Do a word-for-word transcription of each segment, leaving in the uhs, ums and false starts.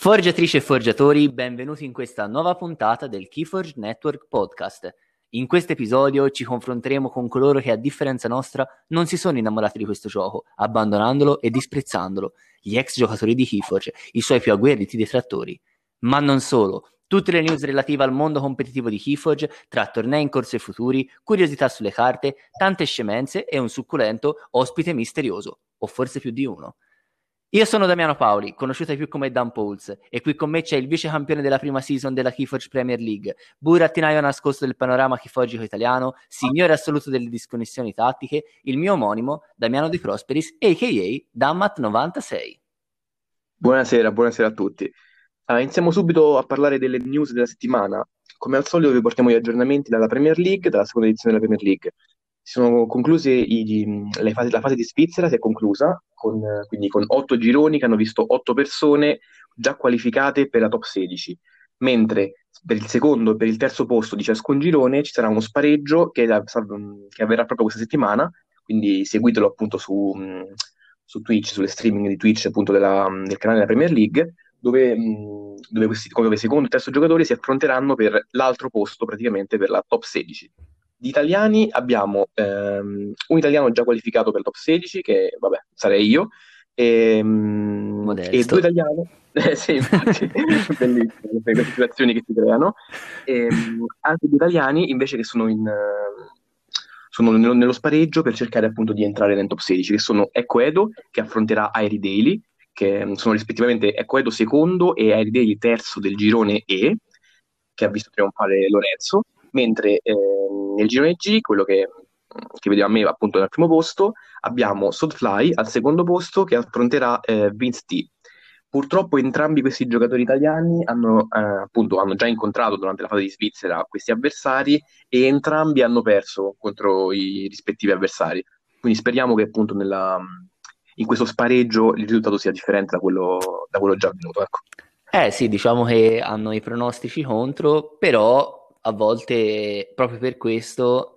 Forgiatrici e forgiatori, benvenuti in questa nuova puntata del Keyforge Network Podcast. In questo episodio ci confronteremo con coloro che, a differenza nostra, non si sono innamorati di questo gioco, abbandonandolo e disprezzandolo, gli ex giocatori di Keyforge, i suoi più agguerriti detrattori. Ma non solo. Tutte le news relative al mondo competitivo di Keyforge, tra tornei in corso e futuri, curiosità sulle carte, tante scemenze e un succulento ospite misterioso, o forse più di uno. Io sono Damiano Paoli, conosciuto più come Dan Pauls, e qui con me c'è il vice campione della prima season della Keyforge Premier League, burattinaio nascosto del panorama keyforgico italiano, signore assoluto delle disconnessioni tattiche, il mio omonimo, Damiano De Prosperis, a k a. Dammat novantasei. Buonasera, buonasera a tutti. Ah, iniziamo subito a parlare delle news della settimana. Come al solito vi portiamo gli aggiornamenti dalla Premier League, dalla seconda edizione della Premier League. Si sono concluse i- le fasi- la fase di Svizzera si è conclusa, con, eh, quindi con otto gironi che hanno visto otto persone già qualificate per la top sedici, mentre per il secondo e per il terzo posto di ciascun girone ci sarà uno spareggio che, che avverrà proprio questa settimana, quindi seguitelo appunto su, mh, su Twitch, sulle streaming di Twitch appunto della- del canale della Premier League, dove, mh, dove questi dove secondo e terzo giocatore si affronteranno per l'altro posto, praticamente per la top sedici. Di italiani abbiamo ehm, un italiano già qualificato per la top sedici, che vabbè, sarei io, e, mm, e due Modesto. italiani, eh, sì, infatti, bellissime queste situazioni che si creano, e, mm, altri due italiani invece che sono in, eh, sono nello, nello spareggio per cercare appunto di entrare nel top sedici, che sono Ecco Edo, che affronterà Airi Daily, che mm, sono rispettivamente Ecco Edo secondo e Airi Daily terzo del girone E, che ha visto trionfare Lorenzo, mentre ehm, nel girone G, quello che, che vedeva a me appunto al primo posto, abbiamo Soulfly al secondo posto che affronterà eh, Vince T. Purtroppo entrambi questi giocatori italiani hanno, eh, appunto, hanno già incontrato durante la fase di Svizzera questi avversari e entrambi hanno perso contro i rispettivi avversari. Quindi speriamo che appunto nella, in questo spareggio il risultato sia differente da quello, da quello già avvenuto. Ecco. Eh sì, diciamo che hanno i pronostici contro, però a volte proprio per questo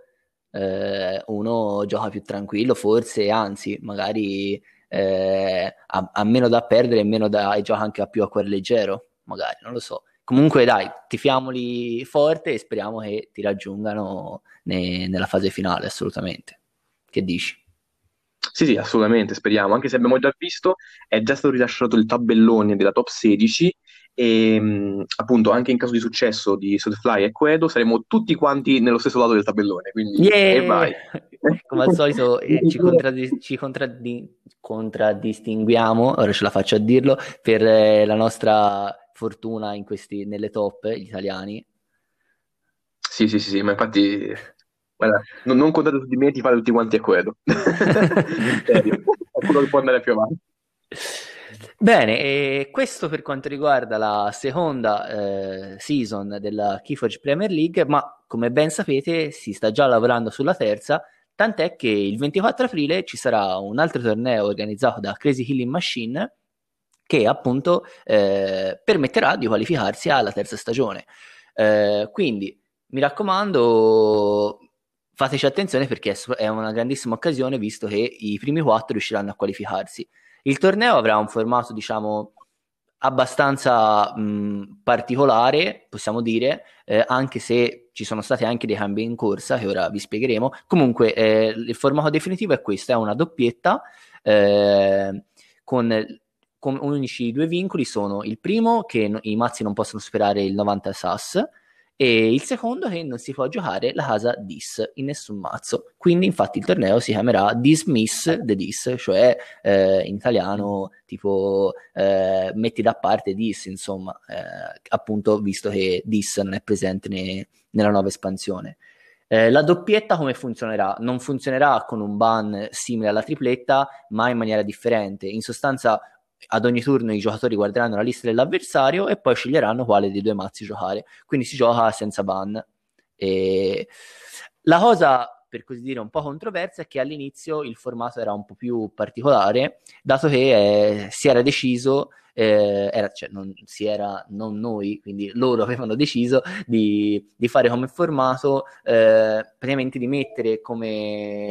eh, uno gioca più tranquillo, forse, anzi, magari eh, ha, ha meno da perdere e, meno da, e gioca anche a più a cuore leggero, magari, non lo so. Comunque dai, tifiamoli forte e speriamo che ti raggiungano ne- nella fase finale, assolutamente. Che dici? Sì, sì, assolutamente, speriamo, anche se abbiamo già visto, è già stato rilasciato il tabellone della top sedici e mh, appunto anche in caso di successo di Soulfly e Quedo saremo tutti quanti nello stesso lato del tabellone, quindi e Yeah! vai. Come al solito eh, ci, contraddi- ci contraddi- contraddistinguiamo, ora ce la faccio a dirlo, per eh, la nostra fortuna in questi, nelle top, gli italiani. Sì, sì, sì, sì, ma infatti, guarda, non, non contate su di me, ti fate tutti quanti a Quedo. In serio, è quello che può andare più avanti. Bene, e questo per quanto riguarda la seconda eh, season della Keyforge Premier League, ma come ben sapete si sta già lavorando sulla terza, tant'è che il ventiquattro aprile ci sarà un altro torneo organizzato da Crazy Killing Machine che appunto eh, permetterà di qualificarsi alla terza stagione. Eh, quindi mi raccomando, fateci attenzione perché è una grandissima occasione visto che i primi quattro riusciranno a qualificarsi. Il torneo avrà un formato, diciamo, abbastanza mh, particolare, possiamo dire, eh, anche se ci sono stati anche dei cambi in corsa che ora vi spiegheremo. Comunque, eh, il formato definitivo è questo, è una doppietta eh, con, con unici due vincoli sono il primo che no- i mazzi non possono superare il novanta S A S e il secondo che non si può giocare la casa Dis in nessun mazzo. Quindi infatti il torneo si chiamerà Dismiss the Dis, cioè eh, in italiano tipo eh, metti da parte Dis, insomma, eh, appunto visto che Dis non è presente ne- nella nuova espansione. Eh, la doppietta come funzionerà? Non funzionerà con un ban simile alla tripletta, ma in maniera differente. In sostanza, ad ogni turno i giocatori guarderanno la lista dell'avversario e poi sceglieranno quale dei due mazzi giocare. Quindi si gioca senza ban. E la cosa, per così dire, un po' controversa è che all'inizio il formato era un po' più particolare, dato che eh, si era deciso, eh, era, cioè non si era, non noi, quindi loro avevano deciso di, di fare come formato, eh, praticamente di mettere come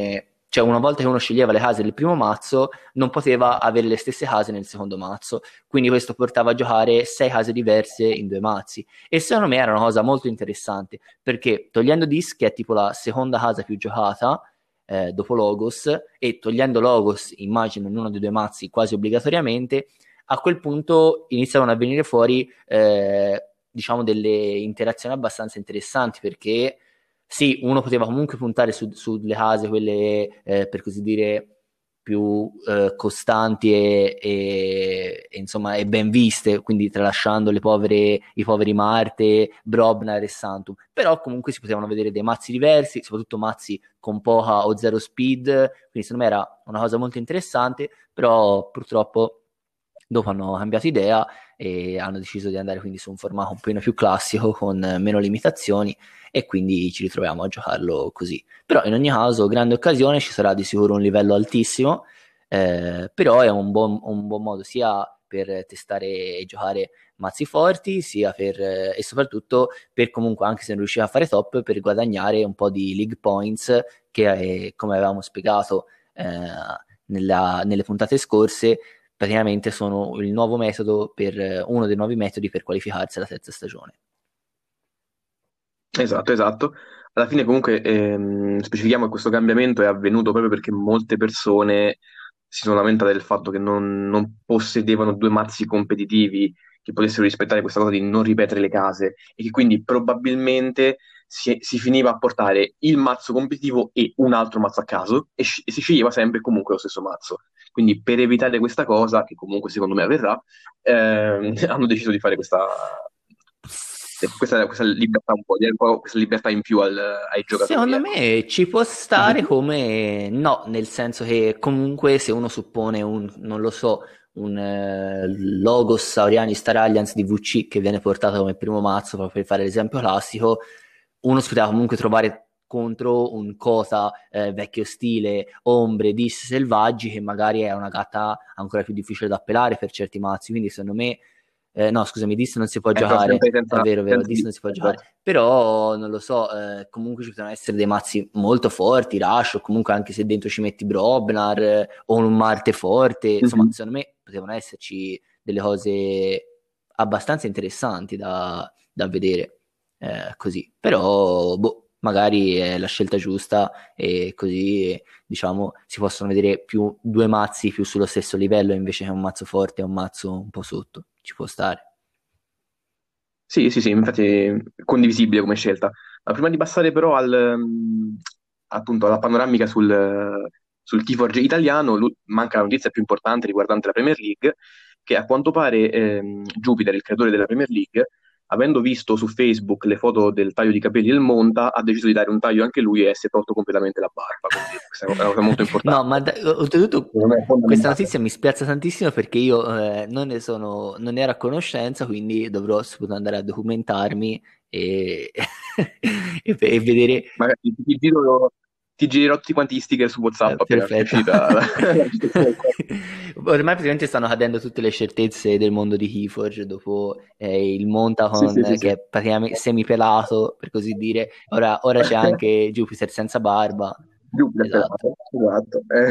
cioè una volta che uno sceglieva le case del primo mazzo, non poteva avere le stesse case nel secondo mazzo, quindi questo portava a giocare sei case diverse in due mazzi, e secondo me era una cosa molto interessante, perché togliendo Dis, che è tipo la seconda casa più giocata, eh, dopo Logos, e togliendo Logos, immagino, in uno dei due mazzi quasi obbligatoriamente, a quel punto iniziavano a venire fuori, eh, diciamo, delle interazioni abbastanza interessanti, perché sì, uno poteva comunque puntare su, sulle case, quelle eh, per così dire più eh, costanti e, e, e, insomma e ben viste, quindi tralasciando le povere, i poveri Marte, Brobnar e Santum, però comunque si potevano vedere dei mazzi diversi, soprattutto mazzi con poca o zero speed, quindi secondo me era una cosa molto interessante, però purtroppo dopo hanno cambiato idea e hanno deciso di andare quindi su un formato un po' più classico con meno limitazioni, e quindi ci ritroviamo a giocarlo così. Però in ogni caso, grande occasione, ci sarà di sicuro un livello altissimo, eh, però è un buon, un buon modo sia per testare e giocare mazzi forti, sia per, eh, e soprattutto per comunque, anche se non riusciva a fare top, per guadagnare un po' di league points che, eh, come avevamo spiegato eh, nella, nelle puntate scorse, praticamente sono il nuovo metodo per uno dei nuovi metodi per qualificarsi alla terza stagione. Esatto, esatto. Alla fine comunque ehm, specifichiamo che questo cambiamento è avvenuto proprio perché molte persone si sono lamentate del fatto che non, non possedevano due mazzi competitivi che potessero rispettare questa cosa di non ripetere le case, e che quindi probabilmente si, si finiva a portare il mazzo competitivo e un altro mazzo a caso, e, sci- e si sceglieva sempre comunque lo stesso mazzo. Quindi per evitare questa cosa, che comunque secondo me avverrà, ehm, hanno deciso di fare questa, questa, questa libertà un po', di dare un po' questa libertà in più al- ai giocatori, Secondo ecco. me ci può Tu stare, dici? come no, nel senso che comunque se uno suppone un, non lo so, un eh, Logos Sauriani Star Alliance di V C che viene portato come primo mazzo, proprio per fare l'esempio classico, uno si poteva comunque trovare contro un Cosa eh, vecchio stile, ombre, dis selvaggi, che magari è una gatta ancora più difficile da appellare per certi mazzi, quindi secondo me eh, no, scusami, dis non si può Eh, però giocare, sempre è senza, vero, è vero, senza dis non si può giocare, esatto. però non lo so, eh, comunque ci potevano essere dei mazzi molto forti, Rush, o comunque anche se dentro ci metti Brobnar eh, o un Marte forte, insomma, Mhm. secondo me potevano esserci delle cose abbastanza interessanti da, da vedere eh, così, però boh, magari è la scelta giusta e così diciamo si possono vedere più due mazzi più sullo stesso livello invece che un mazzo forte e un mazzo un po' sotto, ci può stare. Sì, sì, sì, infatti è condivisibile come scelta. Ma prima di passare però al, mm, appunto alla panoramica sul, sul Keyforge italiano, lu- manca la notizia più importante riguardante la Premier League, che a quanto pare ehm, Jupiter, il creatore della Premier League, avendo visto su Facebook le foto del taglio di capelli del Monta, ha deciso di dare un taglio anche lui e si è tolto completamente la barba, quindi questa è una cosa molto No, ma importante. da- oltretutto Secondo me è questa fondamentale. notizia mi spiazza tantissimo perché io eh, non ne sono, non ne ero a conoscenza, quindi dovrò subito andare a documentarmi e, e, e vedere. Magari ti, ti giro, ti girerò tutti quanti gli sticker su Eh, WhatsApp appena è perfetto. uscita la, la citazione del corpo. Ormai praticamente stanno cadendo tutte le certezze del mondo di Keyforge dopo eh, il Sì, sì, Montacon sì, che sì. è praticamente semipelato, per così dire. Ora, ora c'è anche Jupiter senza barba. Jupiter Esatto. pelato, esatto. Eh.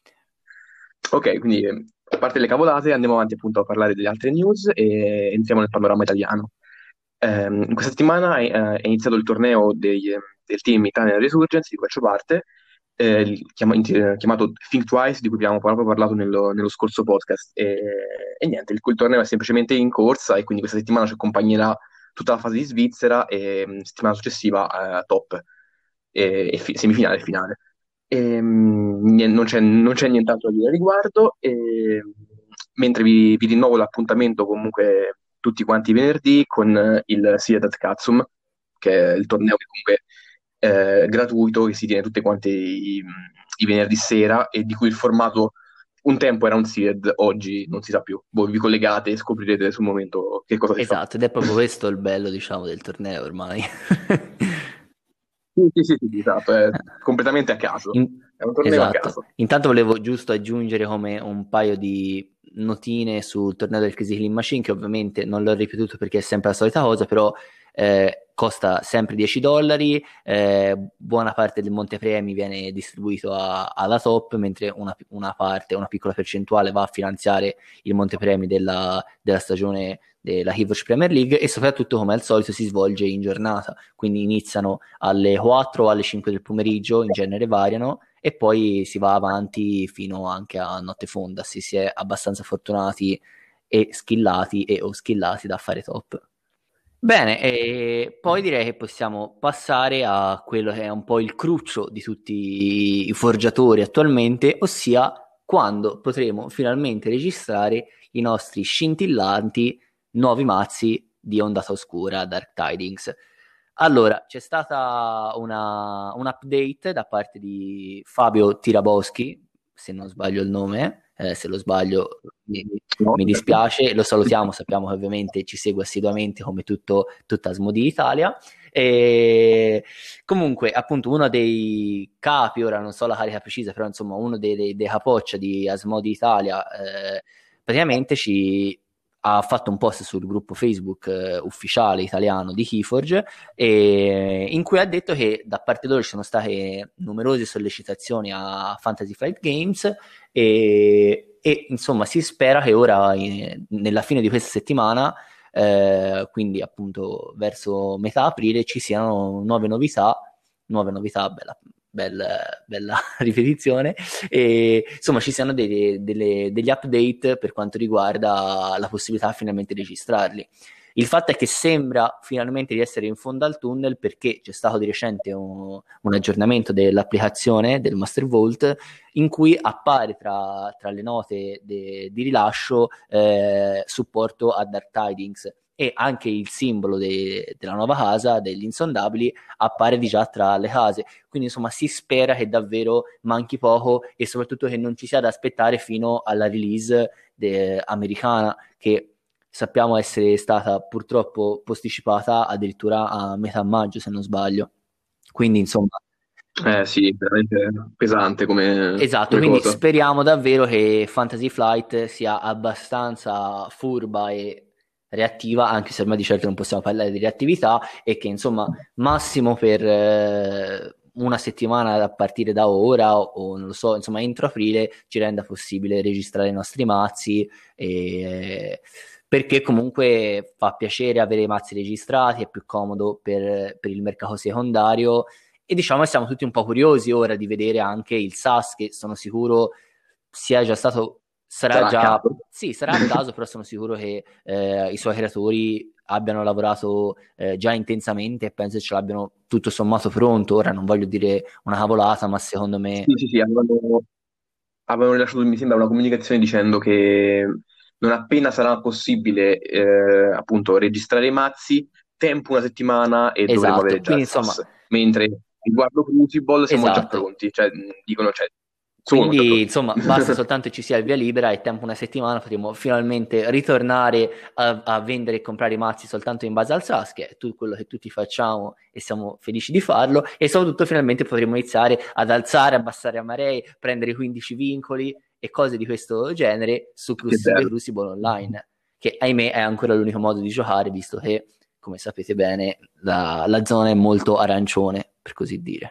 Ok, quindi eh, a parte le cavolate, andiamo avanti appunto a parlare delle altre news e entriamo nel panorama italiano. Ehm, in questa settimana è, eh, è iniziato il torneo dei, eh, del team Italian Resurgence, di cui faccio parte, eh, il- chiama- int- eh, chiamato Think Twice, di cui abbiamo proprio parlato nello, nello scorso podcast. E, e niente, il, il torneo è semplicemente in corsa e quindi questa settimana ci accompagnerà tutta la fase di Svizzera e mh, settimana successiva eh, top e, e fi- semifinale e finale. Ehm, nien- non c'è non c'è nient'altro da dire al riguardo, e, mentre vi, vi rinnovo l'appuntamento comunque tutti quanti i venerdì con eh, il Siad at Katsum, che è il torneo che comunque è gratuito, che si tiene tutti quanti i, i venerdì sera e di cui il formato un tempo era un Siad, oggi non si sa più. Voi vi collegate e scoprirete sul momento che cosa si fa. Esatto, ed è proprio questo il bello, diciamo, del torneo ormai. Sì, sì, sì, sì, esatto, è completamente a caso. In- È un torneo a Esatto. caso. Intanto volevo giusto aggiungere come un paio di notine sul torneo del Crazy Clean Machine, che ovviamente non l'ho ripetuto perché è sempre la solita cosa, però eh, costa sempre dieci dollari, eh, buona parte del montepremi viene distribuito a, alla top, mentre una, una parte, una piccola percentuale va a finanziare il montepremi della, della stagione della HeatWatch Premier League, e soprattutto, come al solito, si svolge in giornata, quindi iniziano alle quattro o alle cinque del pomeriggio, in genere variano, e poi si va avanti fino anche a notte fonda, se si è abbastanza fortunati e skillati e o skillati da fare top. Bene, e poi direi che possiamo passare a quello che è un po' il cruccio di tutti i forgiatori attualmente, ossia quando potremo finalmente registrare i nostri scintillanti nuovi mazzi di Ondata Oscura Dark Tidings. Allora, c'è stata una, un update da parte di Fabio Tiraboschi, se non sbaglio il nome, eh, se lo sbaglio mi, No? mi dispiace, lo salutiamo, sappiamo che ovviamente ci segue assiduamente come tutto, tutta Asmodi Italia. E comunque, appunto, uno dei capi, ora non so la carica precisa, però insomma uno dei, dei, dei capoccia di Asmodi Italia, eh, praticamente ci ha fatto un post sul gruppo Facebook eh, ufficiale italiano di Keyforge, e in cui ha detto che da parte loro ci sono state numerose sollecitazioni a Fantasy Flight Games, e, e insomma si spera che ora in, nella fine di questa settimana, eh, quindi appunto verso metà aprile, ci siano nuove novità, nuove novità, bella, bella, bella ripetizione, e insomma ci siano dei, delle, degli update per quanto riguarda la possibilità finalmente di registrarli. Il fatto è che sembra finalmente di essere in fondo al tunnel, perché c'è stato di recente un, un aggiornamento dell'applicazione del Master Vault, in cui appare tra, tra le note de, di rilascio eh, supporto a Dark Tidings, e anche il simbolo de, della nuova casa, degli insondabili, appare di già tra le case. Quindi insomma si spera che davvero manchi poco, e soprattutto che non ci sia da aspettare fino alla release de, americana, che sappiamo essere stata purtroppo posticipata addirittura a metà maggio, se non sbaglio. Quindi insomma, Eh sì, veramente pesante come, esatto, come quindi cosa. speriamo davvero che Fantasy Flight sia abbastanza furba e reattiva, anche se ormai di certo non possiamo parlare di reattività, e che insomma massimo per eh, una settimana a partire da ora, o, o non lo so, insomma entro aprile, ci renda possibile registrare i nostri mazzi, e, perché comunque fa piacere avere i mazzi registrati, è più comodo per, per il mercato secondario. E diciamo che siamo tutti un po' curiosi ora di vedere anche il S A S, che sono sicuro sia già stato, sarà Sarà a già, caso. sì, sarà a caso, però sono sicuro che eh, i suoi creatori abbiano lavorato eh, già intensamente, e penso che ce l'abbiano tutto sommato pronto. Ora non voglio dire una cavolata, ma secondo me, Sì, sì, sì, avevano, avevano rilasciato, mi sembra, una comunicazione dicendo che non appena sarà possibile eh, appunto registrare i mazzi, tempo una settimana e dovremo esatto, avere già quindi il insomma, S A S. Mentre riguardo Crucible siamo già esatto. pronti, cioè mh, dicono, cioè, sono già Quindi, pronti. insomma, basta soltanto ci sia il via libera, e tempo una settimana potremo finalmente ritornare a, a vendere e comprare i mazzi soltanto in base al S A S, che è tutto quello che tutti facciamo e siamo felici di farlo, e soprattutto finalmente potremo iniziare ad alzare, abbassare amarei, prendere quindici vincoli e cose di questo genere su Che Crus- The bello. Crucible Online, che ahimè è ancora l'unico modo di giocare, visto che, come sapete bene, la, la zona è molto arancione, per così dire.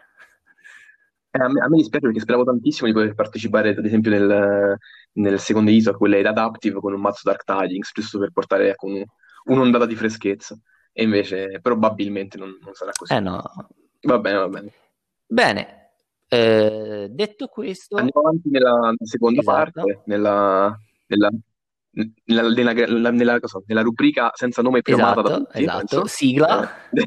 Eh, a me, a me dispiace perché speravo tantissimo di poter partecipare, ad esempio, nel, nel secondo ISO, quelle ad Adaptive, con un mazzo Dark Tidings, giusto per portare ecco, un- un'ondata di freschezza. E invece probabilmente non, non sarà Eh così. no. Va bene, va bene. Bene, eh, detto questo, Andiamo avanti nella, nella seconda esatto, parte, nella, nella, nella, nella- nella- nella- cosa so, nella rubrica senza nome più amata da esatto, tutti, esatto, penso. sigla. Eh,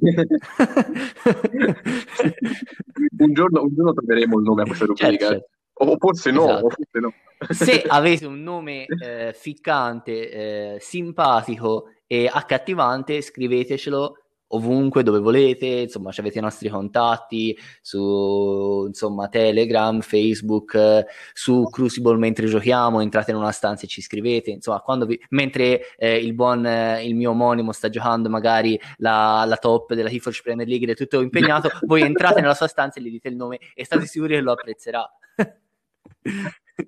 un giorno, un giorno troveremo il nome a questa Certo, rubrica, eh. certo, O forse no, o esatto. forse no. Se avete un nome eh, ficcante, eh, simpatico e accattivante, scrivetecelo ovunque, dove volete, insomma, ci avete i nostri contatti su, insomma, Telegram, Facebook, eh, su Crucible mentre giochiamo, entrate in una stanza e ci scrivete, insomma, quando vi, mentre eh, il buon, eh, il mio omonimo sta giocando magari la, la top della HeatWatch Premier League ed è tutto impegnato, voi entrate nella sua stanza e gli dite il nome e state sicuri che lo apprezzerà.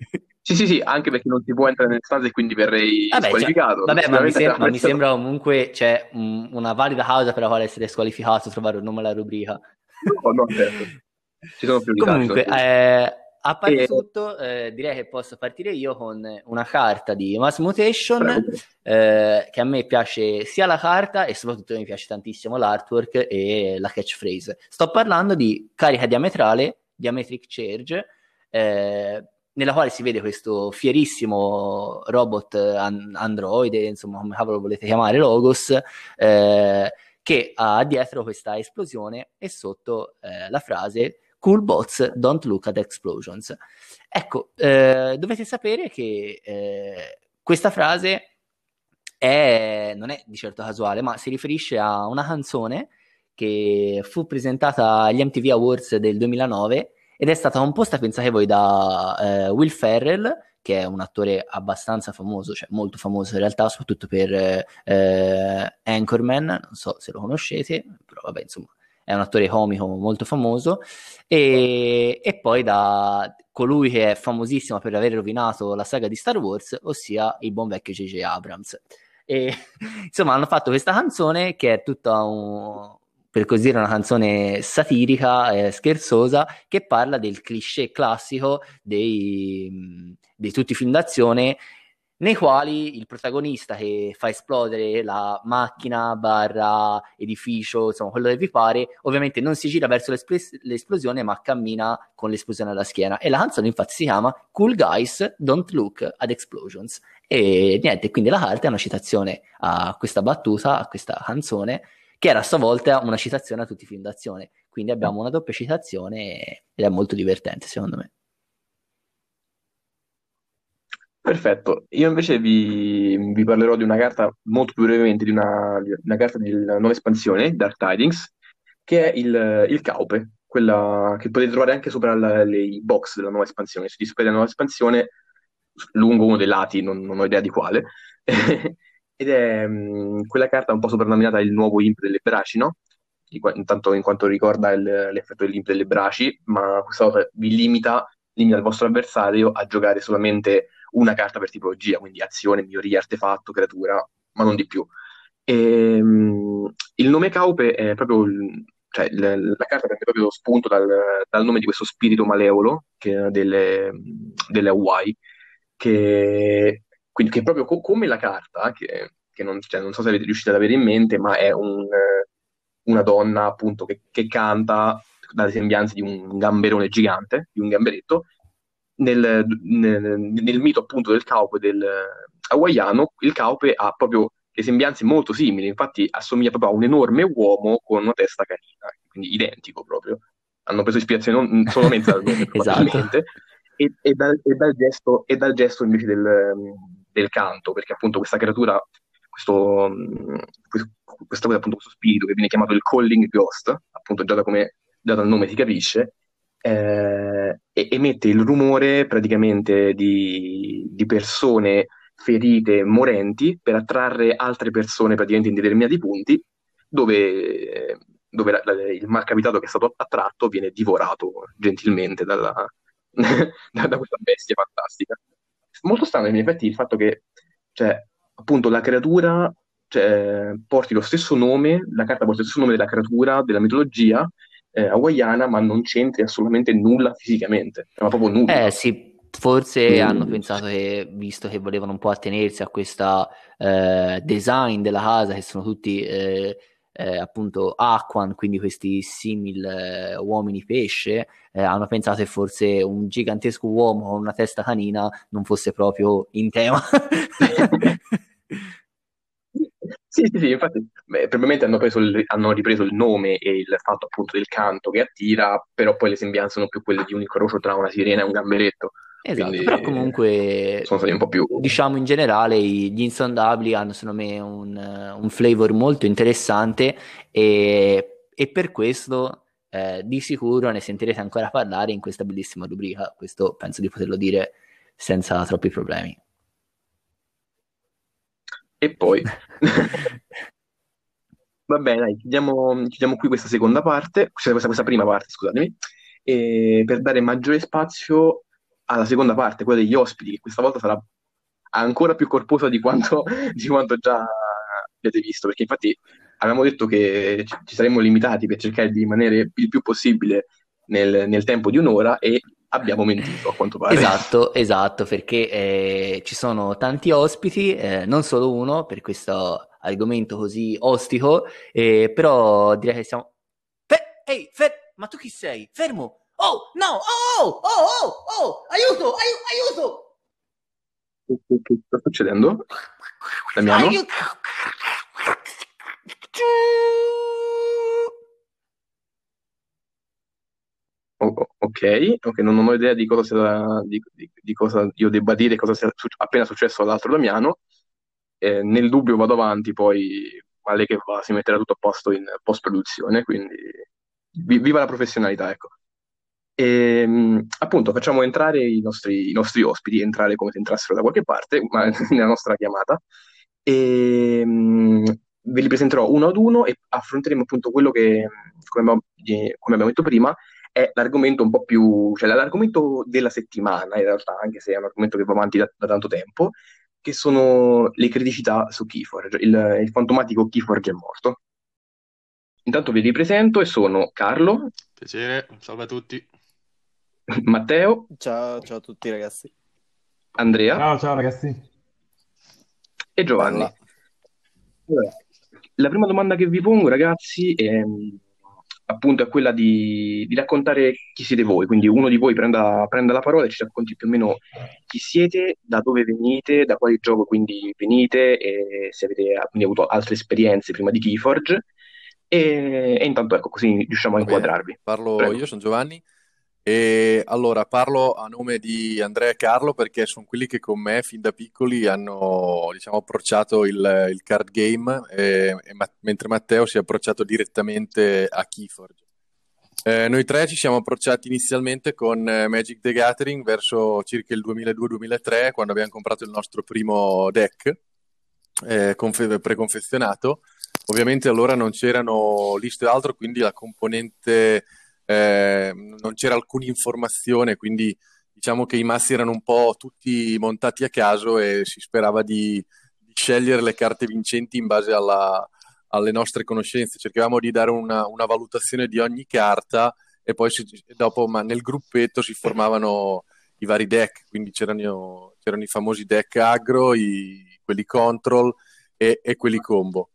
Sì, sì, sì, anche perché non si può entrare nelle stanze e quindi verrei Vabbè, cioè, squalificato. vabbè, ma mi, Sicuramente sem- sarà ma mi questo. sembra comunque c'è un- una valida causa per la quale essere squalificato, trovare un nome alla rubrica. No, no, certo. Ci sono priorità, ci sono Comunque, priorità. eh, a parte E, tutto, eh, direi che posso partire io con una carta di Mass Mutation, prego. eh, che a me piace sia la carta e soprattutto mi piace tantissimo l'artwork e la catchphrase. Sto parlando di carica diametrale, Diametric Charge, eh, nella quale si vede questo fierissimo robot an- androide, insomma, come cavolo volete chiamare, Logos, eh, che ha dietro questa esplosione e sotto eh, la frase Cool bots don't look at explosions. Ecco, eh, dovete sapere che eh, questa frase è, non è di certo casuale, ma si riferisce a una canzone che fu presentata agli M T V Awards del duemilanove ed è stata composta, pensate voi, da eh, Will Ferrell, che è un attore abbastanza famoso, cioè molto famoso in realtà, soprattutto per eh, Anchorman, non so se lo conoscete, però vabbè, insomma, è un attore comico molto famoso, e, e poi da colui che è famosissimo per aver rovinato la saga di Star Wars, ossia il buon vecchio J J. Abrams. E insomma, hanno fatto questa canzone che è tutta un, per così dire, una canzone satirica, eh, scherzosa, che parla del cliché classico dei, di tutti i film d'azione nei quali il protagonista che fa esplodere la macchina barra edificio, insomma quello che vi pare, ovviamente non si gira verso l'espl- l'esplosione ma cammina con l'esplosione alla schiena. E la canzone infatti si chiama Cool Guys Don't Look at Explosions. E niente, quindi la carta è una citazione a questa battuta, a questa canzone, che era a sua volta una citazione a tutti i film d'azione. Quindi abbiamo una doppia citazione ed è molto divertente secondo me. Perfetto, io invece vi, vi parlerò di una carta molto più brevemente, di una, di una carta della nuova espansione, Dark Tidings, che è il, il Caupe, quella che potete trovare anche sopra la- le- i box della nuova espansione. Se ti spede la nuova espansione, lungo uno dei lati, non, non ho idea di quale, ed è mh, quella carta un po' soprannominata il nuovo Imp delle Braci, no? Di qua- Intanto in quanto ricorda il- l'effetto dell'Imp delle Braci, ma questa volta vi limita, limita il vostro avversario a giocare solamente una carta per tipologia, quindi azione, miglioria, artefatto, creatura, ma non di più. E, mh, il nome Caupe è proprio, il- cioè il- la carta prende proprio spunto dal, dal nome di questo spirito malevolo che è delle, delle Hawaii, che, quindi, che è proprio co- come la carta, che, che non, cioè, non so se avete riuscito ad avere in mente, ma è un, eh, una donna appunto che, che canta dalle sembianze di un gamberone gigante, di un gamberetto, nel, nel- nel mito appunto del caupe del hawaiano, il caupe ha proprio le sembianze molto simili, infatti assomiglia proprio a un enorme uomo con una testa canina, quindi identico proprio. Hanno preso ispirazione non solamente dal nome, Esatto. probabilmente, e, e dal, e dal gesto, e dal gesto invece del, del canto, perché appunto questa creatura, questo, mh, questo, questo, appunto, questo spirito che viene chiamato il Calling Ghost, appunto già da come già dal nome si capisce, eh, e- emette il rumore praticamente di, di persone ferite, morenti, per attrarre altre persone praticamente in determinati punti, dove, dove la- la- il malcapitato che è stato attratto viene divorato gentilmente dalla- da, da questa bestia fantastica. Molto strano in effetti il fatto che, cioè, appunto, la creatura, cioè, porti lo stesso nome, la carta porta lo stesso nome della creatura, della mitologia, eh, hawaiana, ma non c'entri assolutamente nulla fisicamente, cioè, ma proprio Eh nulla. sì, forse hanno Mm, pensato che, visto che volevano un po' attenersi a questa eh, design della casa, che sono tutti eh, eh, appunto Aquan, quindi questi simil eh, uomini pesce, eh, hanno pensato che forse un gigantesco uomo con una testa canina non fosse proprio in tema. Sì, sì, sì, infatti, beh, probabilmente hanno preso il- hanno ripreso il nome e il fatto appunto del canto che attira, però poi le sembianze sono più quelle di un incrocio tra una sirena e un gamberetto, Esatto, però quindi sono comunque stati un po' più... diciamo in generale i- gli insondabili hanno secondo me un, eh, un flavor molto interessante e, e per questo eh, di sicuro ne sentirete ancora parlare in questa bellissima rubrica, questo penso di poterlo dire senza troppi problemi. E poi... Va bene, dai, chiudiamo, chiudiamo qui questa seconda parte, cioè questa, questa prima parte, scusatemi, e per dare maggiore spazio alla seconda parte, quella degli ospiti, che questa volta sarà ancora più corposa di quanto, di quanto già abbiate visto, perché infatti avevamo detto che ci ci saremmo limitati per cercare di rimanere il più possibile nel, nel tempo di un'ora e abbiamo mentito, a quanto pare. Esatto, esatto, perché eh, ci sono tanti ospiti, eh, non solo uno, per questo argomento così ostico, eh, però direi che siamo... Fe- Ehi, fer- ma tu chi sei? Fermo! Oh, no! Oh, oh, oh, oh, oh! Aiuto, aiu- aiuto! Che, che- che sta succedendo? Damiano? Aiuto! O- o- ok, ok, non, non ho idea di cosa, sia- di, di- di cosa io debba dire, cosa sia su- appena successo all'altro Damiano. Eh, nel dubbio vado avanti, poi male che va, si metterà tutto a posto in post-produzione, quindi vi- viva la professionalità, ecco. E, appunto, facciamo entrare i nostri, i nostri ospiti, entrare come se entrassero da qualche parte, ma nella nostra chiamata. E, mh, ve li presenterò uno ad uno e affronteremo appunto quello che, come abbiamo, eh, come abbiamo detto prima, è l'argomento un po' più, cioè l'argomento della settimana, in realtà, anche se è un argomento che va avanti da, da tanto tempo, che sono le criticità su Keyforge. Il, il fantomatico Keyforge è morto. Intanto vi ripresento e sono Carlo, Piacere, salve a tutti. Matteo, Ciao, ciao a tutti ragazzi. Andrea Ciao, ciao ragazzi. e Giovanni. Bella. Allora, la prima domanda che vi pongo, ragazzi, è mh, appunto è quella di, di raccontare chi siete voi. Quindi uno di voi prenda, prenda la parola e ci racconti più o meno chi siete, da dove venite, da quale gioco quindi venite e se avete quindi avuto altre esperienze prima di Keyforge. E, e intanto ecco, così riusciamo a Va bene, inquadrarvi. parlo Prego. io, sono Giovanni e allora parlo a nome di Andrea e Carlo perché sono quelli che con me fin da piccoli hanno, diciamo, approcciato il, il card game e, e Ma- mentre Matteo si è approcciato direttamente a Keyforge. Eh, noi tre ci siamo approcciati inizialmente con eh, Magic the Gathering verso circa il duemiladue-duemilatré, quando abbiamo comprato il nostro primo deck eh, confe- preconfezionato. Ovviamente allora non c'erano liste e altro, quindi la componente eh, non c'era alcuna informazione, quindi diciamo che i mazzi erano un po' tutti montati a caso e si sperava di, di scegliere le carte vincenti in base alla- alle nostre conoscenze. Cercavamo di dare una, una valutazione di ogni carta e poi si- dopo, ma nel gruppetto si formavano i vari deck, quindi c'erano, c'erano i famosi deck aggro, i- quelli control e, e quelli combo.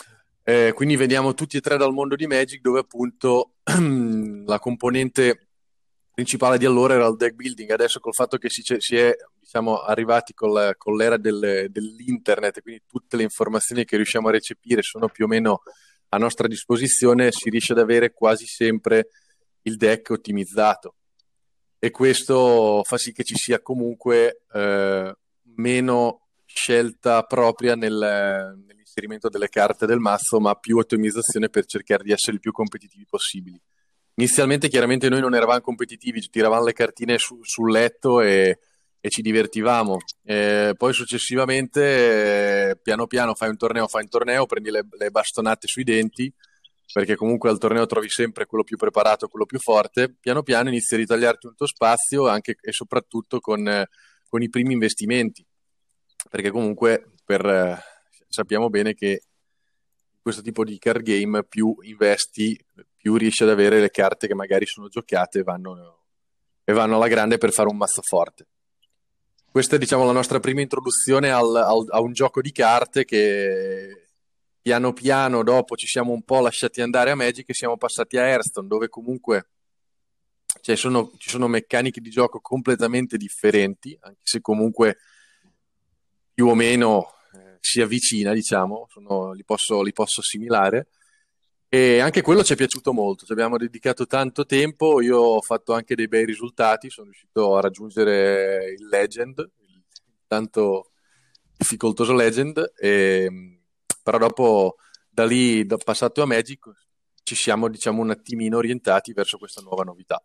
Eh, quindi veniamo tutti e tre dal mondo di Magic, dove appunto la componente principale di allora era il deck building. Adesso col fatto che si, si è, diciamo, arrivati col- con l'era del- dell'internet, quindi tutte le informazioni che riusciamo a recepire sono più o meno a nostra disposizione, si riesce ad avere quasi sempre il deck ottimizzato. E questo fa sì che ci sia comunque eh, meno scelta propria nel- nell'inserimento delle carte del mazzo, ma più ottimizzazione per cercare di essere il più competitivi possibili. Inizialmente chiaramente noi non eravamo competitivi, ci tiravamo le cartine su- sul letto e, e ci divertivamo. Eh, poi successivamente, eh, piano piano fai un torneo, fai un torneo, prendi le, le bastonate sui denti, perché comunque al torneo trovi sempre quello più preparato, quello più forte. Piano piano inizi a ritagliarti un tuo spazio anche e soprattutto con, eh, con i primi investimenti, perché comunque per, eh, sappiamo bene che in questo tipo di card game più investi, più riesci ad avere le carte che magari sono giocate e vanno, e vanno alla grande per fare un mazzo forte. Questa è, diciamo, la nostra prima introduzione al- al- a un gioco di carte che piano piano dopo ci siamo un po' lasciati andare a Magic e siamo passati a Hearthstone, dove comunque cioè, sono- ci sono meccaniche di gioco completamente differenti, anche se comunque più o meno eh, si avvicina, diciamo, sono- li posso, li posso assimilare. E anche quello ci è piaciuto molto, ci abbiamo dedicato tanto tempo, io ho fatto anche dei bei risultati, sono riuscito a raggiungere il Legend, il tanto difficoltoso Legend, e, però dopo da lì, da- passato a Magic, ci siamo, diciamo, un attimino orientati verso questa nuova novità.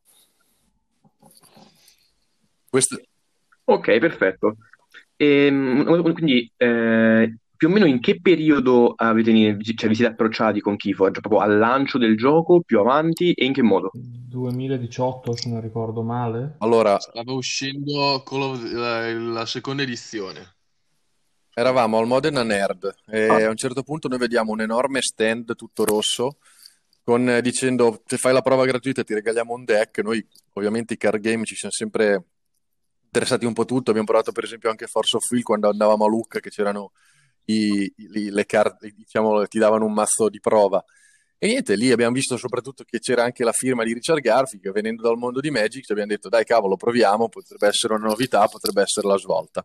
Questo, Ok, perfetto. Ehm, quindi eh, più o meno in che periodo avete, cioè, vi siete approcciati con Keyforge? Proprio al lancio del gioco, più avanti e in che modo? duemiladiciotto, se non ricordo male. Allora, Stava uscendo Call of- la, la seconda edizione. eravamo al Modena Nerd e a un certo punto noi vediamo un enorme stand tutto rosso con, eh, dicendo se fai la prova gratuita ti regaliamo un deck. Noi ovviamente i card game ci siamo sempre interessati un po' tutto, abbiamo provato per esempio anche Force of Will quando andavamo a Lucca, che c'erano i, i- le carte, diciamo, ti davano un mazzo di prova. E niente, lì abbiamo visto soprattutto che c'era anche la firma di Richard Garfield, che venendo dal mondo di Magic ci abbiamo detto dai cavolo, proviamo, potrebbe essere una novità, potrebbe essere la svolta.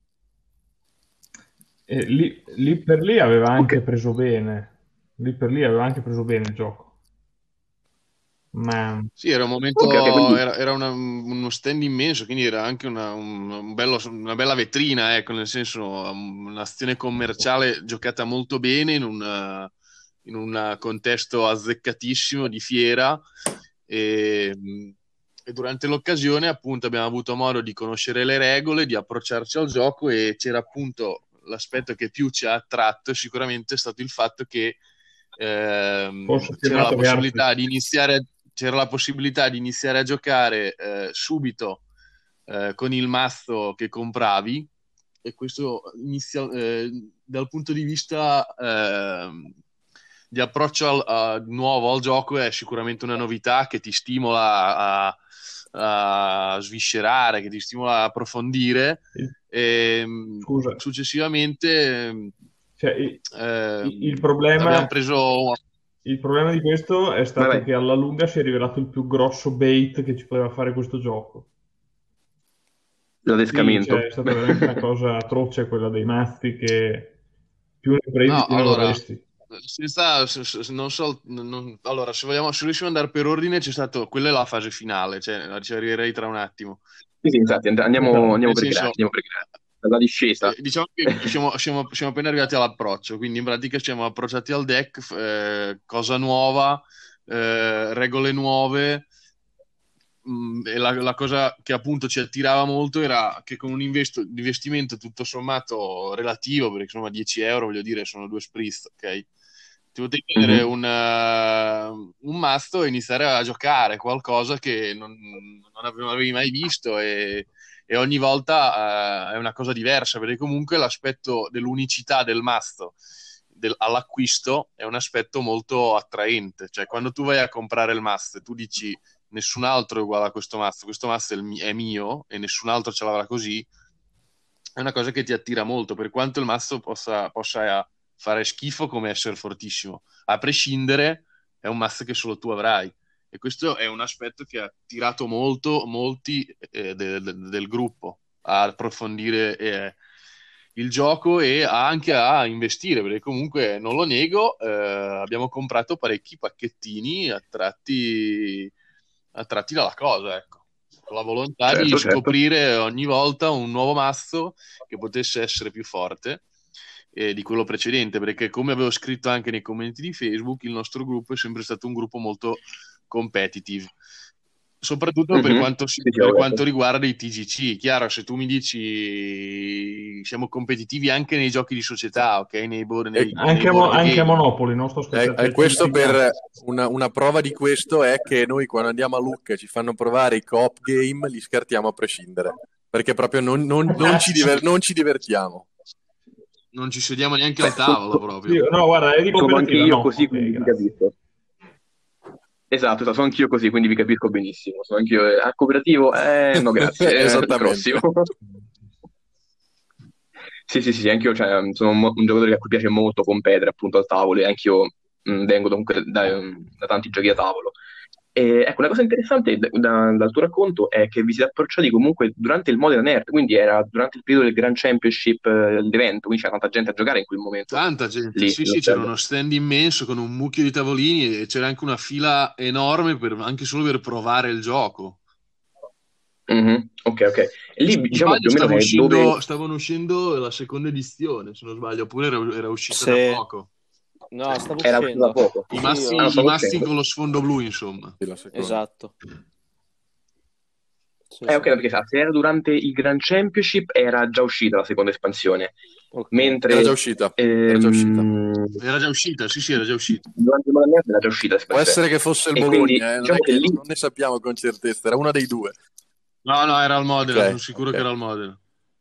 E lì, lì per lì aveva anche Ok. preso bene. Lì per lì aveva anche preso bene il gioco. Ma Sì, era un Ok, ok, momento, quindi era, era una- uno stand immenso, quindi era anche una, un- un bello- una bella vetrina, ecco, nel senso un'azione commerciale giocata molto bene in un, in un contesto azzeccatissimo di fiera e, e durante l'occasione appunto abbiamo avuto modo di conoscere le regole, di approcciarci al gioco e c'era appunto l'aspetto che più ci ha attratto sicuramente è stato il fatto che ehm, forse c'era la firmato possibilità Garfield. di iniziare c'era la possibilità di iniziare a giocare eh, subito eh, con il mazzo che compravi e questo inizia, eh, dal punto di vista eh, di approccio al, a, nuovo al gioco è sicuramente una novità che ti stimola a, a sviscerare, che ti stimola a approfondire Il- e Scusa, successivamente cioè, il, eh, il- il abbiamo problema, preso il problema di questo è vai, stato vai. che alla lunga si è rivelato il più grosso bait che ci poteva fare questo gioco. Sì, L'adescamento. cioè, è stata veramente una cosa atroce quella dei mazzi che più ne prendi no, più ne allora, vorresti. senza, se- se- non so, non- allora, se vogliamo, se riusciamo ad andare per ordine, c'è stato, quella è la fase finale, cioè, ci arriverei tra un attimo. Sì, sì, infatti, and- andiamo, andiamo Nel per gradi, senso, andiamo per gradi. La discesa. eh, diciamo che siamo, siamo- siamo appena arrivati all'approccio, quindi in pratica siamo approcciati al deck, f- eh, cosa nuova, eh, regole nuove. Mm, e la, la cosa che appunto ci attirava molto era che con un investo- investimento tutto sommato relativo, perché insomma dieci euro, voglio dire, sono due spritz, ok? Ti potevi prendere Mhm. un, eh, un mazzo e iniziare a giocare qualcosa che non, non ave- non avevi mai visto e, e ogni volta eh, è una cosa diversa, perché comunque l'aspetto dell'unicità del mazzo del- all'acquisto è un aspetto molto attraente, cioè quando tu vai a comprare il mazzo e tu dici nessun altro è uguale a questo mazzo, questo mazzo è, il mi- è mio e nessun altro ce l'avrà così, è una cosa che ti attira molto, per quanto il mazzo possa, possa fare schifo come essere fortissimo. A prescindere, è un mazzo che solo tu avrai. E questo è un aspetto che ha attirato molto, molti eh, de- de- del gruppo a approfondire eh, il gioco e a- anche a investire, perché comunque, non lo nego, eh, abbiamo comprato parecchi pacchettini attratti, attratti dalla cosa, ecco con la volontà di Certo, certo. scoprire ogni volta un nuovo mazzo che potesse essere più forte eh, di quello precedente, perché come avevo scritto anche nei commenti di Facebook, il nostro gruppo è sempre stato un gruppo molto competitive, soprattutto per Mhm. quanto, si- Sì, sì, ho per capito. quanto riguarda i T G C. Chiaro, se tu mi dici siamo competitivi anche nei giochi di società, ok? Nei, board, E, nei, nei Anche a, Mo- board anche a game. Monopoli, non sto e- scherzando, e cioè, ci questo per litighiamo. una, una prova di questo è che noi quando andiamo a Lucca e ci fanno provare i co-op game, li scartiamo a prescindere, perché proprio non, non- non ci, diver- non ci divertiamo. Non ci sediamo neanche Beh, al tavolo so- Sì, proprio. no, guarda, è di sono anche cooperativa, io no, così, ok, quindi vi grazie. capisco. Esatto, esatto, sono anch'io così, quindi vi capisco benissimo. Sono anch'io eh, a cooperativo, eh, no grazie, eh, il prossimo. Esattamente. Sì, sì, sì, anch'io cioè, sono un, mo- un giocatore a cui piace molto competere appunto al tavolo e anch'io mh, vengo comunque da, da tanti giochi a tavolo. E, ecco, una cosa interessante da- da- dal tuo racconto è che vi siete approcciati comunque durante il Modena Nerd, quindi era durante il periodo del Grand Championship eh, l'evento, quindi c'era tanta gente a giocare in quel momento Tanta gente, lì, sì, sì, c'era all'hotel. uno stand immenso con un mucchio di tavolini e c'era anche una fila enorme per- anche solo per provare il gioco. Mhm, ok, ok. E Se lì non diciamo sbaglio, più o meno stava è dove... uscendo, stavano uscendo la seconda edizione, se non sbaglio, oppure era, era uscita da Se... poco. No, stavo Era uscito da uscendo. poco. I Sì, massi, Ah, ho- i stavo massi uscendo. con lo sfondo blu, insomma. Sì, la seconda. esatto. Sì, Eh, sì. ok, no, perché sa, se era durante il Grand Championship era già uscita la seconda espansione, Ok. Era già mentre uscita, era già uscita. ehm, Era già uscita, sì, sì, era già uscita. durante il Modern Era era già uscita Può l'espansione. essere che fosse il E quindi Bologna, eh, Non è diciamo che che non, lì, non ne sappiamo con certezza, era una dei due. No, no, era al Modena, sono Ok, sicuro che ok. era al Modena.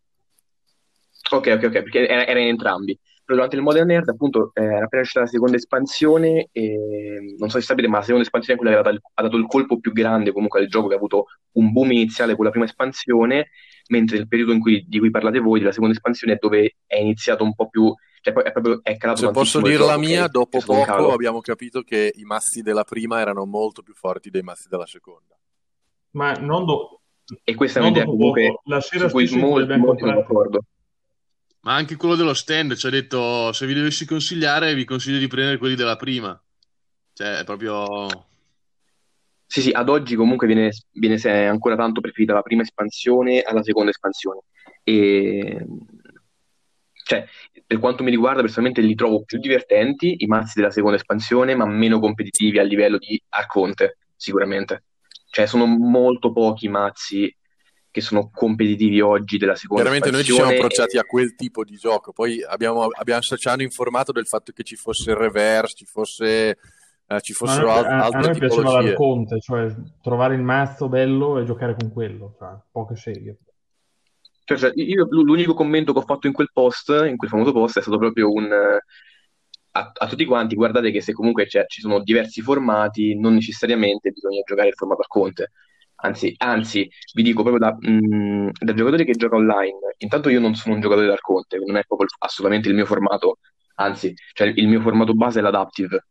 ok, ok, ok, perché era, era in entrambi. Però durante il Modern Nerd, appunto, eh, era appena uscita la seconda espansione, e non so se sapete, ma la seconda espansione è quella che ha dato, ha dato il colpo più grande comunque al gioco, che ha avuto un boom iniziale con la prima espansione, mentre il periodo in cui, di cui parlate voi, della seconda espansione, è dove è iniziato un po' più, cioè poi è proprio, è calato Se posso tantissimo il dire la gioco, ok? mia, C'è dopo stato un poco calo. abbiamo capito che i mazzi della prima erano molto più forti dei mazzi della seconda. Ma non, do- E questa è non un'idea dopo poco, comunque la su sera cui stessa in cui li molti, abbiamo molti sono comprati. d'accordo. Ma anche quello dello stand ci ha detto, se vi dovessi consigliare, vi consiglio di prendere quelli della prima. Cioè, è proprio... Sì, sì, ad oggi comunque viene, viene se- ancora tanto preferita la prima espansione alla seconda espansione. E, cioè, per quanto mi riguarda, personalmente li trovo più divertenti i mazzi della seconda espansione, ma meno competitivi a livello di Arconte, sicuramente. Cioè, sono molto pochi i mazzi che sono competitivi oggi della seconda Chiaramente noi ci siamo espansione. approcciati E- a quel tipo di gioco, poi abbiamo, abbiamo, ci hanno informato del fatto che ci fosse il reverse, ci fosse, eh, ci Ma a fossero noi, al- a- a altre noi piaceva tipologie. l'Arconte, cioè trovare il mazzo bello e giocare con quello, cioè, poche serie. Cioè, cioè, io l'unico commento che ho fatto in quel post, in quel famoso post, è stato proprio un eh, a, a tutti quanti, guardate che se comunque c'è- ci sono diversi formati, non necessariamente bisogna giocare il formato a Conte. Anzi, anzi, vi dico proprio da, mh, da giocatore che gioca online, intanto io non sono un giocatore da Conte, non è proprio il- assolutamente il mio formato, anzi, cioè il mio formato base è l'adaptive.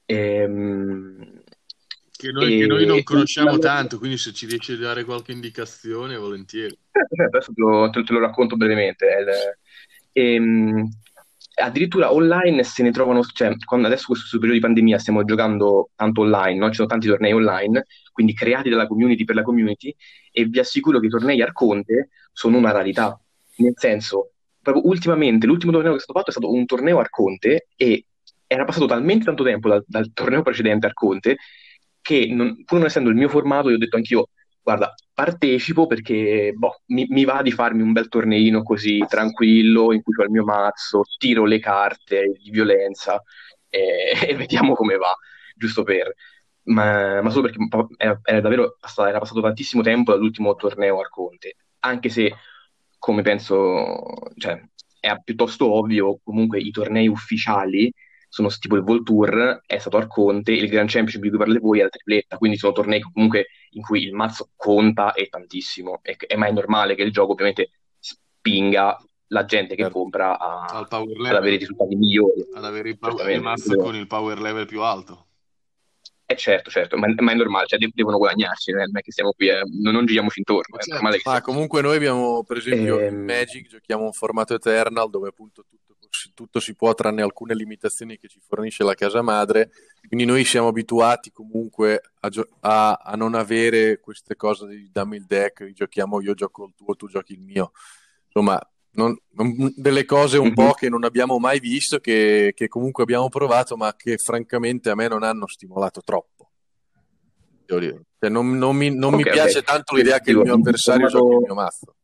Ehm, Che noi, che noi non E, conosciamo tanto, quindi se ci riesci a dare qualche indicazione, volentieri. certo, certo, adesso te lo, te- te lo racconto brevemente. È il- ehm, addirittura online se ne trovano, cioè, quando adesso questo questo periodo di pandemia stiamo giocando tanto online, no? Ci sono tanti tornei online, quindi creati dalla community per la community, e vi assicuro che i tornei Arconte sono una rarità. Nel senso, proprio ultimamente, l'ultimo torneo che è stato fatto è stato un torneo Arconte e era passato talmente tanto tempo dal, dal torneo precedente Arconte che non- pur non essendo il mio formato, io ho detto anch'io, guarda, partecipo perché boh, mi, mi va di farmi un bel torneino così tranquillo in cui ho il mio mazzo, tiro le carte di violenza e, e vediamo come va, giusto per. Ma, ma solo perché un po' era, era davvero passato, era passato tantissimo tempo dall'ultimo torneo Arconte, anche se, come penso, cioè, è piuttosto ovvio, comunque i tornei ufficiali sono tipo il Vol Tour, è stato Arconte, il Grand Championship di cui parli voi è la tripletta, quindi sono tornei comunque in cui il mazzo conta e tantissimo, e, e ma è normale che il gioco ovviamente spinga la gente che Certo. compra a- Al power ad avere level, risultati migliori, ad avere il, pow- il certamente. mazzo con il power level più alto. Eh certo, certo, ma, ma è normale, cioè de- devono guadagnarci, eh, non è che siamo qui, eh, non, non giriamoci intorno, E è certo, normale che Ma sia così. comunque noi abbiamo, per esempio, in Ehm, Magic giochiamo un formato Eternal dove appunto tutto, tutto si può tranne alcune limitazioni che ci fornisce la casa madre, quindi noi siamo abituati comunque a, gio- a- a non avere queste cose di dammi il deck, giochiamo io gioco il tuo, tu giochi il mio. Insomma, non- non- delle cose un mhm. po' che non abbiamo mai visto, che, che comunque abbiamo provato, ma che francamente a me non hanno stimolato troppo. Devo dire. Cioè, non, non mi, non mi Ok, ok. piace tanto Io l'idea che il dico, mio il avversario giochi il formato. mio mazzo.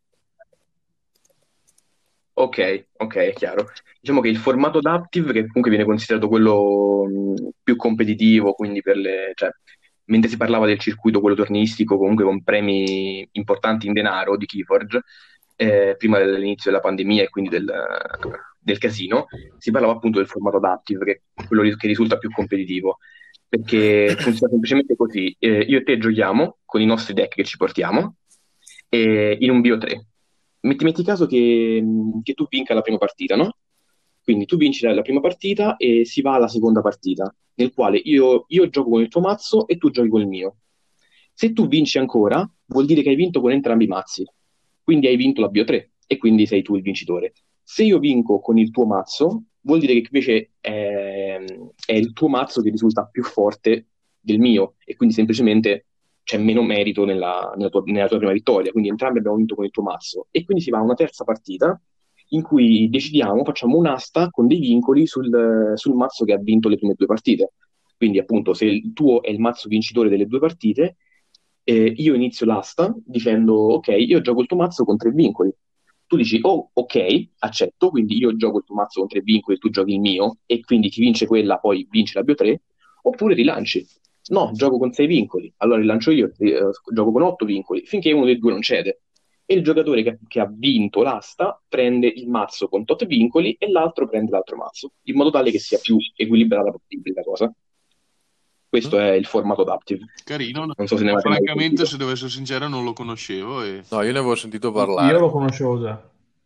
Ok, ok, è chiaro. Diciamo che il formato adaptive, che comunque viene considerato quello mh, più competitivo, quindi per le, cioè, mentre si parlava del circuito, quello tornistico, comunque con premi importanti in denaro di Keyforge, eh, prima dell'inizio della pandemia e quindi del, del casino, si parlava appunto del formato adaptive, che è quello ri- che risulta più competitivo, perché funziona semplicemente così. Eh, io e te giochiamo con i nostri deck che ci portiamo, eh, in un bio tre. Metti, metti caso che, che tu vinca la prima partita, no? Quindi tu vinci la, la prima partita e si va alla seconda partita, nel quale io, io gioco con il tuo mazzo e tu giochi con il mio. Se tu vinci ancora, vuol dire che hai vinto con entrambi i mazzi. Quindi hai vinto la bio tre e quindi sei tu il vincitore. Se io vinco con il tuo mazzo, vuol dire che invece è, è il tuo mazzo che risulta più forte del mio e quindi semplicemente c'è meno merito nella, nella tua, nella tua prima vittoria. Quindi entrambi abbiamo vinto con il tuo mazzo. E quindi si va a una terza partita in cui decidiamo, facciamo un'asta con dei vincoli sul, sul mazzo che ha vinto le prime due partite. Quindi, appunto, se il tuo è il mazzo vincitore delle due partite, eh, io inizio l'asta dicendo ok, io gioco il tuo mazzo con tre vincoli. Tu dici oh ok, accetto, quindi io gioco il tuo mazzo con tre vincoli, tu giochi il mio e quindi chi vince quella poi vince la più tre, oppure rilanci. No, gioco con sei vincoli, allora rilancio io, eh, gioco con otto vincoli, finché uno dei due non cede. E il giocatore che, che ha vinto l'asta prende il mazzo con tot vincoli e l'altro prende l'altro mazzo, in modo tale che sia più equilibrata possibile la cosa. Questo è il formato adaptive. Carino, Non so se ne avete mai francamente, sentito. se devo essere sincero, non lo conoscevo e No, io ne avevo sentito Io parlare. lo conoscevo già.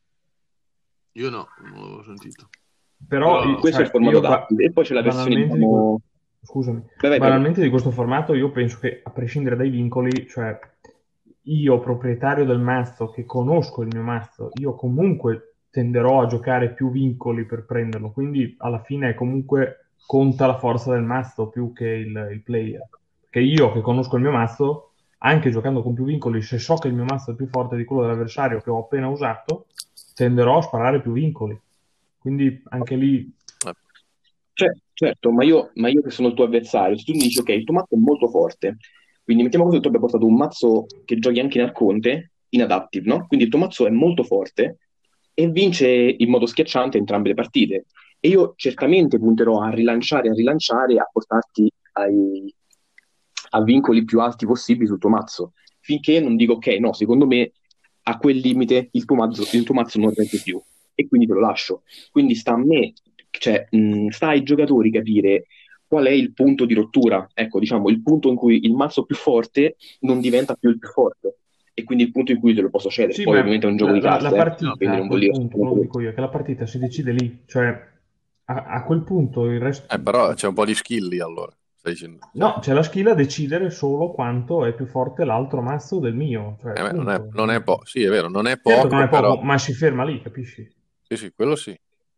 io no, non l'avevo sentito. Però, Però- i- Questo è il cioè, formato io ba- adaptive. E poi c'è la versione, banalmente di diciamo... que- scusami, Vai, vai, banalmente di questo formato io penso che a prescindere dai vincoli, cioè io proprietario del mazzo che conosco il mio mazzo, io comunque tenderò a giocare più vincoli per prenderlo, quindi alla fine comunque conta la forza del mazzo più che il, il player. Che io che conosco il mio mazzo, anche giocando con più vincoli, se so che il mio mazzo è più forte di quello dell'avversario che ho appena usato, tenderò a sparare più vincoli. Quindi anche lì Cioè, certo, ma io, ma io che sono il tuo avversario, se tu mi dici ok, il tuo mazzo è molto forte, quindi mettiamo caso che tu abbia portato un mazzo che giochi anche in Arconte, in Adaptive, no? Quindi il tuo mazzo è molto forte e vince in modo schiacciante entrambe le partite. E io certamente punterò a rilanciare, a rilanciare, a portarti ai, a vincoli più alti possibili sul tuo mazzo, finché non dico ok, no, secondo me a quel limite il tuo mazzo, il tuo mazzo non regge più e quindi te lo lascio. Quindi sta a me, cioè, mh, sta ai giocatori capire qual è il punto di rottura, ecco, diciamo, il punto in cui il mazzo più forte non diventa più il più forte e quindi il punto in cui te lo posso cedere. sì, Poi ma ovviamente è un gioco la, di la- la carte, eh, partita quindi a non vuol quel dire punto, quello che dico io, è che la partita si decide lì, cioè a, a quel punto il resto... Eh, però c'è un po' di skill lì allora. Stai dicendo. Cioè, No, c'è la skill a decidere solo quanto è più forte l'altro mazzo del mio, cioè eh, non è, punto. non è po- sì, è vero, non è Certo che non poco, è poco, però ma si ferma lì, capisci? sì, sì, quello sì.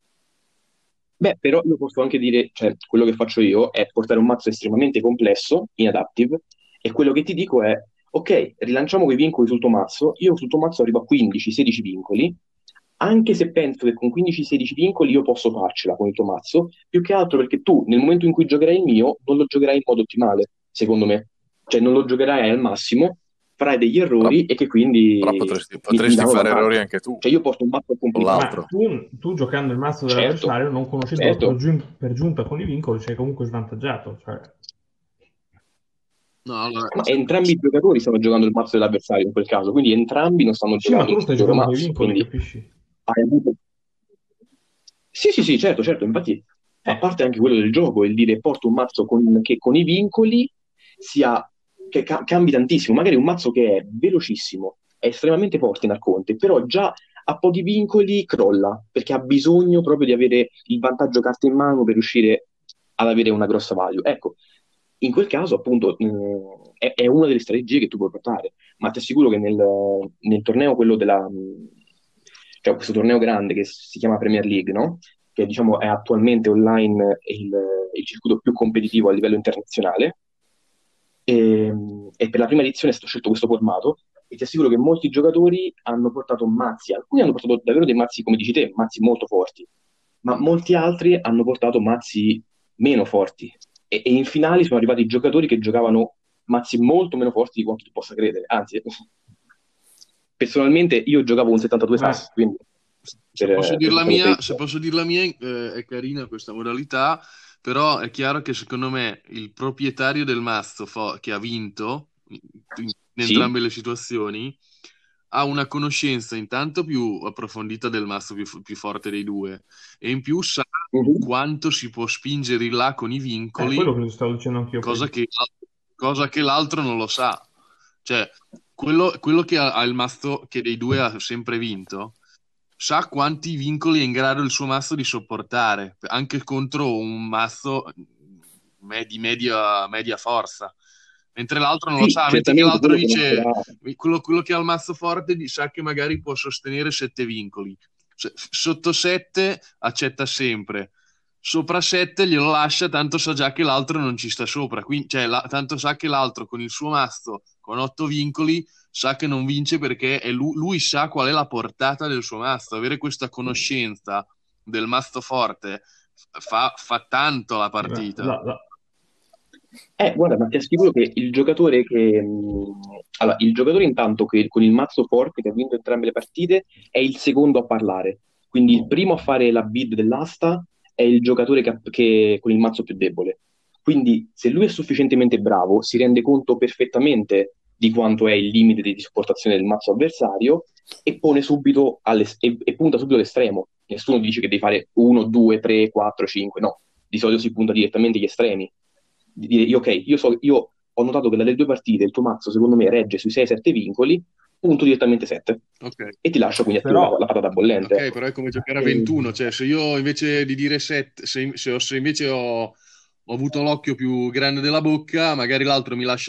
Beh, però io posso anche dire, cioè, quello che faccio io è portare un mazzo estremamente complesso in adaptive e quello che ti dico è, ok, rilanciamo quei vincoli sul tuo mazzo, io sul tuo mazzo arrivo a quindici sedici vincoli, anche se penso che con quindici sedici vincoli io posso farcela con il tuo mazzo, più che altro perché tu nel momento in cui giocherai il mio non lo giocherai in modo ottimale, secondo me. Cioè non lo giocherai al massimo, farai degli Però, errori e che però quindi potresti, mi, mi potresti danno fare errori vantaggio. anche tu Cioè io porto un mazzo con complicato. Ma l'altro. tu, tu giocando il mazzo Certo, dell'avversario, non conoscendolo per, certo. giun- per giunta con i vincoli, sei comunque svantaggiato. Cioè... No, allora, Ma entrambi i giocatori stanno giocando il mazzo dell'avversario in quel caso, quindi entrambi non stanno Sì, ma giocando tu lo il stai loro giocando con i mazzo, vincoli, quindi capisci? hai avuto... Sì, sì, sì, certo, certo, infatti fa Eh, parte anche quello del gioco, il dire porto un mazzo con, che con i vincoli sia, che ca- cambi tantissimo, magari un mazzo che è velocissimo, è estremamente forte in Arconte, però già a pochi vincoli crolla, perché ha bisogno proprio di avere il vantaggio carte in mano per riuscire ad avere una grossa value. Ecco, in quel caso appunto mh, è, è una delle strategie che tu puoi portare, ma ti assicuro che nel, nel torneo, quello della... mh, cioè questo torneo grande che si chiama Premier League, no? Che diciamo è attualmente online il, il circuito più competitivo a livello internazionale, e, e per la prima edizione è stato scelto questo formato e ti assicuro che molti giocatori hanno portato mazzi, alcuni hanno portato davvero dei mazzi, come dici te, mazzi molto forti, ma molti altri hanno portato mazzi meno forti e, e in finale sono arrivati giocatori che giocavano mazzi molto meno forti di quanto tu possa credere, anzi personalmente io giocavo un settantadue ma sassi, quindi se per, posso per dire la questa cosa mia, di- se posso dire la mia, eh, è carina questa modalità, però è chiaro che secondo me il proprietario del mazzo fo- che ha vinto in, in Sì. entrambe le situazioni ha una conoscenza intanto più approfondita del mazzo più, più forte dei due e in più sa Mhm. quanto si può spingere in là con i è vincoli, quello che ti stavo dicendo anch'io cosa prima. che, cosa che l'altro non lo sa. Cioè, quello, quello che ha, ha il mazzo che dei due ha sempre vinto sa quanti vincoli è in grado il suo mazzo di sopportare, anche contro un mazzo me- di media, media forza. Mentre l'altro non lo Sì, sa, metti che certamente l'altro quello dice, conoscerà. quello, quello che ha il mazzo forte di- sa che magari può sostenere sette vincoli. S- Sotto sette accetta sempre, sopra sette glielo lascia, tanto sa già che l'altro non ci sta sopra. Quindi, cioè, la- tanto sa che l'altro con il suo mazzo con otto vincoli sa che non vince perché è lui, lui sa qual è la portata del suo mazzo. Avere questa conoscenza del mazzo forte fa, fa tanto la La, partita. la- la- Eh, guarda, ma ti assicuro che il giocatore che... mh, allora, il giocatore intanto che con il mazzo forte che ha vinto entrambe le partite è il secondo a parlare. Quindi il primo a fare la bid dell'asta è il giocatore che, ha- che- con il mazzo più debole. Quindi se lui è sufficientemente bravo, si rende conto perfettamente di quanto è il limite di sopportazione del mazzo avversario e pone subito alle- e, e punta subito all'estremo. Nessuno dice che devi fare uno, due, tre, quattro, cinque, no. Di solito si punta direttamente agli estremi di dire, io, ok, io, so, io ho notato che dalle due partite il tuo mazzo secondo me regge sui sei sette vincoli, punto direttamente sette Ok. e ti lascio quindi attivo la, Però la patata bollente, Ok, ecco. però è come giocare a E- ventuno, cioè se io invece di dire sette, se, se ho- se invece ho, ho avuto l'occhio più grande della bocca, magari l'altro mi lascia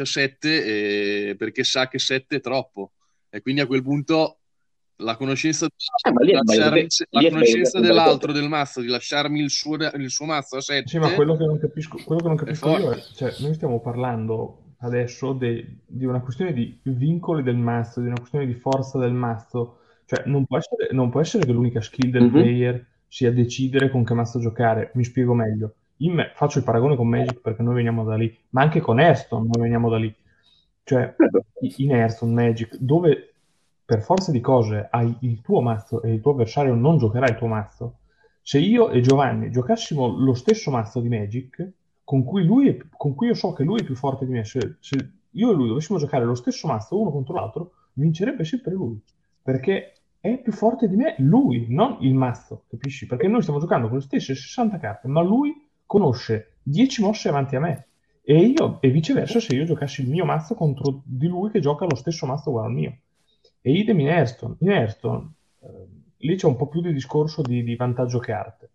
sette perché sa che sette è troppo. E quindi a quel punto la conoscenza, eh, ma lì di è sbagliato lasciarmi, te, la lì è sbagliato te a conoscenza puntare dell'altro sette. del mazzo, di lasciarmi il suo, il suo mazzo a sì, ma sette quello che non capisco, quello che non è capisco io è, forte. cioè, noi stiamo parlando adesso de- di una questione di vincoli del mazzo, di una questione di forza del mazzo. Cioè, non può essere, non può essere che l'unica skill del Mhm. player sia decidere con che mazzo giocare. Mi spiego meglio. In me- faccio il paragone con Magic perché noi veniamo da lì, ma anche con Hearthstone noi veniamo da lì. Cioè, Certo. i- in Hearthstone, Magic, dove per forza di cose hai il tuo mazzo e il tuo avversario non giocherà il tuo mazzo, se io e Giovanni giocassimo lo stesso mazzo di Magic, con cui, lui è- con cui io so che lui è più forte di me, se, se io e lui dovessimo giocare lo stesso mazzo uno contro l'altro, vincerebbe sempre lui, perché è più forte di me lui, non il mazzo, capisci? Perché noi stiamo giocando con le stesse sessanta carte, ma lui conosce dieci mosse avanti a me. E io, e viceversa, se io giocassi il mio mazzo contro di lui che gioca lo stesso mazzo uguale al mio. E idem in Hearthstone. In Hearthstone, eh, lì c'è un po' più di discorso di, di vantaggio carte.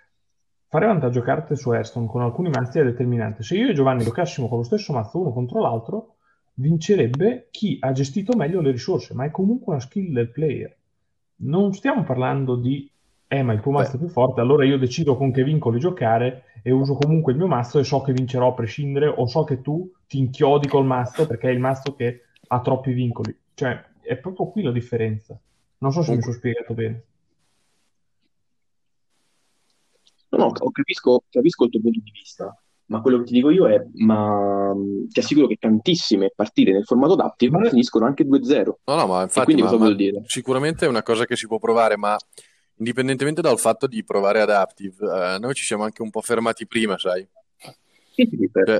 Fare vantaggio carte su Hearthstone con alcuni mazzi è determinante. Se io e Giovanni giocassimo con lo stesso mazzo uno contro l'altro, vincerebbe chi ha gestito meglio le risorse, ma è comunque una skill del player. Non stiamo parlando di, eh, ma il tuo Beh, mazzo è più forte, allora io decido con che vincoli giocare e uso comunque il mio mazzo e so che vincerò a prescindere, o so che tu ti inchiodi col mazzo perché è il mazzo che ha troppi vincoli. Cioè, è proprio qui la differenza. Non so se mi comunque, sono spiegato bene. No, no, ho- capisco, capisco il tuo punto di vista, ma quello che ti dico io è, ma mh, ti assicuro che tantissime partite nel formato Ma adaptive noi- finiscono anche due zero. no, no, ma E infatti, quindi ma, cosa ma vuol dire? sicuramente è una cosa che si può provare, ma indipendentemente dal fatto di provare Adaptive, eh, noi ci siamo anche un po' fermati prima, sai? Sì, sì, sì, certo. Cioè,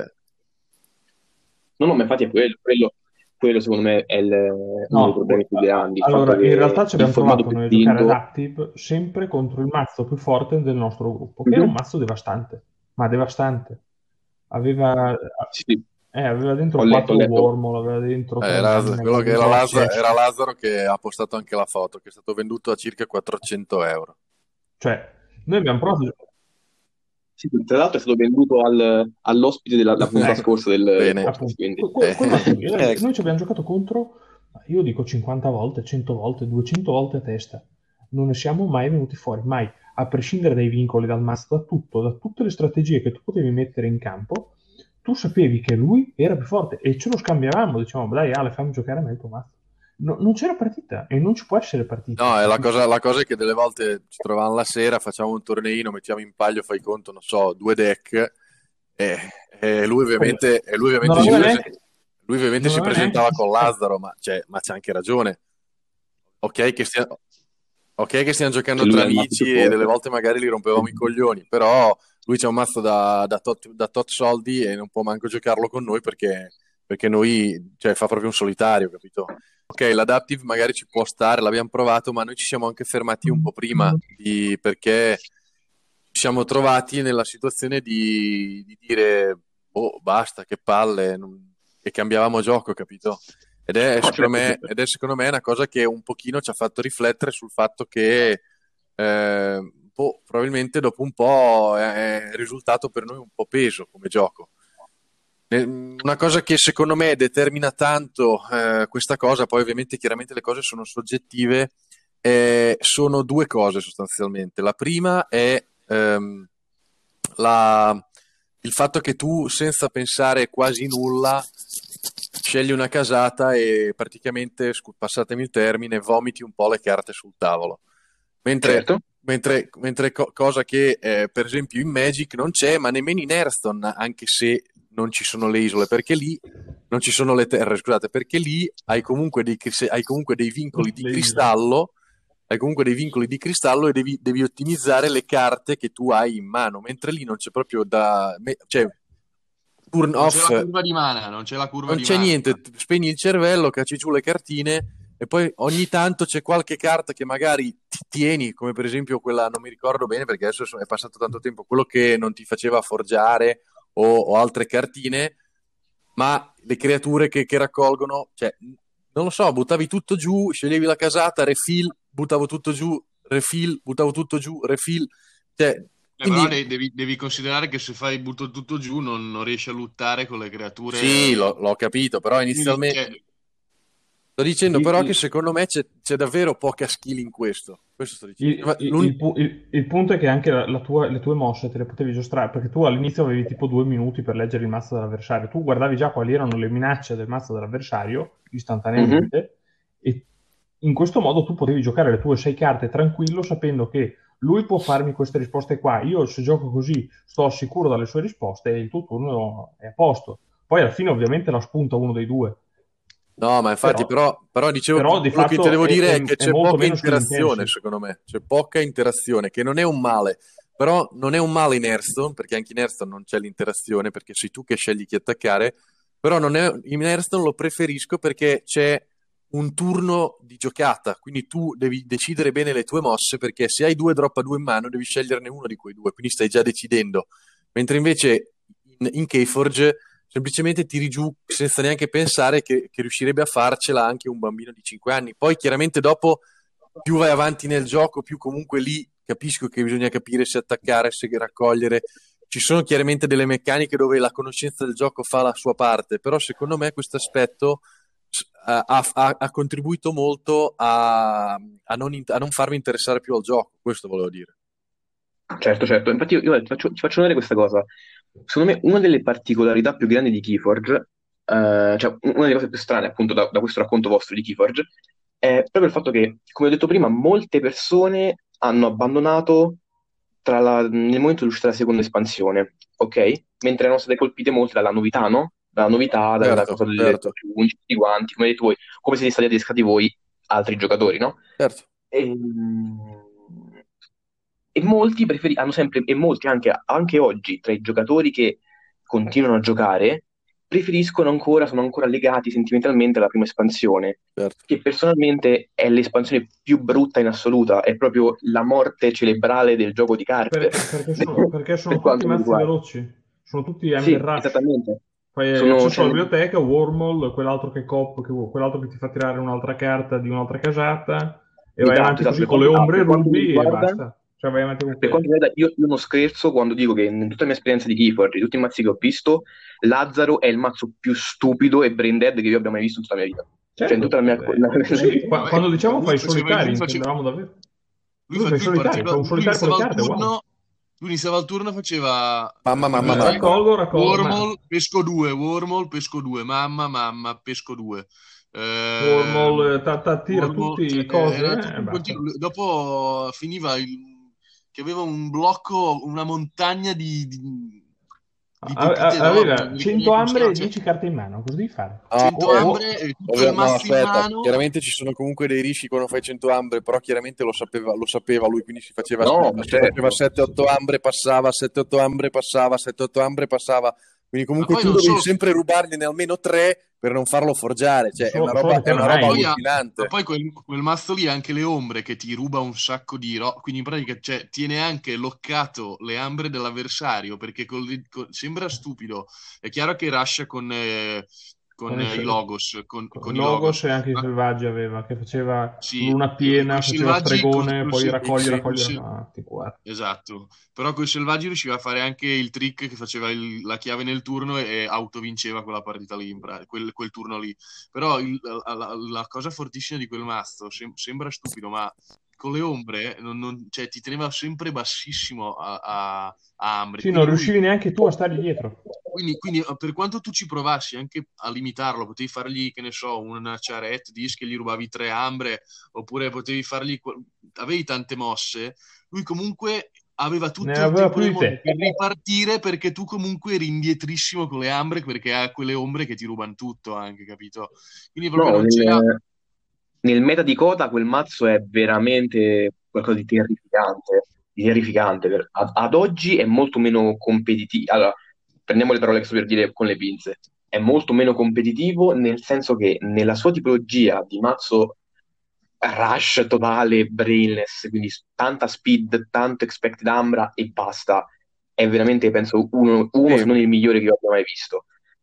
No, no, ma infatti è quello, quello, quello secondo me è il- uno dei No, problemi più grandi, il fatto allora in che realtà ci il abbiamo formato provato più noi a giocare spinto. Adaptive sempre contro il mazzo più forte del nostro gruppo, che era un Mhm. mazzo devastante, ma devastante. Aveva, Sì, sì, eh, aveva dentro ho letto, ho quattro letto. Wormhole, aveva dentro eh, tre era, manne, quello aveva che era, dentro Lazza- Obsession. era Lazzaro che ha postato anche la foto, che è stato venduto a circa quattrocento euro. Cioè, noi abbiamo provato a gio- Sì, sì, tra l'altro è stato venduto al- all'ospite della la puntata ecco, scorsa del, del Bene. podcast, appunto, quindi. que- que- Eh, quel mazzo lì, eh, Ecco. noi ci abbiamo giocato contro, io dico cinquanta volte, cento volte, duecento volte a testa. Non ne siamo mai venuti fuori, mai, a prescindere dai vincoli, dal mazzo, da tutto, da tutte le strategie che tu potevi mettere in campo, tu sapevi che lui era più forte e ce lo scambiavamo, diciamo, dai Ale, fammi giocare a me il tuo mazzo. No- non c'era partita e non ci può essere partita, No, è la capisci? cosa, la cosa è che delle volte ci troviamo la sera, facciamo un torneino, mettiamo in palio, fai conto, non so, due deck e, e lui Quello- ovviamente, e lui Non ovviamente si aveva prese- neanche, lui ovviamente non si aveva neanche presentava con sistemato. Lazzaro, ma c'è ma c'è anche ragione. Ok che stia- ok che stiamo giocando Cioè lui tra ha il mazzo più amici e delle forte. volte magari li rompevamo i coglioni, però lui c'ha un mazzo da, da tot, da tot soldi e non può manco giocarlo con noi perché, perché noi, cioè, fa proprio un solitario, capito? Ok, l'adaptive magari ci può stare, l'abbiamo provato, ma noi ci siamo anche fermati un po' prima di- perché ci siamo trovati nella situazione di, di dire, boh, basta, che palle, non- e cambiavamo gioco, capito? Ed è, No, secondo certo, me, certo. ed è secondo me una cosa che un pochino ci ha fatto riflettere sul fatto che eh, boh, probabilmente dopo un po' è, è risultato per noi un po' peso come gioco. Eh, Una cosa che secondo me determina tanto eh, questa cosa, poi ovviamente chiaramente le cose sono soggettive, eh, sono due cose sostanzialmente. La prima è ehm, la- il fatto che tu, senza pensare quasi nulla, scegli una casata e praticamente, scu- passatemi il termine, vomiti un po' le carte sul tavolo. Mentre, Certo. mentre, mentre co- cosa che eh, per esempio in Magic non c'è, ma nemmeno in Hearthstone, anche se non ci sono le isole, perché lì non ci sono le terre, scusate, perché lì hai comunque dei, hai comunque dei vincoli di Le isole. cristallo, hai comunque dei vincoli di cristallo e devi, devi ottimizzare le carte che tu hai in mano, mentre lì non c'è proprio da... cioè, turn Non c'è off, la curva di mana, non c'è la curva non di c'è mana. niente, spegni il cervello, cacci giù le cartine e poi ogni tanto c'è qualche carta che magari ti tieni, come per esempio quella, non mi ricordo bene perché adesso è passato tanto tempo, quello che non ti faceva forgiare o, o altre cartine, ma le creature che, che raccolgono, cioè, non lo so, buttavi tutto giù, sceglievi la casata, refill, buttavo tutto giù, refill, buttavo tutto giù, refill, cioè, Eh, quindi... però devi, devi considerare che se fai butto tutto giù non, non riesci a lottare con le creature. Sì, l'ho, l'ho capito, però Quindi, inizialmente... cioè, Sto dicendo Il, però che il- secondo me c'è, c'è davvero poca skill in questo. Questo sto dicendo. il- Ma il- l'un- il pu- il- il punto è che anche la, la tua- le tue mosse te le potevi giostrare, perché tu all'inizio avevi tipo due minuti per leggere il mazzo dell'avversario. Tu guardavi già quali erano le minacce del mazzo dell'avversario Mhm. istantaneamente, e in questo modo tu potevi giocare le tue sei carte tranquillo, sapendo che lui può farmi queste risposte qua. Io, se gioco così, sto sicuro dalle sue risposte e il tuo turno è a posto. Poi alla fine, ovviamente, la spunta uno dei due. No, ma infatti, Però, però, però dicevo, però che di quello che ti fatto devo è, dire è è- che è c'è molto poca meno skill interazione, intensive. secondo me. C'è poca interazione, che non è un male. Però non è un male in Hearthstone, perché anche in Hearthstone non c'è l'interazione, perché sei tu che scegli chi attaccare. Però non è, in Hearthstone lo preferisco perché c'è un turno di giocata, quindi tu devi decidere bene le tue mosse, perché se hai due drop a due in mano devi sceglierne uno di quei due, quindi stai già decidendo. Mentre invece in, in Keyforge semplicemente tiri giù senza neanche pensare che, che riuscirebbe a farcela anche un bambino di cinque anni. Poi chiaramente dopo più vai avanti nel gioco, più comunque lì capisco che bisogna capire se attaccare, se raccogliere. Ci sono chiaramente delle meccaniche dove la conoscenza del gioco fa la sua parte, però secondo me questo aspetto ha, ha- ha contribuito molto a, a non, in- a non farmi interessare più al gioco, questo volevo dire. Certo, certo. Infatti io, io ti faccio, ti faccio notare questa cosa. Secondo me una delle particolarità più grandi di Keyforge, eh, cioè una delle cose più strane appunto da, da questo racconto vostro di Keyforge, è proprio il fatto che, come ho detto prima, molte persone hanno abbandonato tra la- nel momento dell'uscita della seconda espansione, ok? Mentre erano state colpite molte dalla novità, no? Dalla novità, dalla Certo, cosa delle certo, più tutti quanti, come hai detto voi, come siete stati adescati voi, altri giocatori, no? certo. E, e molti preferi- hanno sempre, e molti anche, anche oggi, tra i giocatori che continuano a giocare, preferiscono ancora, sono ancora legati sentimentalmente alla prima espansione, Certo. che personalmente è l'espansione più brutta in assoluta, è proprio la morte cerebrale del gioco di carte, Per- perché sono, perché per sono tutti quanto mi mazzi riguarda. veloci, sono tutti Ember Sì, Rush. esattamente. Poi hai Sono, accesso cioè, alla biblioteca, Wormhole, quell'altro che, cop, che, quell'altro che ti fa tirare un'altra carta di un'altra casata, e vai esatto, avanti esatto. così Per con le quanto, ah, ombre per quanto mi rubi e riguarda, basta. Cioè vai avanti con per quello. quanto mi riguarda, io, io non scherzo quando dico che in tutta la mia esperienza di Keyforge, di tutti i mazzi che ho visto, Lazzaro è il mazzo più stupido e brain dead che io abbia mai visto in tutta la mia vita. Cioè, in Certo, tutta la mia... eh, sì, qua- ma- quando diciamo lui fai faceva, lui solitari, faceva, intendevamo davvero. lui, Lui fa- fai lui solitari, partiva, fa un lui solitario con iniziava le il carte, è uguale. turno, lui iniziava il turno, faceva Mamma, eh, mamma, Eh, così, mamma. raccolgo, raccolgo, ma Wormhole, pesco due, Wormhole, pesco due, mamma, mamma, pesco due. Eh, Wormhole, ta- ta- tira Wormhole, tutti cioè, i cosi era eh, tutto e un basta. continuo. Dopo finiva il, che aveva un blocco, una montagna di, di, di A- a- pepite d'oro, non aveva mi ricordo cento come si ambre chiama, e cioè dieci carte in mano, cosa devi fare? No, cento O, eh, o- ambre, e tutto il ovvio- no, mazzo in aspetta, mano. chiaramente ci sono comunque dei rischi quando fai cento ambre, però chiaramente lo sapeva, lo sapeva lui, quindi si faceva, No, ma si faceva certo. sette otto ambre, passava, sette otto ambre, passava, sette otto ambre, passava. Quindi Ma comunque poi tu non dovevi solo, sempre rubargliene almeno tre per non farlo forgiare, cioè è una so- roba, è solito una ma roba nine. poi, ha- ma allucinante. poi quel, quel mazzo lì ha anche le ombre che ti ruba un sacco di roba. Quindi in pratica cioè, tiene anche loccato le ambre dell'avversario perché con le- con- sembra stupido. È chiaro che rascia con, eh, con Con i, eh, i se- logos. Con, con i con i Logos logos. e anche i Ma selvaggi aveva, che faceva sì, luna e, e con piena, i faceva selvaggi, col, stregone, col poi sel- raccogli, Sì, col raccogli, sel- raccogli. Ah, ti guarda. esatto. Però con i selvaggi riusciva a fare anche il trick che faceva il- la chiave nel turno e autovinceva quella partita lì, in pra- quel, quel turno lì. Però il- la, la- la cosa fortissima di quel mazzo sem- sembra stupido, ma con le ombre non- non- cioè, ti teneva sempre bassissimo a, a, a Ambre. Sì, non Quindi lui, riuscivi neanche tu a stargli dietro. quindi, quindi, eh, per quanto tu ci provassi anche a limitarlo, potevi fargli, che ne so, una charrette, disc, che gli rubavi tre Ambre, oppure potevi fargli, que- avevi tante mosse, lui comunque aveva tutto Ne il aveva tempo più del di mondo te. per ripartire, perché tu comunque eri indietrissimo con le ambre, perché ha quelle ombre che ti rubano tutto anche, capito? Quindi proprio No, non c'era... nel, nel meta di Kota quel mazzo è veramente qualcosa di terrificante, di terrificante. Per- ad, ad oggi è molto meno competitivo. Allora, prendiamo le parole che sto per dire con le pinze. È molto meno competitivo nel senso che nella sua tipologia di mazzo rush totale, brainless, quindi s- tanta speed, tanto expected Ambra e basta. È veramente, penso, uno, uno se Sì. non il migliore che io abbia mai visto.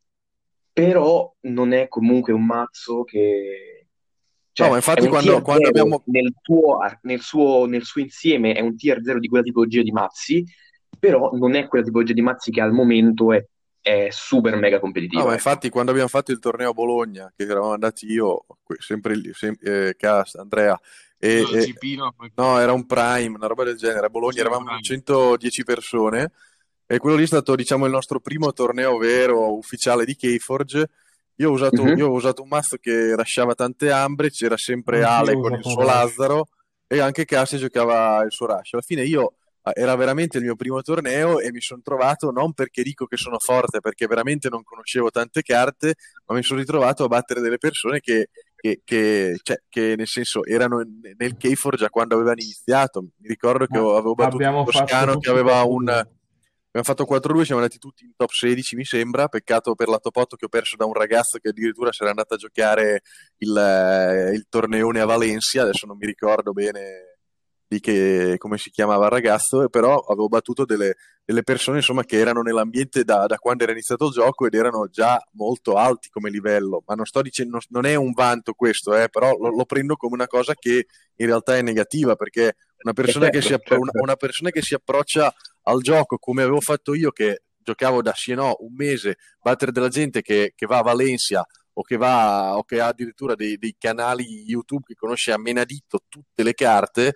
Però non è comunque un mazzo che... No, ma Cioè, è infatti un quando, tier quando zero abbiamo... nel suo, nel suo, nel suo insieme, è un tier zero di quella tipologia di mazzi, però non è quella tipologia di mazzi che al momento è, è super mega No, ma competitiva, ecco. infatti quando abbiamo fatto il torneo a Bologna, che eravamo andati io, que- sempre lì, sem- eh, Cas, Andrea, e, Io al e- G P, no? Come no, quello. era un prime, una roba del genere. A Bologna Sì, un eravamo in prime. centodieci persone e quello lì è stato, diciamo, il nostro primo torneo vero, ufficiale di Keyforge. Io ho usato, io Mhm. ho usato un mazzo che lasciava tante ambre, c'era sempre Ale Anch'io ho con il usato un suo rush. Lazzaro e anche Cassi giocava il suo Rush. Alla fine io eh, era veramente il mio primo torneo e mi sono trovato, non perché dico che sono forte, perché veramente non conoscevo tante carte, ma mi sono ritrovato a battere delle persone che, che, che, cioè, che nel senso erano nel Keyforge già quando avevano iniziato. Mi ricordo che Ma avevo battuto un abbiamo fatto toscano che tutti aveva un... quattro due. Abbiamo fatto quattro due, siamo andati tutti in top sedici, mi sembra. Peccato per la top otto che ho perso da un ragazzo che addirittura si era andato a giocare il, eh, il torneone a Valencia. Adesso non mi ricordo bene di che, come si chiamava il ragazzo, però avevo battuto delle, delle persone insomma che erano nell'ambiente da, da quando era iniziato il gioco ed erano già molto alti come livello. Ma non sto dicendo, non è un vanto questo, eh, però lo, lo prendo come una cosa che in realtà è negativa perché una E persona che certo, si, app- certo, una, certo. una persona che si approccia al gioco come avevo fatto io, che giocavo da sì e no un mese, battere della gente che, che va a Valencia o che, va, o che ha addirittura dei, dei canali YouTube che conosce a menadito tutte le carte,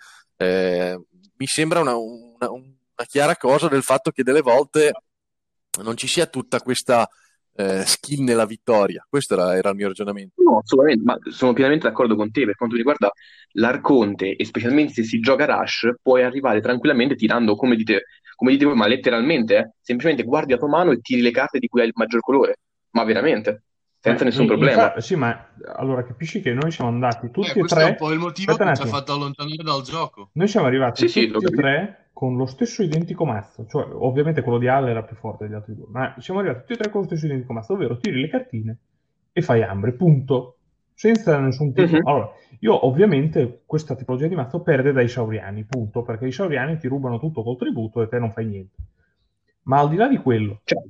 eh, mi sembra una, una, una chiara cosa del fatto che delle volte non ci sia tutta questa eh, skill nella vittoria. Questo era, era il mio ragionamento. No, assolutamente, ma sono pienamente d'accordo con te per quanto riguarda l'Arconte e specialmente se si gioca Rush, puoi arrivare tranquillamente tirando come dite, come dite voi, ma letteralmente, eh, semplicemente guardi la tua mano e tiri le carte di cui hai il maggior colore, ma veramente, senza Ma nessun i- problema. infa- sì, ma allora capisci che noi siamo andati Eh, tutti e questo è un po' tre. il motivo Aspetta un che ci ha attimo. fatto allontanare dal gioco. Noi siamo Sì, arrivati sì, lo tutti e capisco. tre con lo stesso identico mazzo, cioè ovviamente quello di Halle era più forte degli altri due, ma siamo arrivati tutti e tre con lo stesso identico mazzo, ovvero tiri le cartine e fai ambre, punto. Senza nessun tipo. Mhm. Allora, io ovviamente questa tipologia di mazzo perde dai Sauriani, punto, perché i Sauriani ti rubano tutto col tributo e te non fai niente. Ma al di là di quello, Cioè,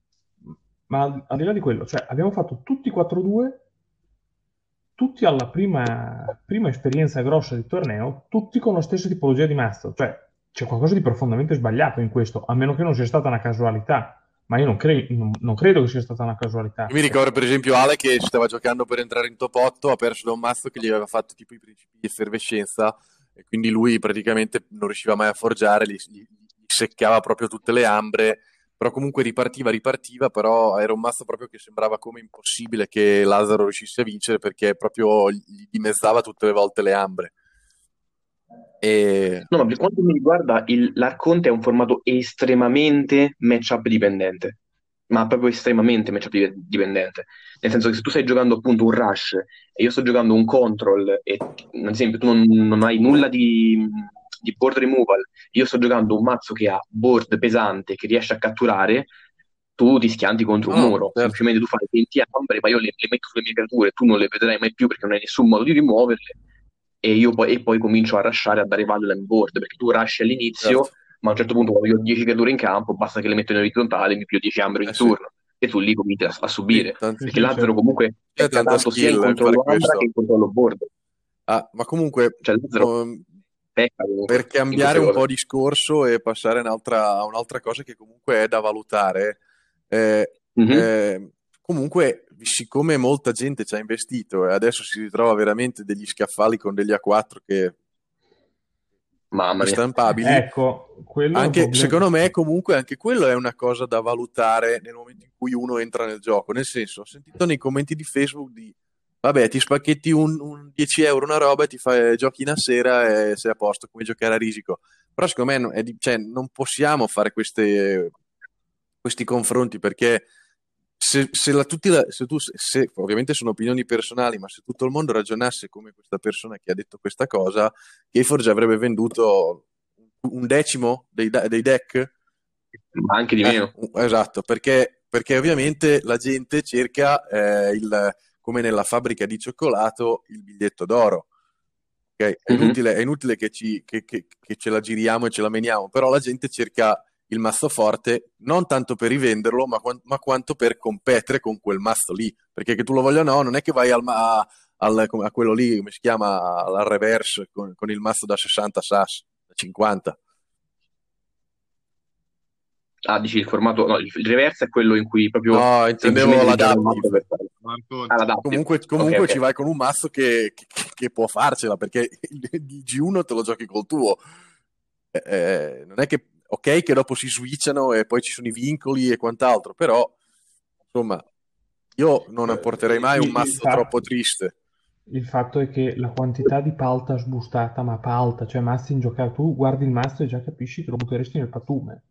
ma al, al di là di quello, cioè abbiamo fatto tutti quattro due, tutti alla prima, prima esperienza grossa di torneo, tutti con la stessa tipologia di mazzo. Cioè, c'è qualcosa di profondamente sbagliato in questo, a meno che non sia stata una casualità. Ma io non, cre- non- non credo che sia stata una casualità. Io mi ricordo per esempio Ale che stava giocando per entrare in top otto, ha perso da un mazzo che gli aveva fatto tipo i principi di effervescenza e quindi lui praticamente non riusciva mai a forgiare, gli, gli- gli seccava proprio tutte le ambre, però comunque ripartiva, ripartiva, però era un mazzo proprio che sembrava come impossibile che Lazzaro riuscisse a vincere perché proprio gli dimezzava tutte le volte le ambre. E... no, ma per quanto mi riguarda, il- l'Arconte è un formato estremamente matchup dipendente, ma proprio estremamente matchup di- dipendente. Nel senso che se tu stai giocando appunto un Rush e io sto giocando un Control e ad esempio tu non, non hai nulla di, di board removal, io sto giocando un mazzo che ha board pesante che riesce a catturare, tu ti schianti contro No, un no, muro. certo. Semplicemente tu fai venti ambre, ma io le, le metto sulle mie creature, tu non le vedrai mai più perché non hai nessun modo di rimuoverle e io poi, e poi comincio a rushare a dare value al board perché tu rush Certo. all'inizio, ma a un certo punto quando io ho dieci creature in campo, basta che le metto in orizzontale, mi piglio dieci ambre Eh ogni sì, turno e tu lì cominci a, a sì, subire tanti- Sì, perché sì, Lazzaro certo. comunque c'è pecca tanta tanto sia in skill in fare controllo Ambra che questo. in controllo board, Ah, ma comunque, cioè Lazzaro um, pecca per comunque in cambiare queste un cose. po' discorso e passare a un'altra, a un'altra cosa che comunque è da valutare, eh, Mhm. eh, comunque, siccome molta gente ci ha investito e adesso si ritrova veramente degli scaffali con degli A quattro che Mamma mia. stampabili, Ecco, quello è un anche problema. secondo me comunque anche quello è una cosa da valutare nel momento in cui uno entra nel gioco. Nel senso, ho sentito nei commenti di Facebook di vabbè, ti spacchetti un, un dieci euro una roba e ti fai giochi una sera e sei a posto, come giocare a risico. Però secondo me no- è di- cioè, non possiamo fare queste, questi confronti perché se, se la- tutti la- se tu, se, ovviamente sono opinioni personali, ma se tutto il mondo ragionasse come questa persona che ha detto questa cosa, Keyforge avrebbe venduto un decimo dei, da- dei deck. Ma anche di Eh, meno. un- esatto, perché, perché ovviamente la gente cerca, eh, il, come nella fabbrica di cioccolato, il biglietto d'oro. Ok? È Mhm. inutile, è inutile che, ci, che, che- che ce la giriamo e ce la meniamo, però la gente cerca il mazzo forte non tanto per rivenderlo, ma, quan- ma quanto per competere con quel mazzo lì. Perché che tu lo voglia o no, non è che vai al, ma- al- come- a quello lì, come si chiama, al reverse con, con il mazzo da sessanta sas, da cinquanta. Ah, dici il formato, no, il il reverse è quello in cui proprio No, intendevo semplicemente ti gioca un mazzo l'adaptive. avversario. Ah, Marconti. l'adaptive. Comunque, Ok, comunque ci ok. vai con un mazzo che, che- che può farcela, perché il, il G uno te lo giochi col tuo. Eh, eh, non è che, ok, che dopo si switchano e poi ci sono i vincoli e quant'altro, però, insomma, io non porterei Eh, mai un il, il mazzo fatto, troppo triste. il fatto è che la quantità di palta sbustata, ma palta, cioè mazzi in giocare, tu guardi il mazzo e già capisci che lo butteresti nel pattume.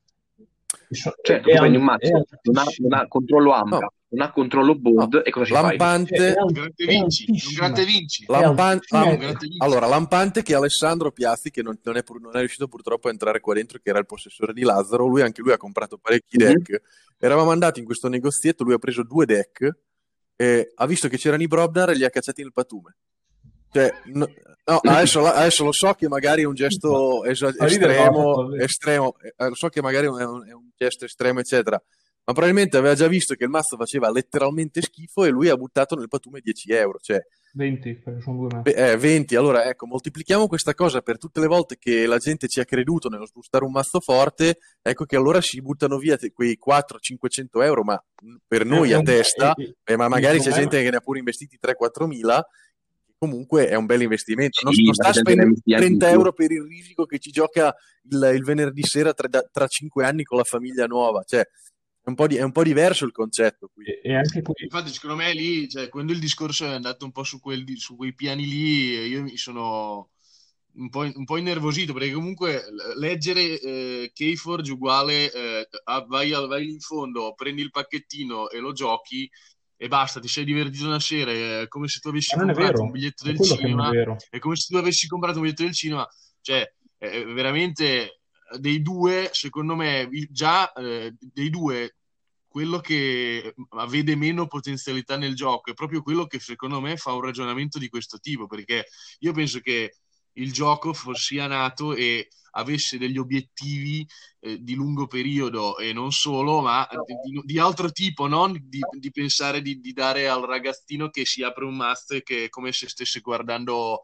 E so- È, Certo, è tu prendi al- un è mazzo, non ha, non altissima. ha controllo No, AMCA, non ha controllo no. board, e cosa ci fai? Cioè, è, Lampante, al- Gratte è vinci, un gratte altissima. vinci, È Lampan- altissima. un lam- e- gratte vinci. allora, lampante che Alessandro Piazzi, che non, non è, pur- non è riuscito purtroppo a entrare qua dentro, che era il possessore di Lazzaro, lui anche lui ha comprato parecchi Mhm. deck. Eravamo andati in questo negozietto, lui ha preso due deck e ha visto che c'erano i Brobdar e li ha cacciati nel patume. Cioè, no, no, adesso, adesso lo so che magari è un gesto esa- Fa ridere, ma l'ha fatto estremo, davvero. estremo, eh, lo so che magari è un, è un gesto estremo, eccetera, ma probabilmente aveva già visto che il mazzo faceva letteralmente schifo e lui ha buttato nel patume dieci euro, cioè venti, perché sono due mazzi. eh, venti. Allora, ecco, moltiplichiamo questa cosa per tutte le volte che la gente ci ha creduto nello spostare un mazzo forte, ecco che allora si buttano via te- quei quattrocento-cinquecento euro, ma per È, noi è a un, testa, è- è- eh, ma il magari c'è problema, gente che ne ha pure investiti tre-quattro mila, comunque è un bel investimento. Non, Sì, non ma sta c'è a gente che ne ha spendere messi anche di trenta più. euro per il risico che ci gioca il, il venerdì sera tra, da- tra cinque anni con la famiglia nuova, cioè è un po', di- è un po' diverso il concetto qui. e, e anche qui, Infatti, secondo me lì, cioè, quando il discorso è andato un po' su, quel, di- su quei piani lì, io mi sono un po', un po' innervosito, perché comunque l- leggere eh, Keyforge uguale, eh, a- vai, al- vai lì in fondo, prendi il pacchettino e lo giochi e basta, ti sei divertito una sera, è come se tu avessi ma non è comprato un vero, biglietto è del quello che non è cinema, vero. è come se tu avessi comprato un biglietto del cinema, cioè, è veramente dei due, secondo me, il- già eh, dei due, quello che vede meno potenzialità nel gioco è proprio quello che secondo me fa un ragionamento di questo tipo, perché io penso che il gioco sia nato e avesse degli obiettivi eh, di lungo periodo e non solo, ma di, di altro tipo, non di, di pensare di, di dare al ragazzino che si apre un mazzo che è come se stesse guardando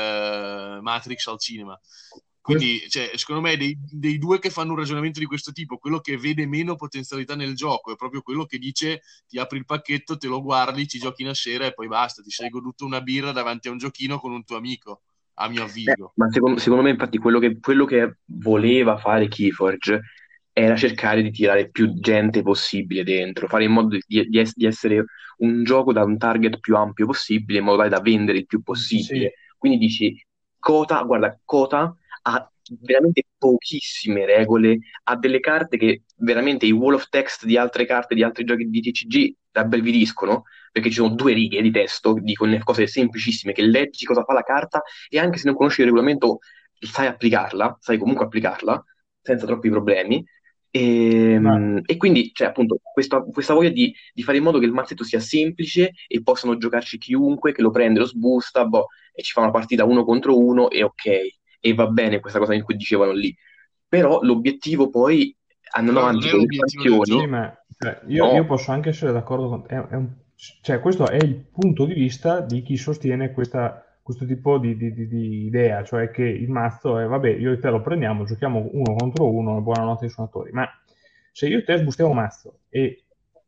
eh, Matrix al cinema. Quindi, cioè, secondo me, dei, dei due che fanno un ragionamento di questo tipo, quello che vede meno potenzialità nel gioco è proprio quello che dice: ti apri il pacchetto, te lo guardi, ci giochi una sera e poi basta, ti sei goduto una birra davanti a un giochino con un tuo amico, a mio Eh, avviso. ma secondo, secondo me, infatti, quello che, quello che voleva fare Keyforge era cercare di tirare più gente possibile dentro, fare in modo di, di ess- di essere un gioco da un target più ampio possibile, in modo tale da vendere il più Sì, possibile. Quindi dici, Cota, guarda, Cota ha veramente pochissime regole, ha delle carte che veramente i wall of text di altre carte, di altri giochi di T C G rabbrividiscono, perché ci sono due righe di testo, dicono cose semplicissime, che leggi cosa fa la carta e anche se non conosci il regolamento sai applicarla, sai comunque applicarla senza troppi problemi. E, ma e quindi c'è appunto questa, questa voglia di, di fare in modo che il mazzetto sia semplice e possano giocarci chiunque che lo prende, lo sbusta, boh, e ci fa una partita uno contro uno e ok, e va bene questa cosa in cui dicevano lì. Però l'obiettivo poi, andando Però non avanti è con le l'obiettivo del espansioni, sì, gioco. ma cioè, io, io no, posso anche essere d'accordo con è, è un- cioè, questo è il punto di vista di chi sostiene questa- questo tipo di, di- di- di idea, cioè che il mazzo è, vabbè, io e te lo prendiamo, giochiamo uno contro uno, e buonanotte ai suonatori, ma se io e te sbustiamo un mazzo e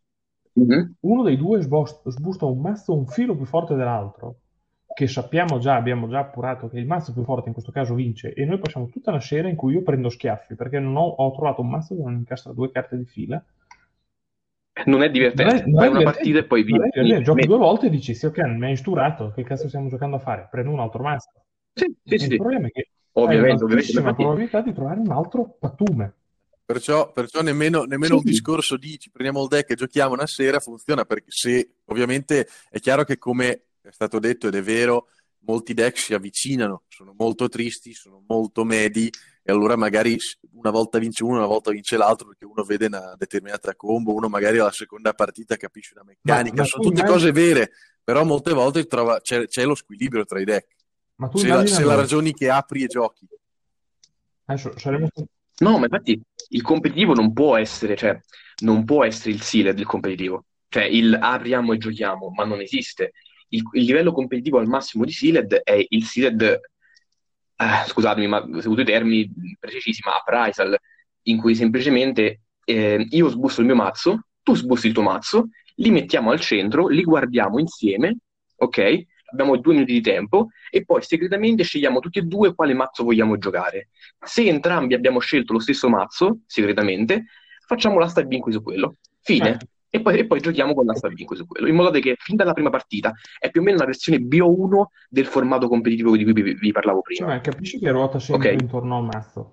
mhm. uno dei due sbos- sbusta un mazzo un filo più forte dell'altro, che sappiamo già, abbiamo già appurato che il mazzo più forte in questo caso vince, e noi passiamo tutta una sera in cui io prendo schiaffi perché non ho, ho trovato un mazzo che non incastra due carte di fila. Non è Non è, divertente. non Fai è una partita divertente, e poi non via. è divertente. Giochi due volte e dici, sì, ok, mi hai sturato, che cazzo stiamo giocando a fare? Prendo un altro mazzo. Sì, sì, E il sì. problema è che hai Ovviamente, ovviamente, un'altissima infatti, probabilità di trovare un altro pattume. Perciò, perciò nemmeno, nemmeno un sì, discorso di ci prendiamo il deck e giochiamo una sera funziona, perché se ovviamente è chiaro che, come è stato detto ed è vero, molti deck si avvicinano, sono molto tristi, sono molto medi, e allora magari una volta vince uno, una volta vince l'altro, perché uno vede una determinata combo, uno magari alla seconda partita capisce una Ma, meccanica, ma sono tu tutte immagini, cose vere, però molte volte trova- c'è, c'è lo squilibrio tra i deck, ma tu se la, immagina se la noi, ragioni che apri e giochi. adesso saremo, no, ma infatti il competitivo non può essere, cioè, non può essere il sealer del competitivo. Cioè, il apriamo e giochiamo, ma non esiste. Il, il livello competitivo al massimo di sealed è il sealed, eh, scusatemi, ma ho usato i termini precisissimi, ma appraisal, in cui semplicemente eh, io sbusto il mio mazzo, tu sbusti il tuo mazzo, li mettiamo al centro, li guardiamo insieme, ok? Abbiamo due minuti di tempo e poi segretamente scegliamo tutti e due quale mazzo vogliamo giocare. Se entrambi abbiamo scelto lo stesso mazzo, segretamente, facciamo l'asta e vinco su quello. ma, Fine. E poi, e poi giochiamo con l'asta e vinco su quello, in modo tale che fin dalla prima partita è più o meno una versione B O uno del formato competitivo di cui vi, vi parlavo sì, prima. ma capisci che ruota Ok? sempre intorno al mazzo?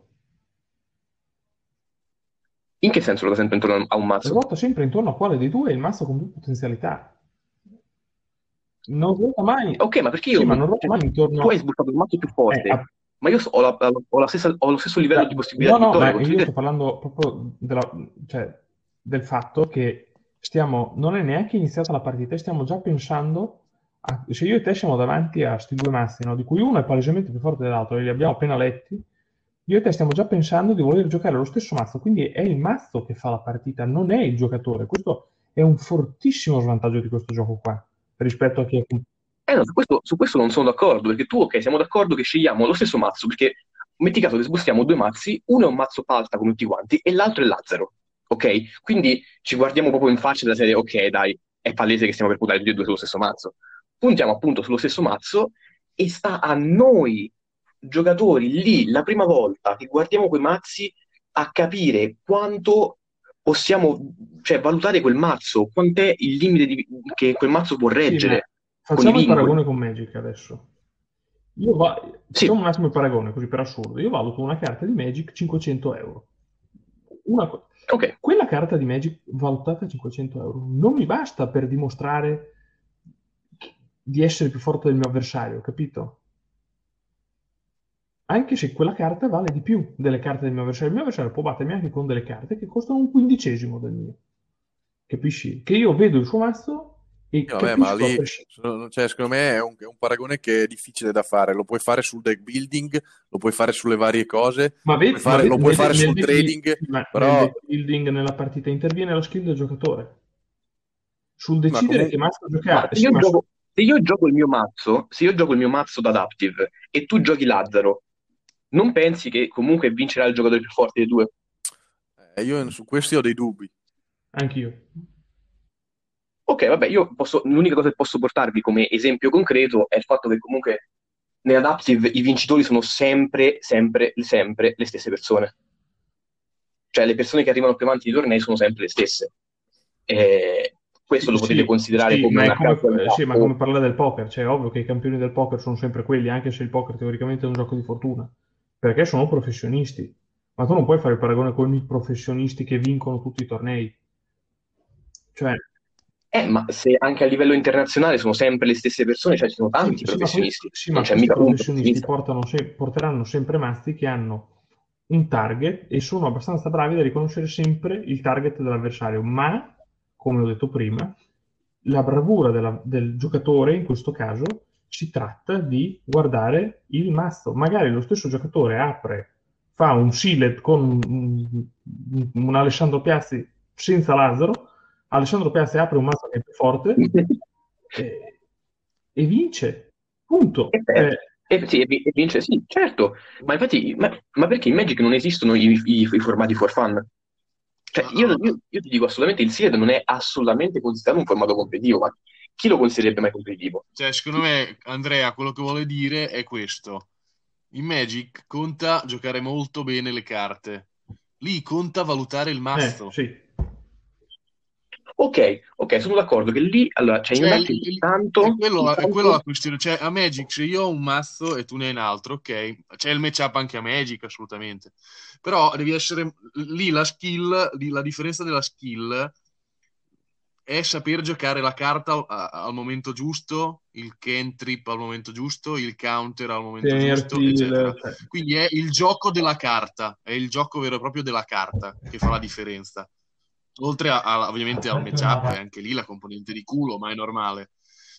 In che senso lo da sempre intorno a un mazzo? Ruota sempre intorno a quale dei due è il mazzo con più potenzialità. Non ruota mai, Ok, ma perché sì, io... ma non ruota cioè, mai tu hai intorno, sbustato il mazzo più eh, forte, a- ma io so- ho, la- ho la stessa- ho lo stesso livello da- di possibilità no, di no, vittoria ma contro di io te. sto parlando proprio della- cioè, del fatto che stiamo, non è neanche iniziata la partita e stiamo già pensando, a- se io e te siamo davanti a questi due mazzi, no, di cui uno è palesemente più forte dell'altro e li abbiamo appena letti, io e te stiamo già pensando di voler giocare lo stesso mazzo, quindi è il mazzo che fa la partita, non è il giocatore. Questo è un fortissimo svantaggio di questo gioco qua, rispetto a chi è... Eh no, su questo, su questo non sono d'accordo, perché tu, ok, siamo d'accordo che scegliamo lo stesso mazzo, perché metti caso che sbustiamo due mazzi, uno è un mazzo palta come tutti quanti e l'altro è Lazzaro, ok? Quindi ci guardiamo proprio in faccia della serie, ok, dai, è palese che stiamo per puntare tutti e due sullo stesso mazzo. Puntiamo appunto sullo stesso mazzo e sta a noi, giocatori, lì, la prima volta che guardiamo quei mazzi, a capire quanto possiamo, cioè, valutare quel mazzo, quant'è il limite di- che quel mazzo può Sì, ma reggere con i facciamo il vincoli. paragone con Magic adesso. Io va- Sì, Facciamo un attimo il paragone, così per assurdo. Io valuto una carta di Magic cinquecento euro. Una co- ok. Quella carta di Magic valutata a cinquecento euro non mi basta per dimostrare di essere più forte del mio avversario, capito? Anche se quella carta vale di più delle carte del mio avversario. Il mio avversario può battermi anche con delle carte che costano un quindicesimo del mio. Capisci? Che io vedo il suo mazzo Sì, e vabbè, ma capisco a lì, prescindere. sono- cioè, secondo me è un, è un paragone che è difficile da fare. Lo puoi fare sul deck building, lo puoi fare sulle varie cose, Ma lo puoi vedi, ma fare, lo vedi, puoi nel, fare nel sul deck building, trading, ma nel però deck building, nella partita interviene la skill del giocatore. Sul sì, ma decidere che comunque... mazzo Ma giocare. se Sì, io ma su- gioco, se io gioco il mio mazzo, se io gioco il mio mazzo da Adaptive e tu giochi Lazzaro, non pensi che comunque vincerà il giocatore più forte dei due? eh, io su questi ho dei dubbi. anch'io. Ok, vabbè, io posso, l'unica cosa che posso portarvi come esempio concreto è il fatto che comunque nell'Adaptive i vincitori sono sempre, sempre, sempre le stesse persone. Cioè le persone che arrivano più avanti nei tornei sono sempre le stesse. E questo Sì, lo potete sì, considerare sì, come ma è una come, eh, casualità. sì, ma O... come parlare del poker, cioè è ovvio che i campioni del poker sono sempre quelli, anche se il poker teoricamente è un gioco di fortuna, perché sono professionisti. Ma tu non puoi fare il paragone con i professionisti che vincono tutti i tornei. Cioè, Eh, ma se anche a livello internazionale sono sempre le stesse persone, cioè ci sono sì, tanti sì, ma, que- professionisti, sì, non ma c'è questi mica un professionisti professionista. portano se- porteranno sempre mazzi che hanno un target e sono abbastanza bravi da riconoscere sempre il target dell'avversario, ma, come ho detto prima, la bravura della- del giocatore in questo caso si tratta di guardare il mazzo. Magari lo stesso giocatore apre, fa un sealed con un, un- un Alessandro Piazzi senza Lazzaro, Alessandro Piazzi apre un mazzo che è più forte e, e vince. Punto. E Cioè, perde. E, sì, e vi- e vince, sì, certo. Ma infatti, ma, ma perché in Magic non esistono i, i- i formati for fun? Cioè, Ma io, allora, io- io ti dico assolutamente il Seed non è assolutamente considerato un formato competitivo, ma chi lo considererebbe mai competitivo? cioè, secondo me, Andrea, quello che vuole dire è questo. In Magic conta giocare molto bene le carte. Lì conta valutare il eh, mazzo. sì. Ok, ok, sono d'accordo che lì, allora, cioè in Cioè, Magic il- il- è intanto, quello, è quello la intanto, questione. Cioè, a Magic, se io ho un mazzo e tu ne hai un altro, ok? C'è il matchup anche a Magic, assolutamente. Però devi essere lì la skill, lì la differenza della skill è saper giocare la carta al, a- al momento giusto, il cantrip al momento giusto, il counter al momento Tenerti giusto, eccetera. il... cioè, Quindi è il gioco della carta, è il gioco vero e proprio della carta che fa la differenza. Oltre a, a- ovviamente al matchup, e anche lì la componente di culo, ma è normale.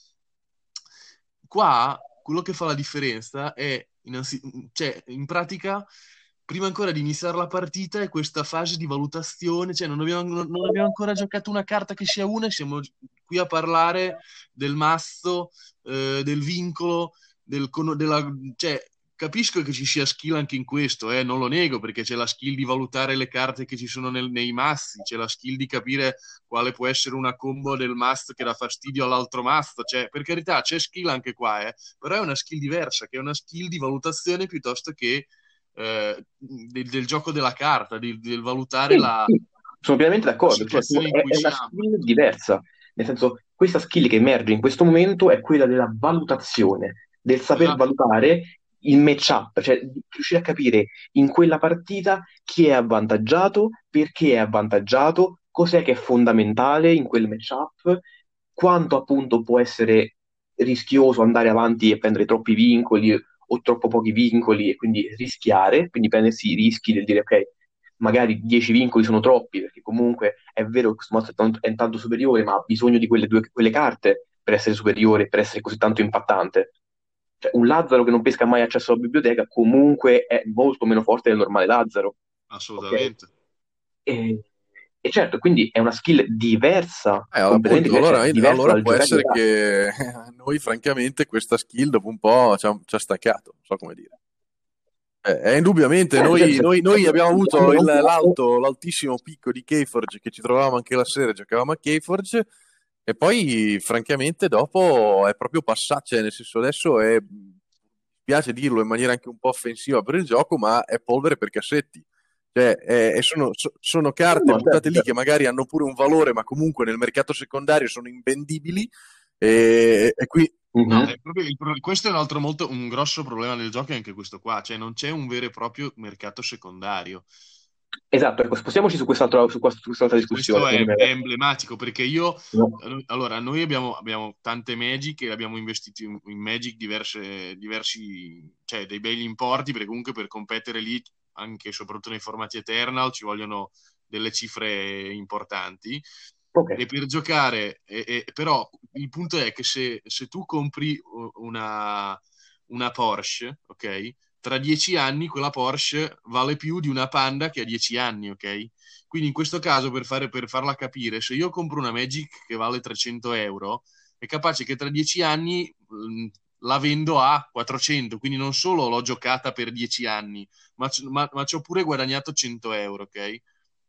Qua quello che fa la differenza è, innanzi- cioè, in pratica, prima ancora di iniziare la partita, è questa fase di valutazione, cioè non abbiamo, non- non abbiamo ancora giocato una carta che sia una, e siamo qui a parlare del mazzo, eh, del vincolo, del, cono- della, cioè, capisco che ci sia skill anche in questo, eh, non lo nego, perché c'è la skill di valutare le carte che ci sono nel- nei mazzi, c'è la skill di capire quale può essere una combo del must che dà fastidio all'altro must. Cioè, per carità, c'è skill anche qua, eh, però è una skill diversa, che è una skill di valutazione piuttosto che eh, del, del gioco della carta, di- del valutare sì, la, sì, sono pienamente la d'accordo, cioè tu- situazione in è, cui è una siamo. skill diversa, nel senso, questa skill che emerge in questo momento è quella della valutazione, del saper Esatto. valutare il matchup, cioè di riuscire a capire in quella partita chi è avvantaggiato, perché è avvantaggiato, cos'è che è fondamentale in quel matchup, quanto appunto può essere rischioso andare avanti e prendere troppi vincoli o troppo pochi vincoli e quindi rischiare, quindi prendersi i rischi del dire ok, magari dieci vincoli sono troppi, perché comunque è vero che questo mazzo è tanto, è tanto superiore, ma ha bisogno di quelle, due, quelle carte per essere superiore, per essere così tanto impattante. Cioè, un Lazzaro che non pesca mai accesso alla biblioteca comunque è molto meno forte del normale Lazzaro. Ok? Assolutamente. E, e certo, quindi è una skill diversa, Eh, completamente appunto, diversa, cioè allora, diversa allora dal può giocare le essere carte. che a noi, francamente, questa skill dopo un po' ci ha, ci ha staccato, non so come dire. Eh, eh, indubbiamente, Certo, certo, noi, se noi- noi abbiamo avuto hanno il- nominato. l'alto, l'altissimo picco di Keyforge che ci trovavamo anche la sera, giocavamo a Keyforge e poi, francamente, dopo è proprio passato, cioè, nel senso adesso è, mi piace dirlo in maniera anche un po' offensiva per il gioco, ma è polvere per cassetti. Cioè, è- è- sono, so- sono carte No, certo, buttate lì che certo. magari hanno pure un valore, ma comunque nel mercato secondario sono invendibili e, e qui No, Mhm. è proprio il pro- questo è un altro molto, un grosso problema del gioco, è anche questo qua, cioè non c'è un vero e proprio mercato secondario. Esatto, ecco, spostiamoci su quest'altra, su questa- su quest'altra E discussione, questo è, secondo me. è emblematico perché io, No. eh, allora, noi abbiamo, abbiamo tante Magic e abbiamo investito in, in Magic diverse, diversi, cioè dei begli importi, perché comunque per competere lì, anche e soprattutto nei formati Eternal, ci vogliono delle cifre importanti. Ok. E per giocare, e- e- però il punto è che se, se tu compri una, una Porsche, ok? Tra dieci anni quella Porsche vale più di una Panda che ha dieci anni, ok? Quindi in questo caso, per, fare, per farla capire, se io compro una Magic che vale trecento euro, è capace che tra dieci anni mh, la vendo a quattrocento, quindi non solo l'ho giocata per dieci anni, ma, ma, ma ci ho pure guadagnato cento euro, ok?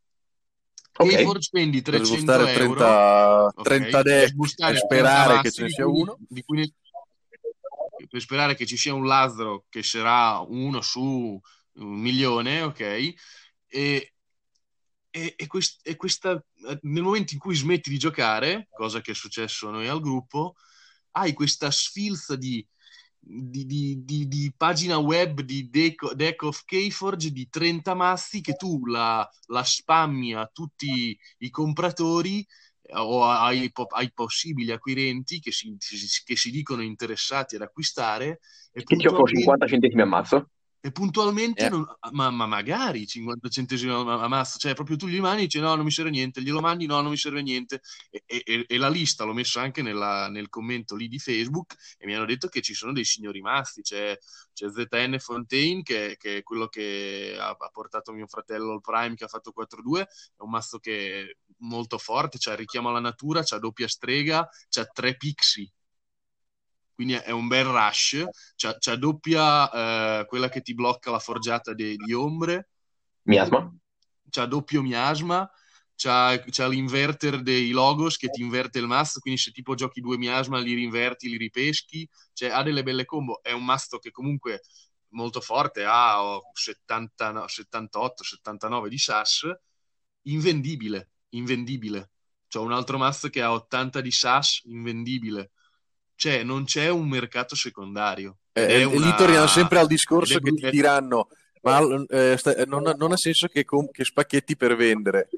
Ok. Keyforge spendi per trecento sbustare euro, trenta, trenta ok? Per deck e sbustare trenta sperare che ce massi ne di sia cui, uno. di cui ne- per sperare che ci sia un Lazzaro che sarà uno su un milione, ok? E, e, e quest- e questa, nel momento in cui smetti di giocare, cosa che è successo a noi al gruppo, hai questa sfilza di, di, di- di- di pagina web di Deck, Deck of Keyforge di trenta mazzi che tu la, la spammi a tutti i compratori eh, o ai, po- ai possibili acquirenti che si, che si dicono interessati ad acquistare e Che ti offro puntualmente cinquanta centesimi a mazzo? e puntualmente, Eh, non- ma, ma magari cinquanta centesimi a a mazzo, cioè proprio tu gli mandi e dici no, non mi serve niente, glielo mandi, no, non mi serve niente. E, e- e la lista l'ho messa anche nella- nel commento lì di Facebook e mi hanno detto che ci sono dei signori mazzi, c'è, c'è Z N Fontaine che, che è quello che ha, ha portato mio fratello al Prime che ha fatto quattro due, è un mazzo che è molto forte, c'ha il richiamo alla natura, c'ha doppia strega, c'ha tre pixie quindi è un bel rush. C'ha, c'ha doppia eh, quella che ti blocca la forgiata de- di ombre, Miasma? c'ha doppio miasma, c'ha, c'ha l'inverter dei logos che ti inverte il mazzo, quindi se tipo giochi due miasma li rinverti, li ripeschi, cioè ha delle belle combo. È un mazzo che comunque molto forte, ha oh, settanta, settantotto settantanove di S A S, invendibile, invendibile. c'ho un altro mazzo che ha ottanta di S A S invendibile. Cioè, non c'è un mercato secondario. Ed Eh, è e lì torniamo una... sempre al ed è discorso che ti brutto. diranno, ma eh, sta- non, non ha senso che, com- che spacchetti per vendere.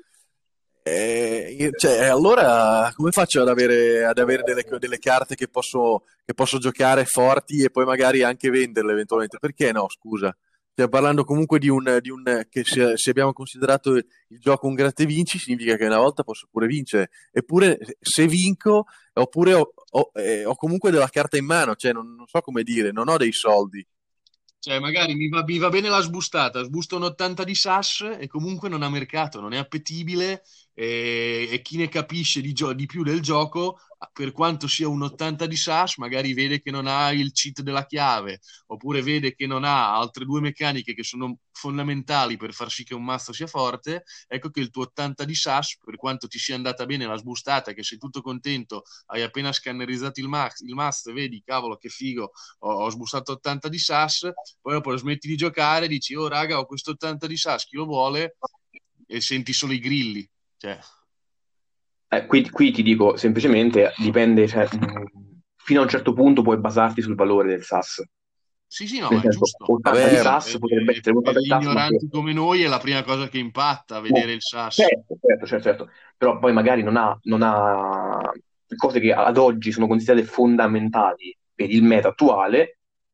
Eh, io- cioè, allora come faccio ad avere, ad avere delle, delle carte che posso, che posso giocare forti e poi magari anche venderle eventualmente? Perché no, scusa? Stiamo parlando comunque di un, di un che se, se abbiamo considerato il gioco un gratta e vinci, significa che una volta posso pure vincere. Eppure se vinco, oppure ho, ho- eh, ho comunque della carta in mano, cioè non, non so come dire, non ho dei soldi. Cioè, magari mi va, mi va bene la sbustata, sbusto un ottanta di S A S e comunque non ha mercato, non è appetibile e, e chi ne capisce di, gio- di più del gioco, per quanto sia un ottanta di S A S, magari vede che non ha il cheat della chiave, oppure vede che non ha altre due meccaniche che sono fondamentali per far sì che un mazzo sia forte. Ecco che il tuo ottanta di S A S, per quanto ti sia andata bene la sbustata, che sei tutto contento, hai appena scannerizzato il, max, il mazzo e vedi, cavolo, che figo, ho, ho sbustato ottanta di S A S, poi dopo smetti di giocare e dici, oh raga, ho questo ottanta di S A S, chi lo vuole? E senti solo i grilli. Cioè, Eh, qui, qui ti dico semplicemente, dipende, cioè, mh, fino a un certo punto puoi basarti sul valore del S A S. sì, sì, no, Nel ma è senso, giusto. ottanta di Vabbè, Giusto. ma- S A S E, potrebbe e- essere per ottanta di gli S A S, ma che... ignoranti come noi è la prima cosa che impatta vedere il S A S. Certo, certo, certo, certo. Però poi magari non ha, non ha cose che ad oggi sono considerate fondamentali per il meta attuale,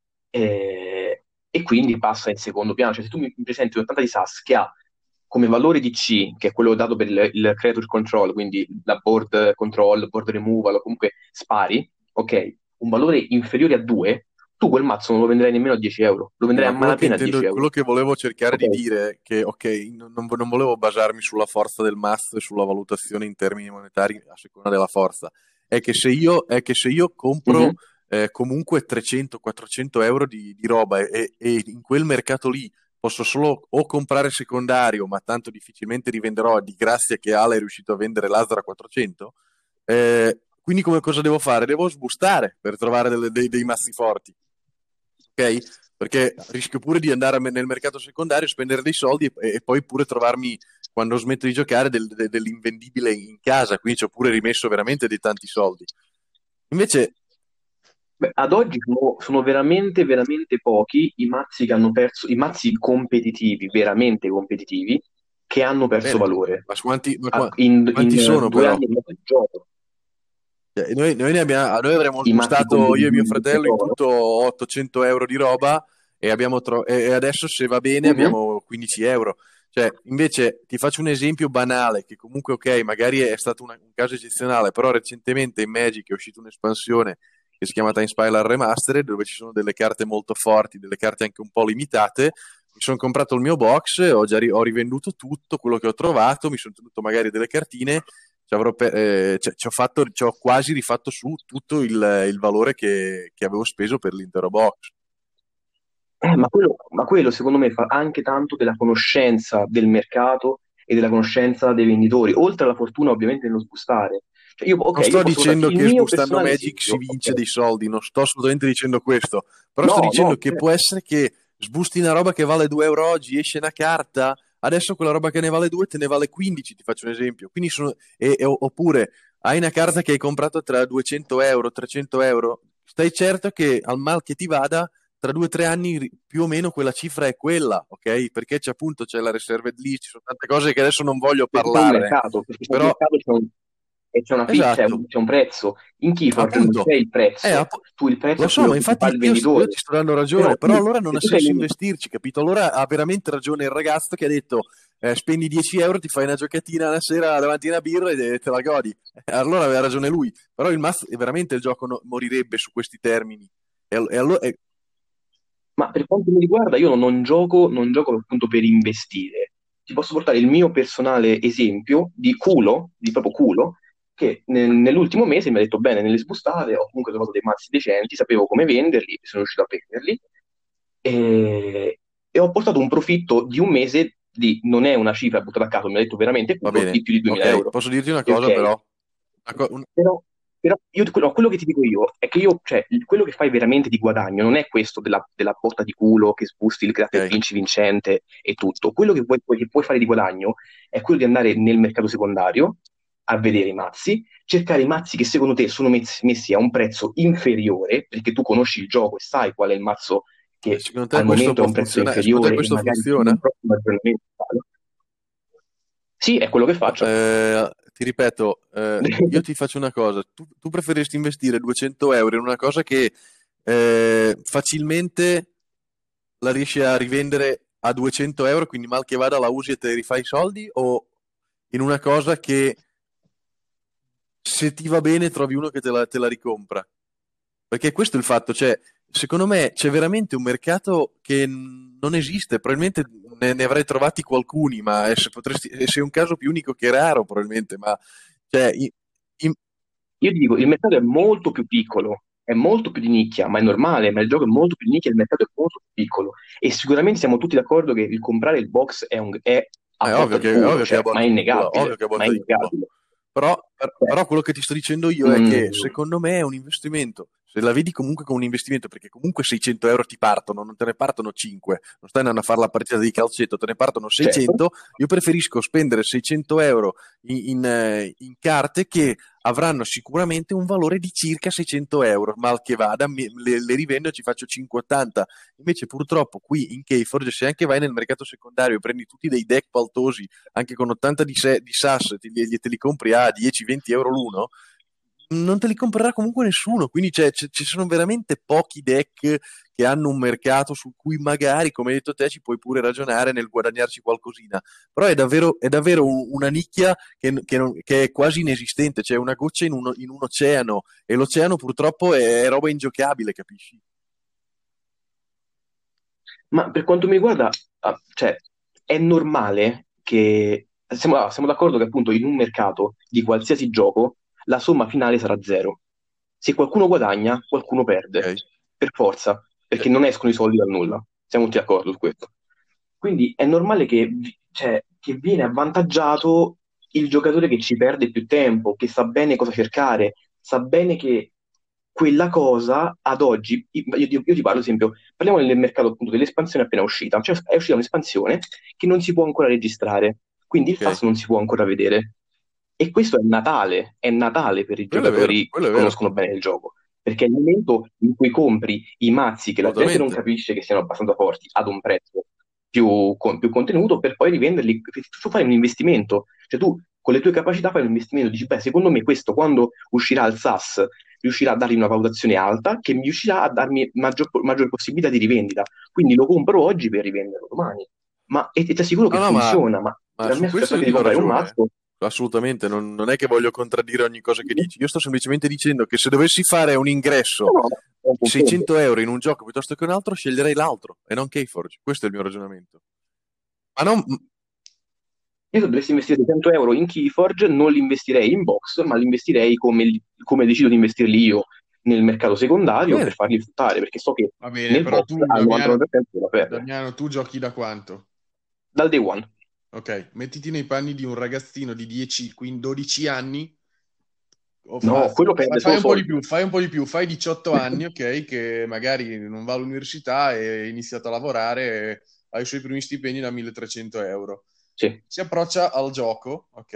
eh, e quindi passa in secondo piano. Cioè, se tu mi mi presenti un ottanta di S A S che ha come valore di C, che è quello dato per il, il creator control, quindi la board control, board removal, o comunque spari, ok, un valore inferiore a due, tu quel mazzo non lo venderai nemmeno a dieci euro, lo Sì, venderai ma a quello che malapena a intendo, dieci quello euro. che volevo cercare Ok? di dire è che, ok, non, non non volevo basarmi sulla forza del mazzo e sulla valutazione in termini monetari a seconda della forza, è che se io, è che se io compro Mhm. eh, comunque trecento quattrocento euro di, di roba e, e in quel mercato lì posso solo o comprare secondario, ma tanto difficilmente rivenderò, di grazia che Ale è riuscito a vendere l'Astra a quattrocento, eh, quindi come cosa devo fare? Devo sbustare per trovare delle- dei, dei mazzi forti, ok? Perché rischio pure di andare nel mercato secondario, spendere dei soldi e, e poi pure trovarmi, quando smetto di giocare, del- de- dell'invendibile in casa, quindi ci ho pure rimesso veramente dei tanti soldi. Invece, Beh, ad oggi sono, sono veramente, veramente pochi i mazzi che hanno perso, i mazzi competitivi, veramente competitivi, che hanno perso bene, valore ma quanti, ma A- qua- in, quanti in, eh, sono due però? anni e mezzo di gioco. Cioè, noi, noi ne abbiamo, noi avremmo I mazzi sbustato, io e mio competitivi del fratello, in tesoro. tutto ottocento euro di roba e, abbiamo tro- e e adesso, se va bene, Mhm. abbiamo quindici euro. Cioè, invece, ti faccio un esempio banale, che comunque, ok, magari è stato una- un caso eccezionale, però recentemente in Magic è uscita un'espansione che si chiama Time Spiral Remastered, dove ci sono delle carte molto forti, delle carte anche un po' limitate. Mi sono comprato il mio box, ho già ri- ho rivenduto tutto quello che ho trovato, mi sono tenuto magari delle cartine, ci avrò pe- eh, ci, ci ho fatto, ci ho quasi rifatto su tutto il, il valore che, che avevo speso per l'intero box. Eh, ma quello, ma quello secondo me fa anche tanto della conoscenza del mercato e della conoscenza dei venditori, oltre alla fortuna ovviamente nello sbustare. Cioè io, Non ok, io sto posso portarti dicendo il che mio sbustando personale Magic si esempio, vince ok? dei soldi, non sto assolutamente dicendo questo, però sto No, dicendo no, che può certo. essere che sbusti una roba che vale due euro oggi, esce una carta, adesso quella roba che ne vale due te ne vale quindici, ti faccio un esempio. Quindi sono, e- e- oppure hai una carta che hai comprato tra duecento euro, trecento euro, stai certo che al mal che ti vada, tra due o tre anni ri- più o meno quella cifra è quella, ok? Perché c'è appunto c'è la reserved list, ci sono tante cose che adesso non voglio Perché c'è un parlarne, mercato, perché c'è un però mercato, c'è un- e c'è una fi- c'è esatto. un, c'è un prezzo. In Keyforge non Appunto, c'è il eh, prezzo, app- tu il prezzo lo è so, quello ma che ti fa infatti il io, io venditore. ti sto dando Però ragione, però tu, allora non se ha tu sei senso lì, investirci, capito? Allora ha veramente ragione il ragazzo che ha detto eh, spendi dieci euro, ti fai una giocatina una sera davanti a una birra e te la godi. Eh, allora aveva ragione lui, però il mazzo, veramente il gioco no- morirebbe su questi termini. E, e allora, e- ma per quanto mi riguarda, io non gioco, non gioco appunto per investire. Ti posso portare il mio personale esempio di culo, di proprio culo, che nel- nell'ultimo mese mi ha detto bene, nelle sbustate ho comunque trovato dei mazzi decenti, sapevo come venderli, sono riuscito a venderli e, e ho portato un profitto di un mese di, non è una cifra buttata a caso, mi ha detto veramente va culo, di bene, più di duemila ok, euro. posso dirti una E cosa ok, però? Una co- un- però, però io, quello, quello che ti dico io è che io, cioè, il- quello che fai veramente di guadagno non è questo della, della botta di culo che sbusti il gratta e ok, vinci vincente e tutto. Quello che puoi, che puoi fare di guadagno è quello di andare nel mercato secondario a vedere i mazzi, cercare i mazzi che secondo te sono messi, messi a un prezzo inferiore, perché tu conosci il gioco e sai qual è il mazzo Eh, che Secondo te al questo momento ha può un prezzo funzionare? Secondo te inferiore e questo magari in funziona? un prossimo aggiornamento sale. Sì, è quello che No, faccio. eh, ti ripeto, eh, io ti faccio una cosa, tu, tu preferiresti investire duecento euro in una cosa che eh, facilmente la riesci a rivendere a duecento euro, quindi mal che vada la usi e te rifai i soldi, o in una cosa che se ti va bene trovi uno che te la, te la ricompra? Perché questo è il fatto, cioè, secondo me c'è veramente un mercato che n- non esiste, probabilmente ne, ne avrai trovati qualcuni, ma è, se potresti, è- sei un caso più unico che raro, probabilmente, ma cioè, i- i- Io ti dico, il mercato è molto più piccolo, è molto più di nicchia, ma è normale, ma il gioco è molto più di nicchia, il mercato è molto più piccolo. E sicuramente siamo tutti d'accordo che il comprare il box è, un- è a è botta ovvio di che, è culo, ovvio che è a cioè, ma è botta di culo, ovvio innegabile, che è a ma è botta di culo. innegabile. Però, per- Cioè, però quello che ti sto dicendo io è non- che secondo me è un investimento. Se la vedi comunque come un investimento, perché comunque seicento euro ti partono, non te ne partono cinque, non stai andando a fare la partita di calcetto, te ne partono certo. seicento. Io preferisco spendere seicento euro in, in, eh, in carte che avranno sicuramente un valore di circa seicento euro, mal che vada, mi- le, le rivendo e ci faccio cinquecentottanta. Invece purtroppo qui in Keyforge, se anche vai nel mercato secondario e prendi tutti dei deck paltosi anche con ottanta di, se- di S A S te li, te li compri a dieci venti euro l'uno, non te li comprerà comunque nessuno. Quindi c'è- c'è- ci sono veramente pochi deck che hanno un mercato su cui magari, come hai detto te, ci puoi pure ragionare nel guadagnarci qualcosina. Però è davvero, è davvero un- una nicchia che, che non- che è quasi inesistente, cioè una goccia in, uno- in un oceano, e l'oceano purtroppo è, è roba ingiocabile, capisci? Ma per quanto mi riguarda, ah, cioè, è normale che siamo, ah, siamo d'accordo che appunto in un mercato di qualsiasi gioco la somma finale sarà zero. Se qualcuno guadagna, qualcuno perde, Ok? per forza, Eh, perché non escono i soldi dal nulla. Siamo tutti d'accordo su questo. Quindi è normale che, vi- cioè, che viene avvantaggiato il giocatore che ci perde più tempo, che sa bene cosa cercare, sa bene che quella cosa ad oggi, io, io- io ti parlo, ad esempio, parliamo del mercato appunto dell'espansione appena uscita, cioè è uscita un'espansione che non si può ancora registrare, quindi il F A S ok, non si può ancora vedere. E questo è Natale, è Natale per i quello è vero, giocatori quello che è vero, conoscono bene il gioco, perché è il momento in cui compri i mazzi che la gente non assolutamente. capisce che siano abbastanza forti ad un prezzo più, con- più contenuto per poi rivenderli. Tu fai un investimento, cioè tu con le tue capacità fai un investimento, dici, beh, secondo me questo quando uscirà al S A S riuscirà a dargli una valutazione alta che mi riuscirà a darmi maggior, maggior possibilità di rivendita. Quindi lo compro oggi per rivenderlo domani. Ma e, e ti assicuro No, che no, ma, funziona, ma ma a su me è successo questo io anche ti di do comprare un ragione, mazzo. assolutamente, non, non è che voglio contraddire ogni cosa che dici, io sto semplicemente dicendo che se dovessi fare un ingresso No, no, è un di confronto. seicento euro in un gioco piuttosto che un altro, sceglierei l'altro e non Keyforge, questo è il mio ragionamento. Ma non, Io se dovessi investire duecento euro in Keyforge non li investirei in box, ma li investirei come, li- come decido di investirli io nel mercato va secondario per bene, farli fruttare, perché so che Va bene, nel però box tu, al Damiano, novantanove per cento la perde. Damiano, tu giochi da quanto? Dal day one. Ok, mettiti nei panni di un ragazzino di dieci quindici dodici anni, o fa- No, anzi, quello fa- perde fai solo un po' di soldi. più, fai un po' di più, fai diciotto anni, ok, che magari non va all'università e ha iniziato a lavorare, e ha i suoi primi stipendi da milletrecento euro. Sì. Si approccia al gioco, ok,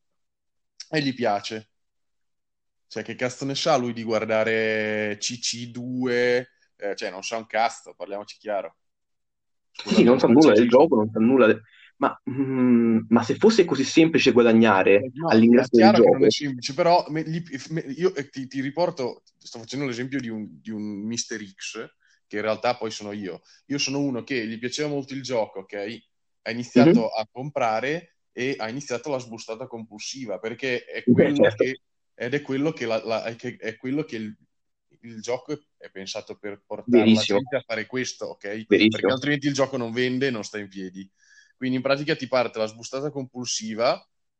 e gli piace. Cioè, che cazzo ne sa lui di guardare C C due, eh, cioè non sa un cazzo, parliamoci chiaro. Sì, sì, Scusate non un sa po' il nulla del sessismo. gioco, non sa nulla de- Ma, mm, ma se fosse così semplice guadagnare Eh, No, è all'ingresso del chiaro che non è gioco, semplice, però me- gli- me- io eh, ti, ti riporto, sto facendo l'esempio di un, di un mister X, che in realtà poi sono io. Io sono uno che gli piaceva molto il gioco, ok? Ha mhm, iniziato a comprare e ha iniziato la sbustata compulsiva, perché è beh, quello certo, che, ed è quello che, la- la- è che- è quello che il, il gioco è, è pensato per portare la verissimo, gente a fare questo, ok? Perché verissimo. altrimenti il gioco non vende, non sta in piedi. Quindi in pratica ti parte la sbustata compulsiva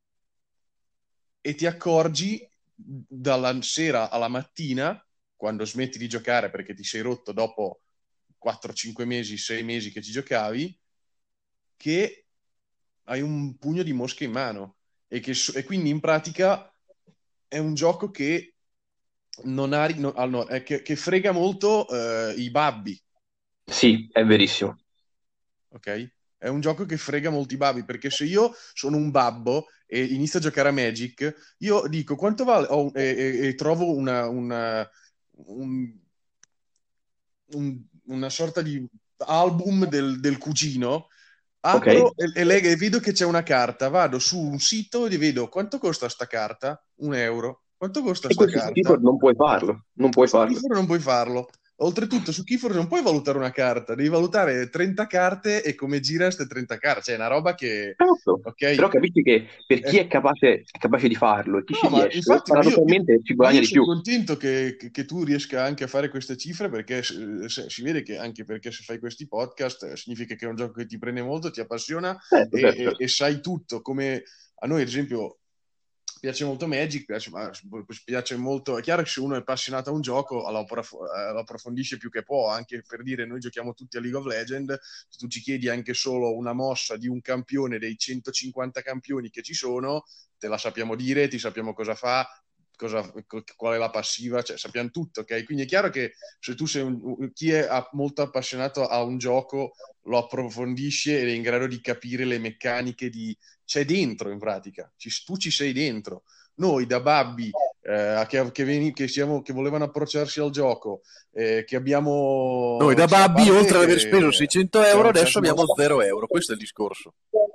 e ti accorgi dalla sera alla mattina, quando smetti di giocare perché ti sei rotto dopo quattro cinque mesi, sei mesi che ci giocavi, che hai un pugno di mosche in mano e, che, e quindi in pratica è un gioco che non ha, no, ah, no, è che, che frega molto eh, i babbi, Sì, è verissimo. ok? È un gioco che frega molti babbi, perché se io sono un babbo e inizio a giocare a Magic, io dico quanto vale, oh, e, e, e trovo una, una, un, un, una sorta di album del, del cugino, apro Ok. e, e, leg- e vedo che c'è una carta, vado su un sito e vedo quanto costa sta carta, un euro, quanto costa E sta questo su Keyboard carta? non puoi farlo, non puoi Su farlo. Keyforge non puoi farlo. Oltretutto, su Keyforge non puoi valutare una carta, devi valutare trenta carte e come gira queste trenta carte. Cioè, è una roba che, Certo. ok, Però capisci che per chi è- è capace, è capace di farlo e chi ci no, ma riesce, infatti, ma io, io- paradossalmente ci ma guadagna io di sono più. contento che, che- che tu riesca anche a fare queste cifre perché se- se- si vede che anche perché se fai questi podcast eh, significa che è un gioco che ti prende molto, ti appassiona Certo, e, certo, e- certo. e sai tutto. Come a noi, ad esempio, piace molto Magic, piace, ma piace molto. È chiaro che se uno è appassionato a un gioco lo, approf- eh, lo approfondisce più che può. Anche per dire, noi giochiamo tutti a League of Legends. Se tu ci chiedi anche solo una mossa di un campione dei centocinquanta campioni che ci sono, te la sappiamo dire, ti sappiamo cosa fa, cosa, qual è la passiva, cioè sappiamo tutto, ok? Quindi è chiaro che se tu sei un, chi è molto appassionato a un gioco lo approfondisce ed è in grado di capire le meccaniche di... c'è dentro in pratica, ci, tu ci sei dentro. Noi da babbi eh, che, che, veni, che, siamo, che volevano approcciarsi al gioco, eh, che abbiamo... Noi da cioè, a babbi, parte, oltre ad aver speso eh, seicento ci euro, hanno- ci adesso hanno- abbiamo zero euro. Questo è il discorso.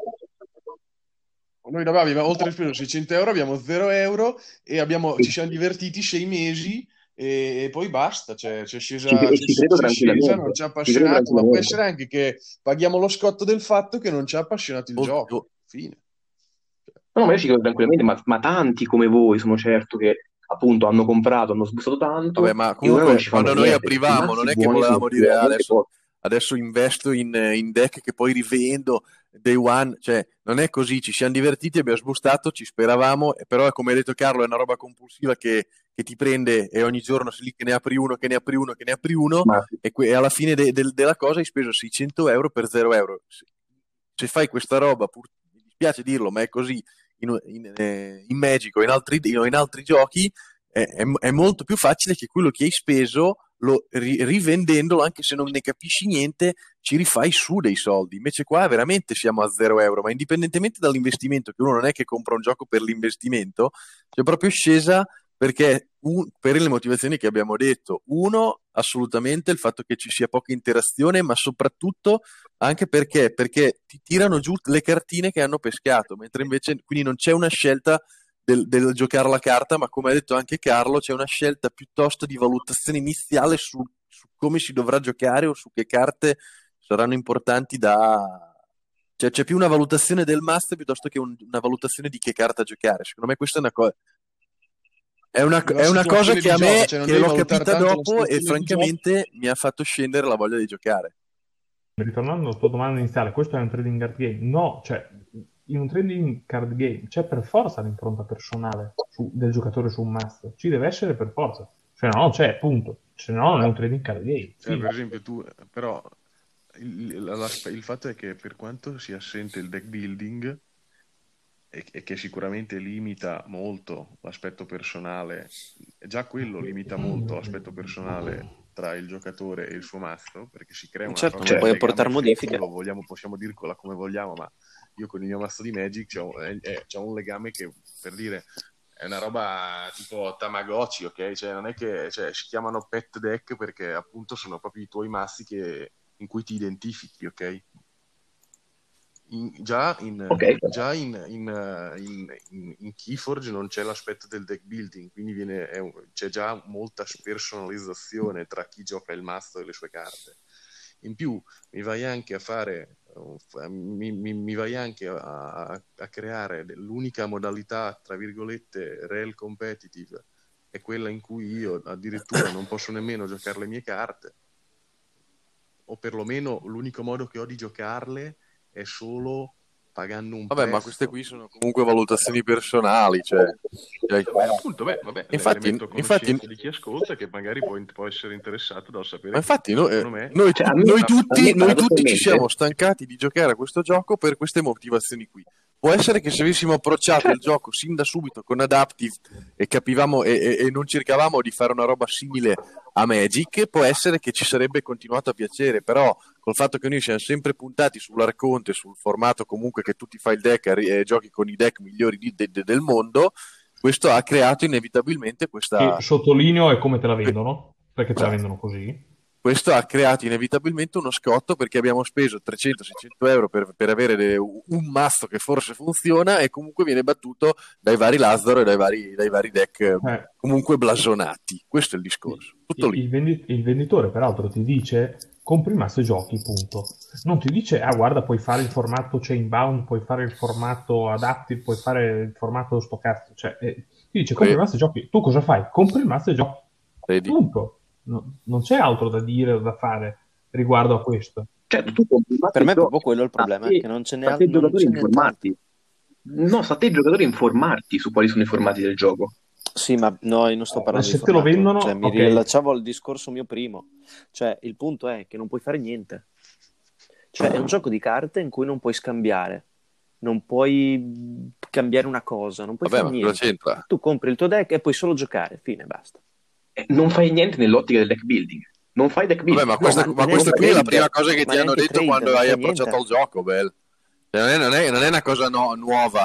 Noi da babbi, ma oltre a speso seicento euro, abbiamo zero euro e abbiamo, ci siamo divertiti sei mesi e, e poi basta, cioè, c'è Ci, scesa, e c'è, ci credo c'è scesa, non tranquillamente. ci ha Ci credo appassionato, ma può tranquillamente. essere anche che paghiamo lo scotto del fatto che non ci ha appassionato il Ol- gioco. Fine. No, ma io ci credo tranquillamente, ma, ma tanti come voi sono certo che appunto hanno comprato, hanno sbustato Vabbè, tanto ma e ora non comunque ci fanno quando noi niente. I aprivamo non mazzi è che buoni sono volevamo dire "Ah, veramente adesso, pochi. adesso investo in, in deck che poi rivendo day one", cioè non è così, ci siamo divertiti, abbiamo sbustato, ci speravamo, e però come ha detto Carlo è una roba compulsiva che, che ti prende e ogni giorno sei lì che ne apri uno, che ne apri uno, che ne apri uno Ma e, que- e alla fine de- del- della cosa hai speso seicento euro per zero euro. Se, se fai questa roba, pur, mi dispiace dirlo, ma è così in, in, eh, in Magic o in altri, in altri giochi è, è, è molto più facile che quello che hai speso lo, ri, rivendendolo, anche se non ne capisci niente, ci rifai su dei soldi. Invece qua veramente siamo a zero euro, ma indipendentemente dall'investimento, che uno non è che compra un gioco per l'investimento, c'è proprio scesa perché un, per le motivazioni che abbiamo detto. Uno, assolutamente il fatto che ci sia poca interazione, ma soprattutto anche perché, perché ti tirano giù le cartine che hanno pescato, mentre invece quindi non c'è una scelta del, del giocare la carta, ma come ha detto anche Carlo, c'è una scelta piuttosto di valutazione iniziale su, su come si dovrà giocare o su che carte saranno importanti da... Cioè c'è più una valutazione del master piuttosto che un, una valutazione di che carta giocare. Secondo me questa è una cosa... È una, La è una cosa situazione che di a gioco, me, cioè non che devi l'ho valutare capita tanto la dopo e situazione di gioco. francamente mi ha fatto scendere la voglia di giocare. Ritornando alla tua domanda iniziale, questo è un trading card game? No, cioè, in un trading card game c'è per forza l'impronta personale su, del giocatore su un master. Ci deve essere per forza. Cioè, no, c'è, punto. Se no, non è un trading card game. Cioè, Sì. per esempio, tu, però, il, la- la- il fatto è che per quanto sia assente il deck building, e, e che sicuramente limita molto l'aspetto personale, già quello limita molto l'aspetto personale tra il giocatore e il suo mastro, perché si crea una Certo, sorta non di puoi legame apportare modifiche. affettivo, vogliamo, possiamo dirla come vogliamo, ma io con il mio masto di Magic c'ho, è, è- c'ho un legame che, per dire, è una roba tipo Tamagotchi, ok? Cioè, non è che cioè, si chiamano pet deck perché appunto sono proprio i tuoi massi che, in cui ti identifichi, ok? In- già in, ok, già in, in, eh, in- in- in Keyforge non c'è l'aspetto del deck building, quindi viene, è un- c'è già molta spersonalizzazione tra chi gioca il mastro e le sue carte. In più mi vai anche a fare, uh, mi, mi- mi vai anche a, a- a creare l'unica modalità, tra virgolette, real competitive, è quella in cui io addirittura non posso nemmeno giocare le mie carte, o perlomeno l'unico modo che ho di giocarle è solo pagando un Vabbè, ma prezzo. queste qui sono comunque valutazioni personali, cioè... cioè- Beh, appunto, beh, vabbè, le- Infatti- le metto a infatti- conoscenza di chi ascolta che magari può, può essere interessato dal sapere Ma infatti noi, secondo me noi, Cioè, a me- noi a tutti, me noi tutti ci paradossalmente- siamo stancati di giocare a questo gioco per queste motivazioni qui. può essere che se avessimo approcciato il Certo. gioco sin da subito con Adaptive e capivamo e, e- e non cercavamo di fare una roba simile a Magic, può essere che ci sarebbe continuato a piacere, però col fatto che noi siamo sempre puntati sull'arconte, sul formato comunque che tu ti fai il deck e ri- e giochi con i deck migliori di- de- de- del mondo, questo ha creato inevitabilmente Che questa... sottolineo è come te la vendono, perché te la Esatto. vendono così. Questo ha creato inevitabilmente uno scotto perché abbiamo speso trecento seicento euro per, per avere le- un mazzo che forse funziona e comunque viene battuto dai vari Lazzaro e dai vari, dai vari deck eh, Eh, comunque blasonati. Questo è il discorso. Tutto il, lì. il vendi- il venditore, peraltro, ti dice compri il mazzo e giochi, punto. Non ti dice, ah, guarda, puoi fare il formato chainbound, puoi fare il formato adaptive, puoi fare il formato stocastico. Cioè, eh, ti dice compri il mazzo e giochi. Tu cosa fai? Compri il mazzo e giochi. Vedi? Punto. No- non c'è altro da dire o da fare riguardo a questo. Certo, tu compri il mazzo Per me e è proprio giochi. quello il Sta a problema, te, che non ce n'è sta a al- te non giocatore c'è nient'altro. informarti. No, sta a te giocatore informarti su quali sono i formati del gioco. Sì, ma no, io non sto parlando Se di te lo formato, vendono, cioè mi ok. riallacciavo al discorso mio primo, cioè il punto è che non puoi fare niente, cioè è un gioco di carte in cui non puoi scambiare, non puoi cambiare una cosa, non puoi Vabbè, fare ma cosa niente, c'entra? tu compri il tuo deck e puoi solo giocare, fine, basta. Eh, Non fai niente nell'ottica del deck building. Non fai deck Vabbè, building. ma No, questa, ma ma neanche questa qui è la trade. prima cosa che Ma ti hanno neanche detto trade, quando non hai fai approcciato niente. al gioco, Bel. Cioè, non, è, non, è, non è una cosa no- nuova.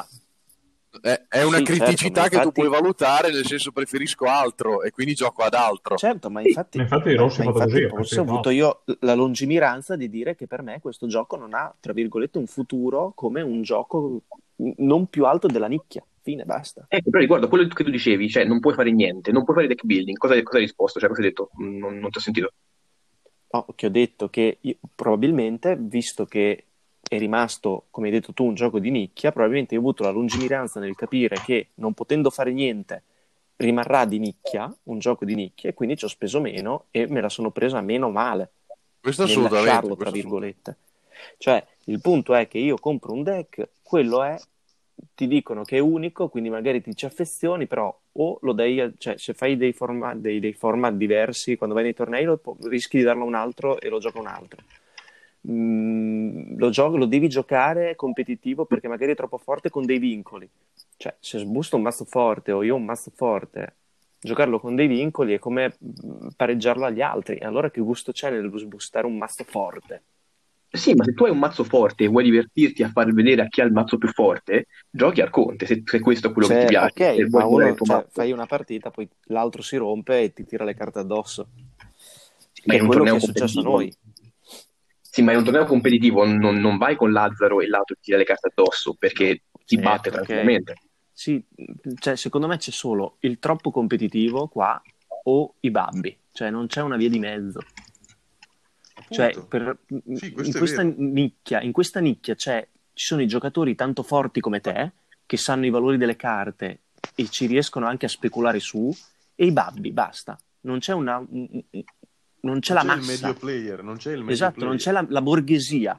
È, è una Sì, certo, criticità ma che tu infatti- puoi valutare, nel senso preferisco altro e quindi gioco ad altro. Certo, ma infatti, Ma infatti ma, Rossi ma ha fatto infatti così, ha forse ho fatto avuto io la lungimiranza di dire che per me questo gioco non ha, tra virgolette, un futuro come un gioco non più alto della nicchia. Fine, basta. Ecco, però riguardo quello che tu dicevi, cioè non puoi fare niente, non puoi fare deck building. Cosa, cosa hai risposto? Cioè, cosa hai detto? Non, non ti ho sentito. No, che ho detto che io- probabilmente, visto che è rimasto, come hai detto tu, un gioco di nicchia, probabilmente io ho avuto la lungimiranza nel capire che non potendo fare niente rimarrà di nicchia, un gioco di nicchia, e quindi ci ho speso meno e me la sono presa meno male Questo nel assolutamente. lasciarlo, tra questo virgolette. Cioè, il punto è che io compro un deck, quello è, ti dicono che è unico, quindi magari ti ci affezioni, però o lo dai, a- cioè se fai dei format, dei, dei format diversi, quando vai nei tornei lo, rischi di darlo a un altro e lo gioca un altro. Mm, lo, gioco, lo devi giocare competitivo perché magari è troppo forte con dei vincoli. Cioè, se sbusto un mazzo forte o io ho un mazzo forte, giocarlo con dei vincoli è come mm, pareggiarlo agli altri. Allora che gusto c'è nel sbustare un mazzo forte? Sì, ma se tu hai un mazzo forte e vuoi divertirti a far vedere a chi ha il mazzo più forte, giochi Arconte, se, se questo è quello che ti Cioè, piace. ok, Se vuoi ma giocare il uno, tuo cioè, mazzo. fai una partita, poi l'altro si rompe e ti tira le carte addosso. Ma Che in è un quello che torneo è successo a competitivo. noi. Sì, ma in un torneo competitivo non, non vai con Lazzaro e l'altro ti tira le carte addosso perché ti batte Certo, ok. tranquillamente. Sì, cioè, secondo me c'è solo il troppo competitivo qua o i babbi, cioè non c'è una via di mezzo. Cioè, Appunto. per- Sì, in questo è questa vero. nicchia, in questa nicchia c'è, ci sono i giocatori tanto forti come te, che sanno i valori delle carte e ci riescono anche a speculare su, e i babbi, basta. Non c'è una... Non c'è Non la c'è il massa. medio player, non c'è il medio Esatto, player. non c'è la, la borghesia.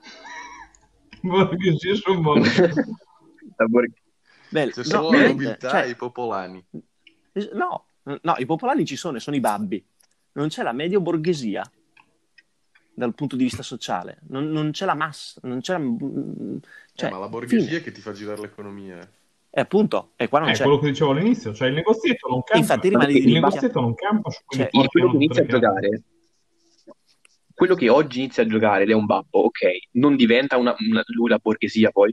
Che sia su buono. La Borg- Beh, C'è no, solo la veramente, nobiltà cioè, e i popolani. es- no, no, i popolani ci sono e sono i babbi. Non c'è la medio borghesia dal punto di vista sociale. Non, non c'è la massa, non c'è la... Cioè, Eh, ma la borghesia fine. che ti fa girare l'economia. eh. E appunto, e qua non È c'è. quello che dicevo all'inizio, cioè il negozietto non campa, Infatti rimane di il nicchia. negozietto non campa su quelli Cioè, il- forti quello hanno che tutte inizia a le carte. giocare, quello che oggi inizia a giocare ed è un babbo, ok, non diventa una, una- lui la borghesia poi.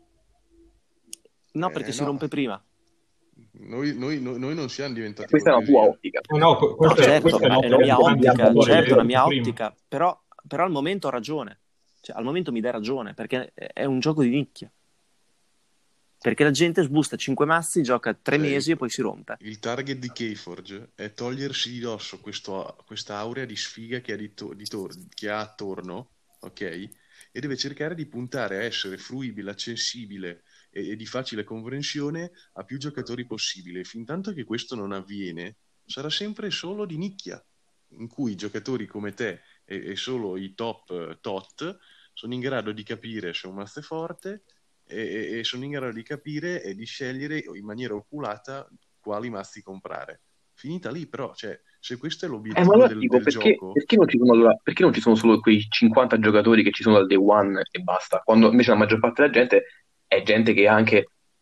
no, Eh, perché si no. rompe prima. Noi, noi- noi- noi non siamo diventati Questa è una borghesia. tua ottica. Eh no, que- No, questa, è, certo, questa è ma è la l'ottica mia di tanti ottica, giocatori, certo, l'hai la mia detto prima. ottica, però, però al momento ho ragione. Cioè, al momento mi dai ragione, perché è un gioco di nicchia. Perché la gente sbusta cinque mazzi, gioca tre Cioè, mesi e poi si rompe. Il target di Keyforge è togliersi di dosso questo- questa aurea di sfiga che ha, di to- di tor- che ha attorno, ok? E deve cercare di puntare a essere fruibile, accessibile e, e di facile comprensione a più giocatori possibile. Fintanto che questo non avviene, sarà sempre solo di nicchia, in cui giocatori come te e, e solo i top eh, tot sono in grado di capire se un mazzo è forte e, e- e sono in grado di capire e di scegliere in maniera oculata quali mazzi comprare. Finita lì, però, cioè, se questo è Eh, ma l'obiettivo allora del, dico, del perché, gioco, perché non ci sono, allora- perché non ci sono solo quei cinquanta giocatori che ci sono dal day one e basta? Quando invece la maggior parte della gente è gente che ha anche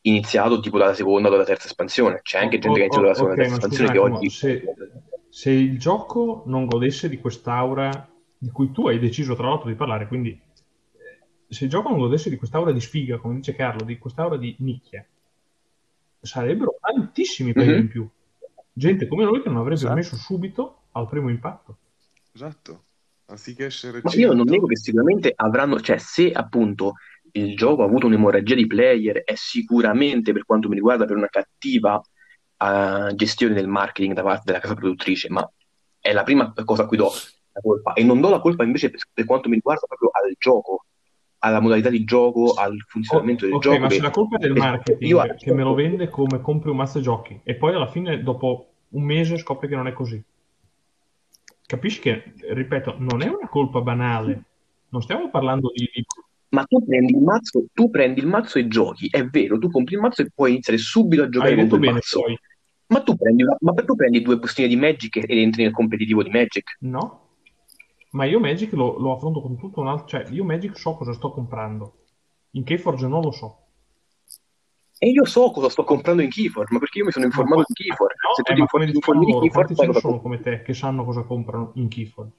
iniziato tipo dalla seconda o dalla terza espansione. C'è O- anche gente o- che ha iniziato o- dalla seconda ok, o terza ma scusa un espansione che attimo, oggi... se, se il gioco non godesse di quest'aura di cui tu hai deciso tra l'altro di parlare, quindi eh, se il gioco non godesse di quest'aura di sfiga, come dice Carlo, di quest'aura di nicchia, sarebbero tantissimi player in Mhm. più. Gente come noi che non avrebbe Esatto. messo subito al primo impatto. Esatto. Anziché essere Ma io non nego cento, che sicuramente avranno, cioè se appunto il gioco ha avuto un'emorragia di player, è sicuramente per quanto mi riguarda per una cattiva eh, gestione del marketing da parte della casa produttrice, ma è la prima cosa a cui do la colpa. E non do la colpa invece per, per quanto mi riguarda proprio al gioco, alla modalità di gioco, al O- funzionamento del ok, gioco. ma se Che, la colpa è del per esempio, io marketing che me lo accetto- vende come compri un mazzo giochi e poi alla fine dopo un mese scopri che non è così. Capisci che, ripeto, non è una colpa banale. Non stiamo parlando di... di- Ma tu prendi il mazzo, tu prendi il mazzo e giochi, è vero, tu compri il mazzo e puoi iniziare subito a Hai giocare con detto quel bene, mazzo. poi. Ma tu prendi, una- ma tu prendi due bustine di Magic ed entri nel competitivo di Magic. No? Ma io Magic lo, lo affronto con tutto un altro... Cioè, io Magic so cosa sto comprando. In Keyforge non lo so. E io so cosa sto comprando in Keyforge, ma perché io mi sono Ma, informato qua- di ma- Keyforge. Se no, tu eh, ti ma infor- come ti informi dicevano di loro, Keyforge, quanti sai ce ne cosa sono compri. come te che sanno cosa comprano in Keyforge?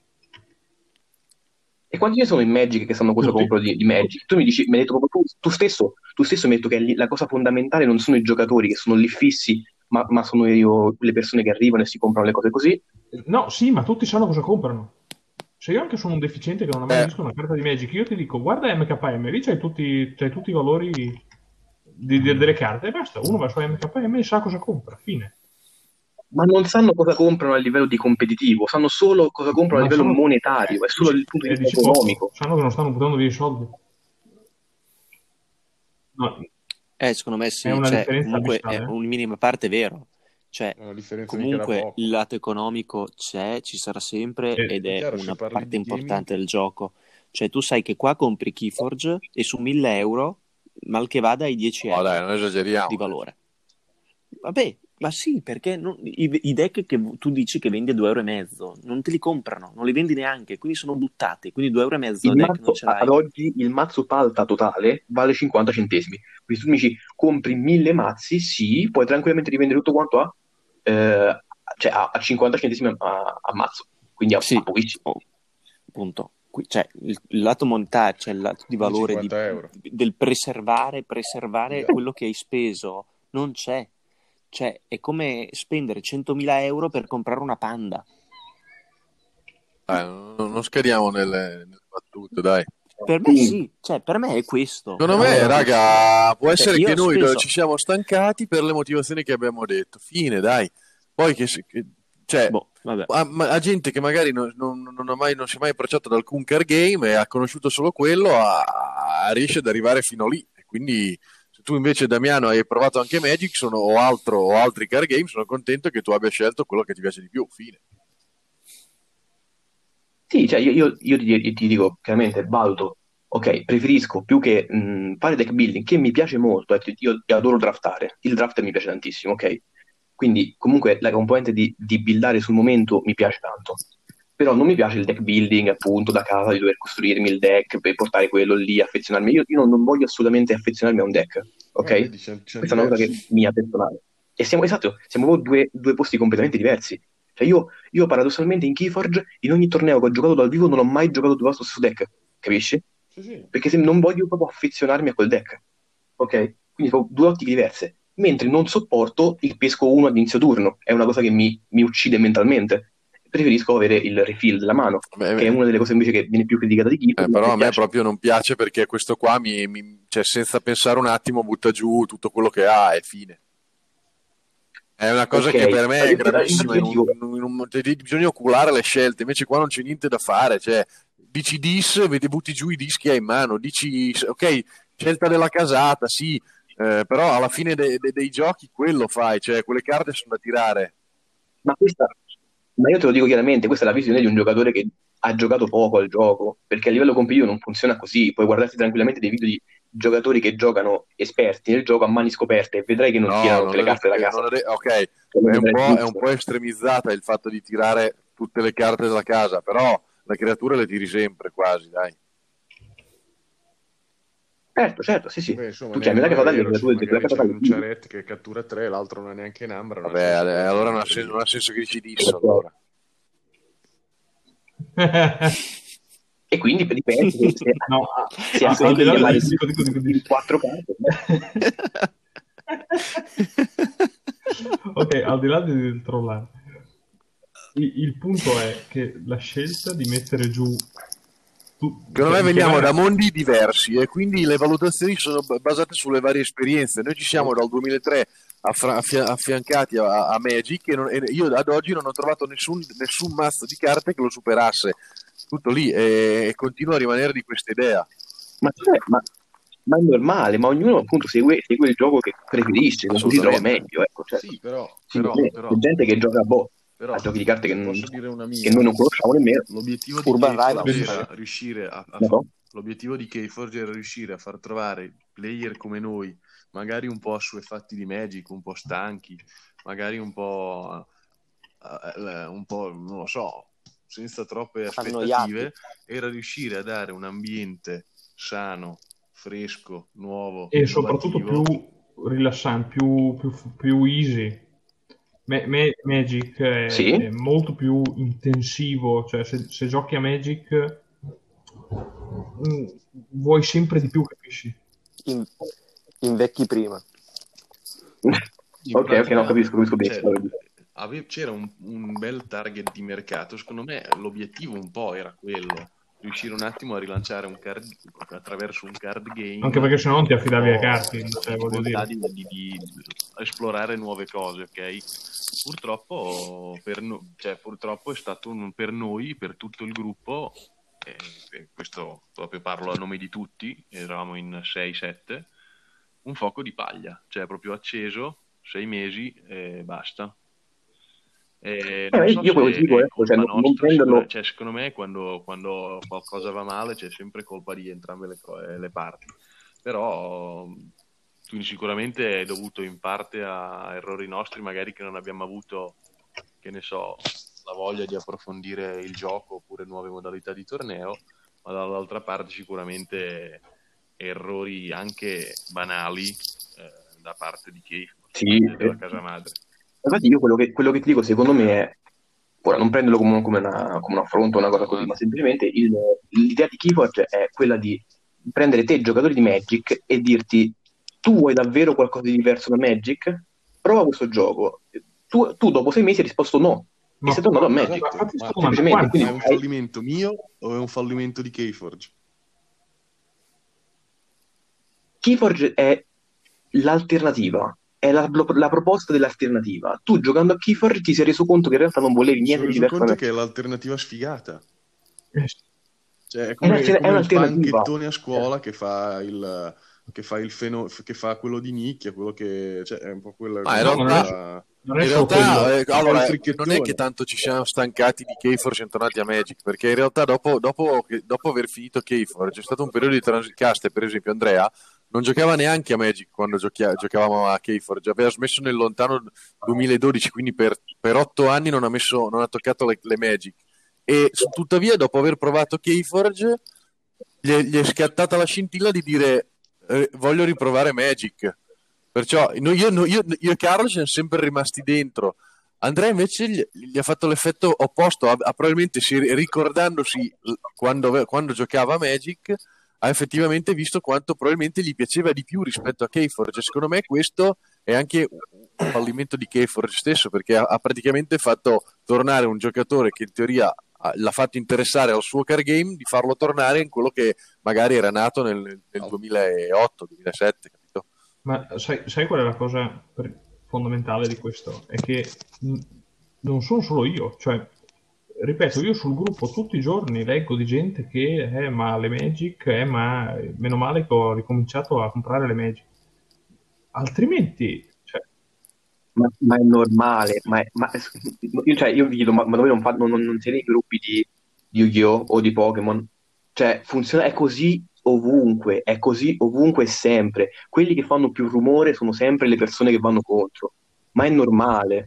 E quanti ne sono in Magic che sanno cosa Tutti. compro di, di Magic? Tu mi dici, mi hai detto proprio tu, tu stesso, tu stesso mi hai detto che lì- la cosa fondamentale non sono i giocatori che sono lì fissi, ma, ma sono io, le persone che arrivano e si comprano le cose così. No, sì, ma tutti sanno cosa comprano. Se io anche sono un deficiente che non ha mai Eh, visto una carta di Magic, io ti dico, guarda M K M, lì c'hai tutti, c'hai tutti i valori di- di- delle carte e basta. Uno va su M K M e sa cosa compra, fine. Ma non sanno cosa comprano a livello di competitivo, sanno solo cosa comprano a Ma livello sanno, monetario, è solo dici, dal punto di eh, vista dici poco, economico. sanno che non stanno buttando via i soldi. No, Eh, secondo me è sì, una cioè differenza comunque è abissale. un minima parte vero. Cioè, è una differenza mica da comunque poco. il lato economico c'è, ci sarà sempre Eh, ed È è chiaro, se una parli parte di gaming, importante del gioco. Cioè, tu sai che qua compri Keyforge e su mille euro, mal che vada, hai dieci no, dai, euro non di esageriamo. dai. valore. Vabbè, ma sì, perché non- i, i deck che tu dici che vendi a due euro e mezzo, non te li comprano, non li vendi neanche, quindi sono buttati. Quindi due euro e mezzo a Il deck non mazzo, ce a- ad l'hai. oggi, il mazzo palta totale vale cinquanta centesimi. Quindi tu mi dici, compri mille mazzi, sì, puoi tranquillamente rivendere tutto quanto a, eh, cioè a, a cinquanta centesimi a, a- a mazzo, quindi a, a Sì, pochissimo. oh, appunto. Qui- cioè, il, il lato monetario, cioè il lato di quindi valore di- cinquanta euro. del preservare, preservare Via. quello che hai speso non c'è. Cioè, è come spendere centomila euro per comprare una Panda. Dai, non, non scadiamo nelle, nelle battute, dai. Per me Sì. sì, cioè, per me è questo. Secondo Per me, è questo. raga, può Cioè, essere io che ho noi speso- ci siamo stancati per le motivazioni che abbiamo detto. Fine, dai. Poi che, si- che- cioè, Boh, vabbè. a, ma- a gente che magari non, non- non ha mai, non si è mai approcciato ad alcun card game e ha conosciuto solo quello, a- a- riesce ad arrivare fino lì. E quindi, se tu invece, Damiano, hai provato anche Magic sono, o, altro, o altri card game, sono contento che tu abbia scelto quello che ti piace di più. Fine. Sì, cioè io, io- io ti, ti dico chiaramente, valuto, ok, preferisco più che mh, fare deck building, che mi piace molto, ecco, io, io adoro draftare, il draft mi piace tantissimo, ok? Quindi comunque la componente di, di buildare sul momento mi piace tanto, però non mi piace il deck building appunto da casa, di dover costruirmi il deck per portare quello lì, affezionarmi, io, io non, non voglio assolutamente affezionarmi a un deck, ok? Ah, vedi, c'è, c'è Questa è una cosa che diversi. mia personale. E siamo, esatto, siamo proprio due, due posti completamente diversi. Cioè io, io paradossalmente in Keyforge, in ogni torneo che ho giocato dal vivo, non ho mai giocato due volte lo stesso deck, capisci? Sì, sì. Perché se non voglio proprio affezionarmi a quel deck, ok? Quindi sono due ottiche diverse. Mentre non sopporto il pesco uno ad inizio turno, è una cosa che mi, mi uccide mentalmente. Preferisco avere il refill della mano, Beh, che è una delle cose invece che viene più criticata di Eh, Keyforge, ma però che a me piace. proprio non piace perché questo qua mi, mi- cioè, senza pensare un attimo butta giù tutto quello che ha e fine. È una cosa Ok, che per me eh, è io- gravissima, io in dico, un- in un- in un- cioè, bisogna oculare le scelte, invece qua non c'è niente da fare, cioè, dici dis, vedi, butti giù i dischi hai in mano, dici ok, scelta della casata, sì, eh, però alla fine de- de- dei giochi quello fai, cioè quelle carte sono da tirare. Ma questa, ma io te lo dico chiaramente, questa è la visione di un giocatore che ha giocato poco al gioco, perché a livello competitivo non funziona così. Puoi guardarti tranquillamente dei video di giocatori che giocano esperti nel gioco a mani scoperte e vedrai che non No, tirano tutte non le ho carte da detto che- casa. non ho de- ok, Cioè, lo è un vedrai po', è un giusto. po' estremizzata il fatto di tirare tutte le carte della casa, però le creature le tiri sempre quasi, dai. Certo, certo, sì, sì. Beh, insomma, Tu ne è chiami la casa vero, tagliare, sì, tu la magari casa c'è un tagliare. Ciaret che cattura tre, l'altro non è neanche in ambra, non ha Vabbè, senso eh, che allora non ha, aggiungere sen- non ha lì. senso che dici disso, allora. E quindi dipende se, se, No, a- se a- hai al voglia di di là chiamare del... il Dico, dico, dico, in dico. quattro carte. Ok, al di là del trollare, il, il punto è che la scelta di mettere giù tu, Secondo cioè, me di veniamo chiamare da mondi diversi e quindi le valutazioni sono b- basate sulle varie esperienze. Noi ci siamo dal duemilatré affra- affia- affiancati a, a Magic e, non- e io ad oggi non ho trovato nessun, nessun mazzo di carte che lo superasse. Tutto lì e, e continuo a rimanere di questa idea. Ma, cioè, ma, ma è normale, ma ognuno appunto segue, segue il gioco che preferisce, con cui si trova Assolutamente. meglio. Ecco, cioè, Sì, però, però, sicuramente però, c'è gente che gioca a, boh, però, a giochi di carte che, se non- posso dire una che mia, noi non conosciamo nemmeno. l'obiettivo di Urban Keyforge Rivals. era riuscire a, a No, fa- no? l'obiettivo di Keyforge era riuscire a far trovare player come noi, magari un po' assuefatti di Magic, un po' stanchi, magari un po', eh, un po', non lo so, senza troppe aspettative, Annoiati. era riuscire a dare un ambiente sano, fresco, nuovo, e soprattutto innovativo. più rilassante, più, più, più easy. Ma- Ma- Magic è, Sì? è molto più intensivo, cioè se, se giochi a Magic mm, vuoi sempre di più, capisci? In, invecchi prima. In Ok, ok, pratica, no, capisco, capisco cioè, benissimo. ave- c'era un, un bel target di mercato. Secondo me l'obiettivo un po' era quello, riuscire un attimo a rilanciare un card attraverso un card game, Anche perché se no non ti un affidavi ai po' carte, la cioè, voglio possibilità dire. di, di- di esplorare nuove cose, ok? Purtroppo per, no- cioè, purtroppo è stato un- per noi, per tutto il gruppo, e, e questo proprio parlo a nome di tutti, eravamo in sei sette, un fuoco di paglia, cioè proprio acceso, sei mesi e basta. E Eh, non ma so io quello che se ti dico è è, cioè, colpa non, non nostra, prenderlo. sicura- cioè, secondo me quando, quando qualcosa va male c'è sempre colpa di entrambe le, co- le parti, però quindi sicuramente è dovuto in parte a errori nostri, magari che non abbiamo avuto, che ne so, la voglia di approfondire il gioco oppure nuove modalità di torneo, ma dall'altra parte sicuramente errori anche banali eh, da parte di chi Sì, della eh. casa madre. Infatti io quello che, quello che ti dico secondo me è, ora non prenderlo come, come una- come un affronto o una cosa così, ma semplicemente il- l'idea di Keyforge è quella di prendere te, giocatore di Magic, e dirti tu vuoi davvero qualcosa di diverso da Magic? Prova questo gioco. Tu, tu dopo sei mesi hai risposto no, e Ma, sei tornato a ma- Magic. ma fatti Ma- sta domanda, semplicemente, quanti? quindi Ma è un hai- fallimento mio o è un fallimento di Keyforge? Keyforge è l'alternativa, è la, la proposta dell'alternativa. Tu giocando a Keyforge ti sei reso conto che in realtà non volevi Mi niente sono di reso diverso da conto Magic. che è l'alternativa sfigata. Eh, Cioè, è È, come, un'alter- è è come il un'alternativa. panchettone a scuola che fa il, che fa il feno, che fa quello di nicchia, quello che, cioè, è un po' quella, Ma in No, non è, realtà, non è in solo realtà quello. eh, è allora, il non fricchettone. è che tanto ci siamo stancati di Keyforge e siamo tornati a Magic, perché in realtà dopo, dopo, che- dopo aver finito Keyforge c'è stato un periodo di transicaste, per esempio Andrea non giocava neanche a Magic quando giochia- giocavamo a Keyforge, aveva smesso nel lontano duemiladodici, quindi per, per otto anni non ha, messo, non ha toccato le, le Magic. E su- tuttavia dopo aver provato Keyforge gli è, gli è scattata la scintilla di dire eh, voglio riprovare Magic. Perciò noi- io, no- io- io e Carlo siamo sempre rimasti dentro. Andrea invece gli, gli ha fatto l'effetto opposto, ha, ha probabilmente si, ricordandosi l- quando, ave- quando giocava a Magic, ha effettivamente visto quanto probabilmente gli piaceva di più rispetto a Keyforge. Secondo me questo è anche un fallimento di Keyforge stesso, perché ha, ha praticamente fatto tornare un giocatore che in teoria ha- l'ha fatto interessare al suo car game, di farlo tornare in quello che magari era nato nel, nel duemilaotto duemilasette, capito? Ma sai, sai qual è la cosa per- fondamentale di questo? È che mh, non sono solo io, cioè, ripeto, io sul gruppo tutti i giorni leggo di gente che, eh, ma le Magic, eh, ma meno male che ho ricominciato a comprare le Magic. Altrimenti, cioè, Ma, ma è normale, ma, è- ma- io, cioè, io vi chiedo, ma, ma voi non, fa- non, non- non siete nei gruppi di, di Yu-Gi-Oh! O di Pokémon? Cioè, funziona, è così ovunque, è così ovunque e sempre. Quelli che fanno più rumore sono sempre le persone che vanno contro, ma è normale.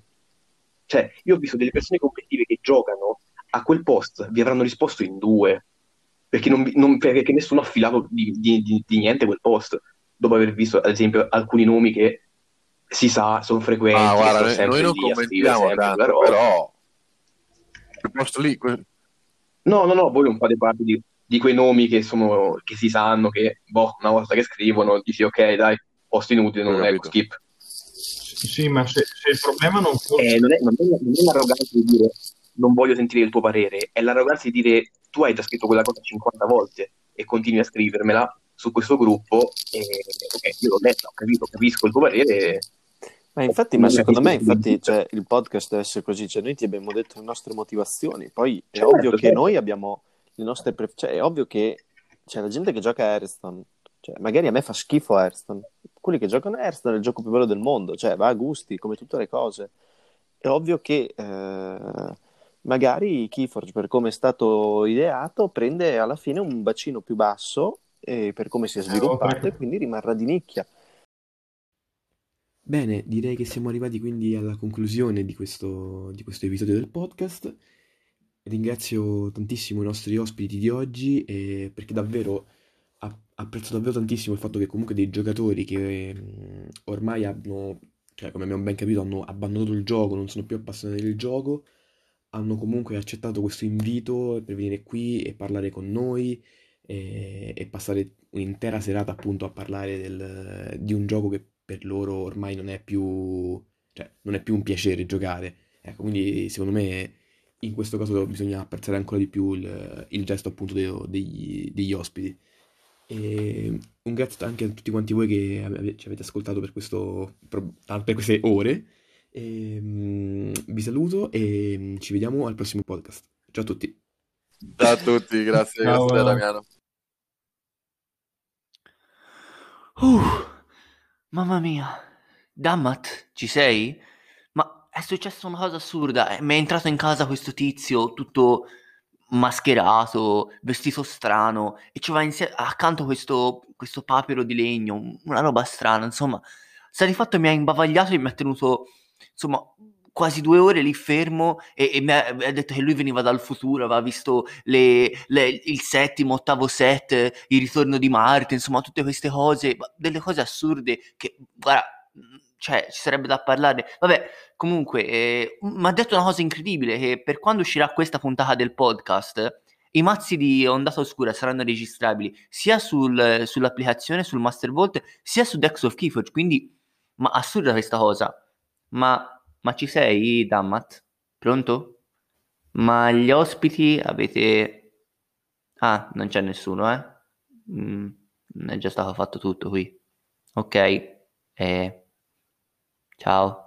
Cioè, io ho visto delle persone competitive che giocano a quel post, vi avranno risposto in due. perché, non, vi- non- perché nessuno ha filato di, di- di- di niente quel post, dopo aver visto ad esempio alcuni nomi che si sa sono Ma frequenti, che guarda, sono noi, noi sempre non lì a scrivere commentiamo sempre quella tanto, roba. però quel posto lì, que- No, no, no, voi non fate parte di, di quei nomi che sono, che si sanno che, boh, una volta che scrivono, dici ok, dai, posto inutile, ho non leggo, capito. skip. Sì, ma se, se il problema non fosse... Eh, non è, non è- non è l'arroganza di dire non voglio sentire il tuo parere, è l'arroganza di dire tu hai già scritto quella cosa cinquanta volte e continui a scrivermela su questo gruppo e ok, io l'ho letta, ho capito, capisco il tuo parere, Ma infatti, ma non secondo capisco me, il tuo infatti, input. cioè, il podcast deve essere così, cioè noi ti abbiamo detto le nostre motivazioni, poi è Certo, ovvio che certo. noi abbiamo le nostre pre- cioè è ovvio che c'è la gente che gioca a Hearthstone, cioè magari a me fa schifo Hearthstone, quelli che giocano a Hearthstone è il gioco più bello del mondo, cioè va a gusti, come tutte le cose. È ovvio che eh, magari Keyforge, per come è stato ideato, prende alla fine un bacino più basso e per come si è Eh, oltre sviluppato che... e quindi rimarrà di nicchia. Bene, direi che siamo arrivati quindi alla conclusione di questo, di questo episodio del podcast. Ringrazio tantissimo i nostri ospiti di oggi e perché davvero a- apprezzo davvero tantissimo il fatto che comunque dei giocatori che mm, ormai hanno, cioè come abbiamo ben capito, hanno abbandonato il gioco, non sono più appassionati del gioco, hanno comunque accettato questo invito per venire qui e parlare con noi e, e passare un'intera serata appunto a parlare del- di un gioco che per loro ormai non è più, cioè, non è più un piacere giocare. Ecco, quindi secondo me in questo caso bisogna apprezzare ancora di più il, il gesto appunto de- degli, degli ospiti. E un grazie anche a tutti quanti voi che ave- ci avete ascoltato per questo, per per queste ore. E, mm, vi saluto e mm, ci vediamo al prossimo podcast. Ciao a tutti. Ciao a tutti, grazie, grazie a te, Ciao. Damiano. Uh, mamma mia. Dammat, ci sei? Ma è successa una cosa assurda. eh, Mi è entrato in casa questo tizio tutto mascherato, vestito strano, e c'era insie- accanto questo, questo papero di legno, una roba strana, insomma. Sta di fatto mi ha imbavagliato e mi ha tenuto, insomma, quasi due ore lì fermo e, e mi ha, mi ha detto che lui veniva dal futuro, aveva visto le- le- il settimo, ottavo set, il ritorno di Marte, insomma, tutte queste cose, ma delle cose assurde che, guarda, cioè, ci sarebbe da parlare. Vabbè, comunque, eh, mi ha detto una cosa incredibile, che per quando uscirà questa puntata del podcast, i mazzi di Ondata Oscura saranno registrabili sia sul- sull'applicazione, sul Master Vault, sia su Dex of Keyforge, quindi, ma assurda questa cosa. Ma, ma ci sei, Dammat? Pronto? Ma gli ospiti avete... Ah, non c'è nessuno, eh? Mm, è già stato fatto tutto qui. Ok, eh, ciao.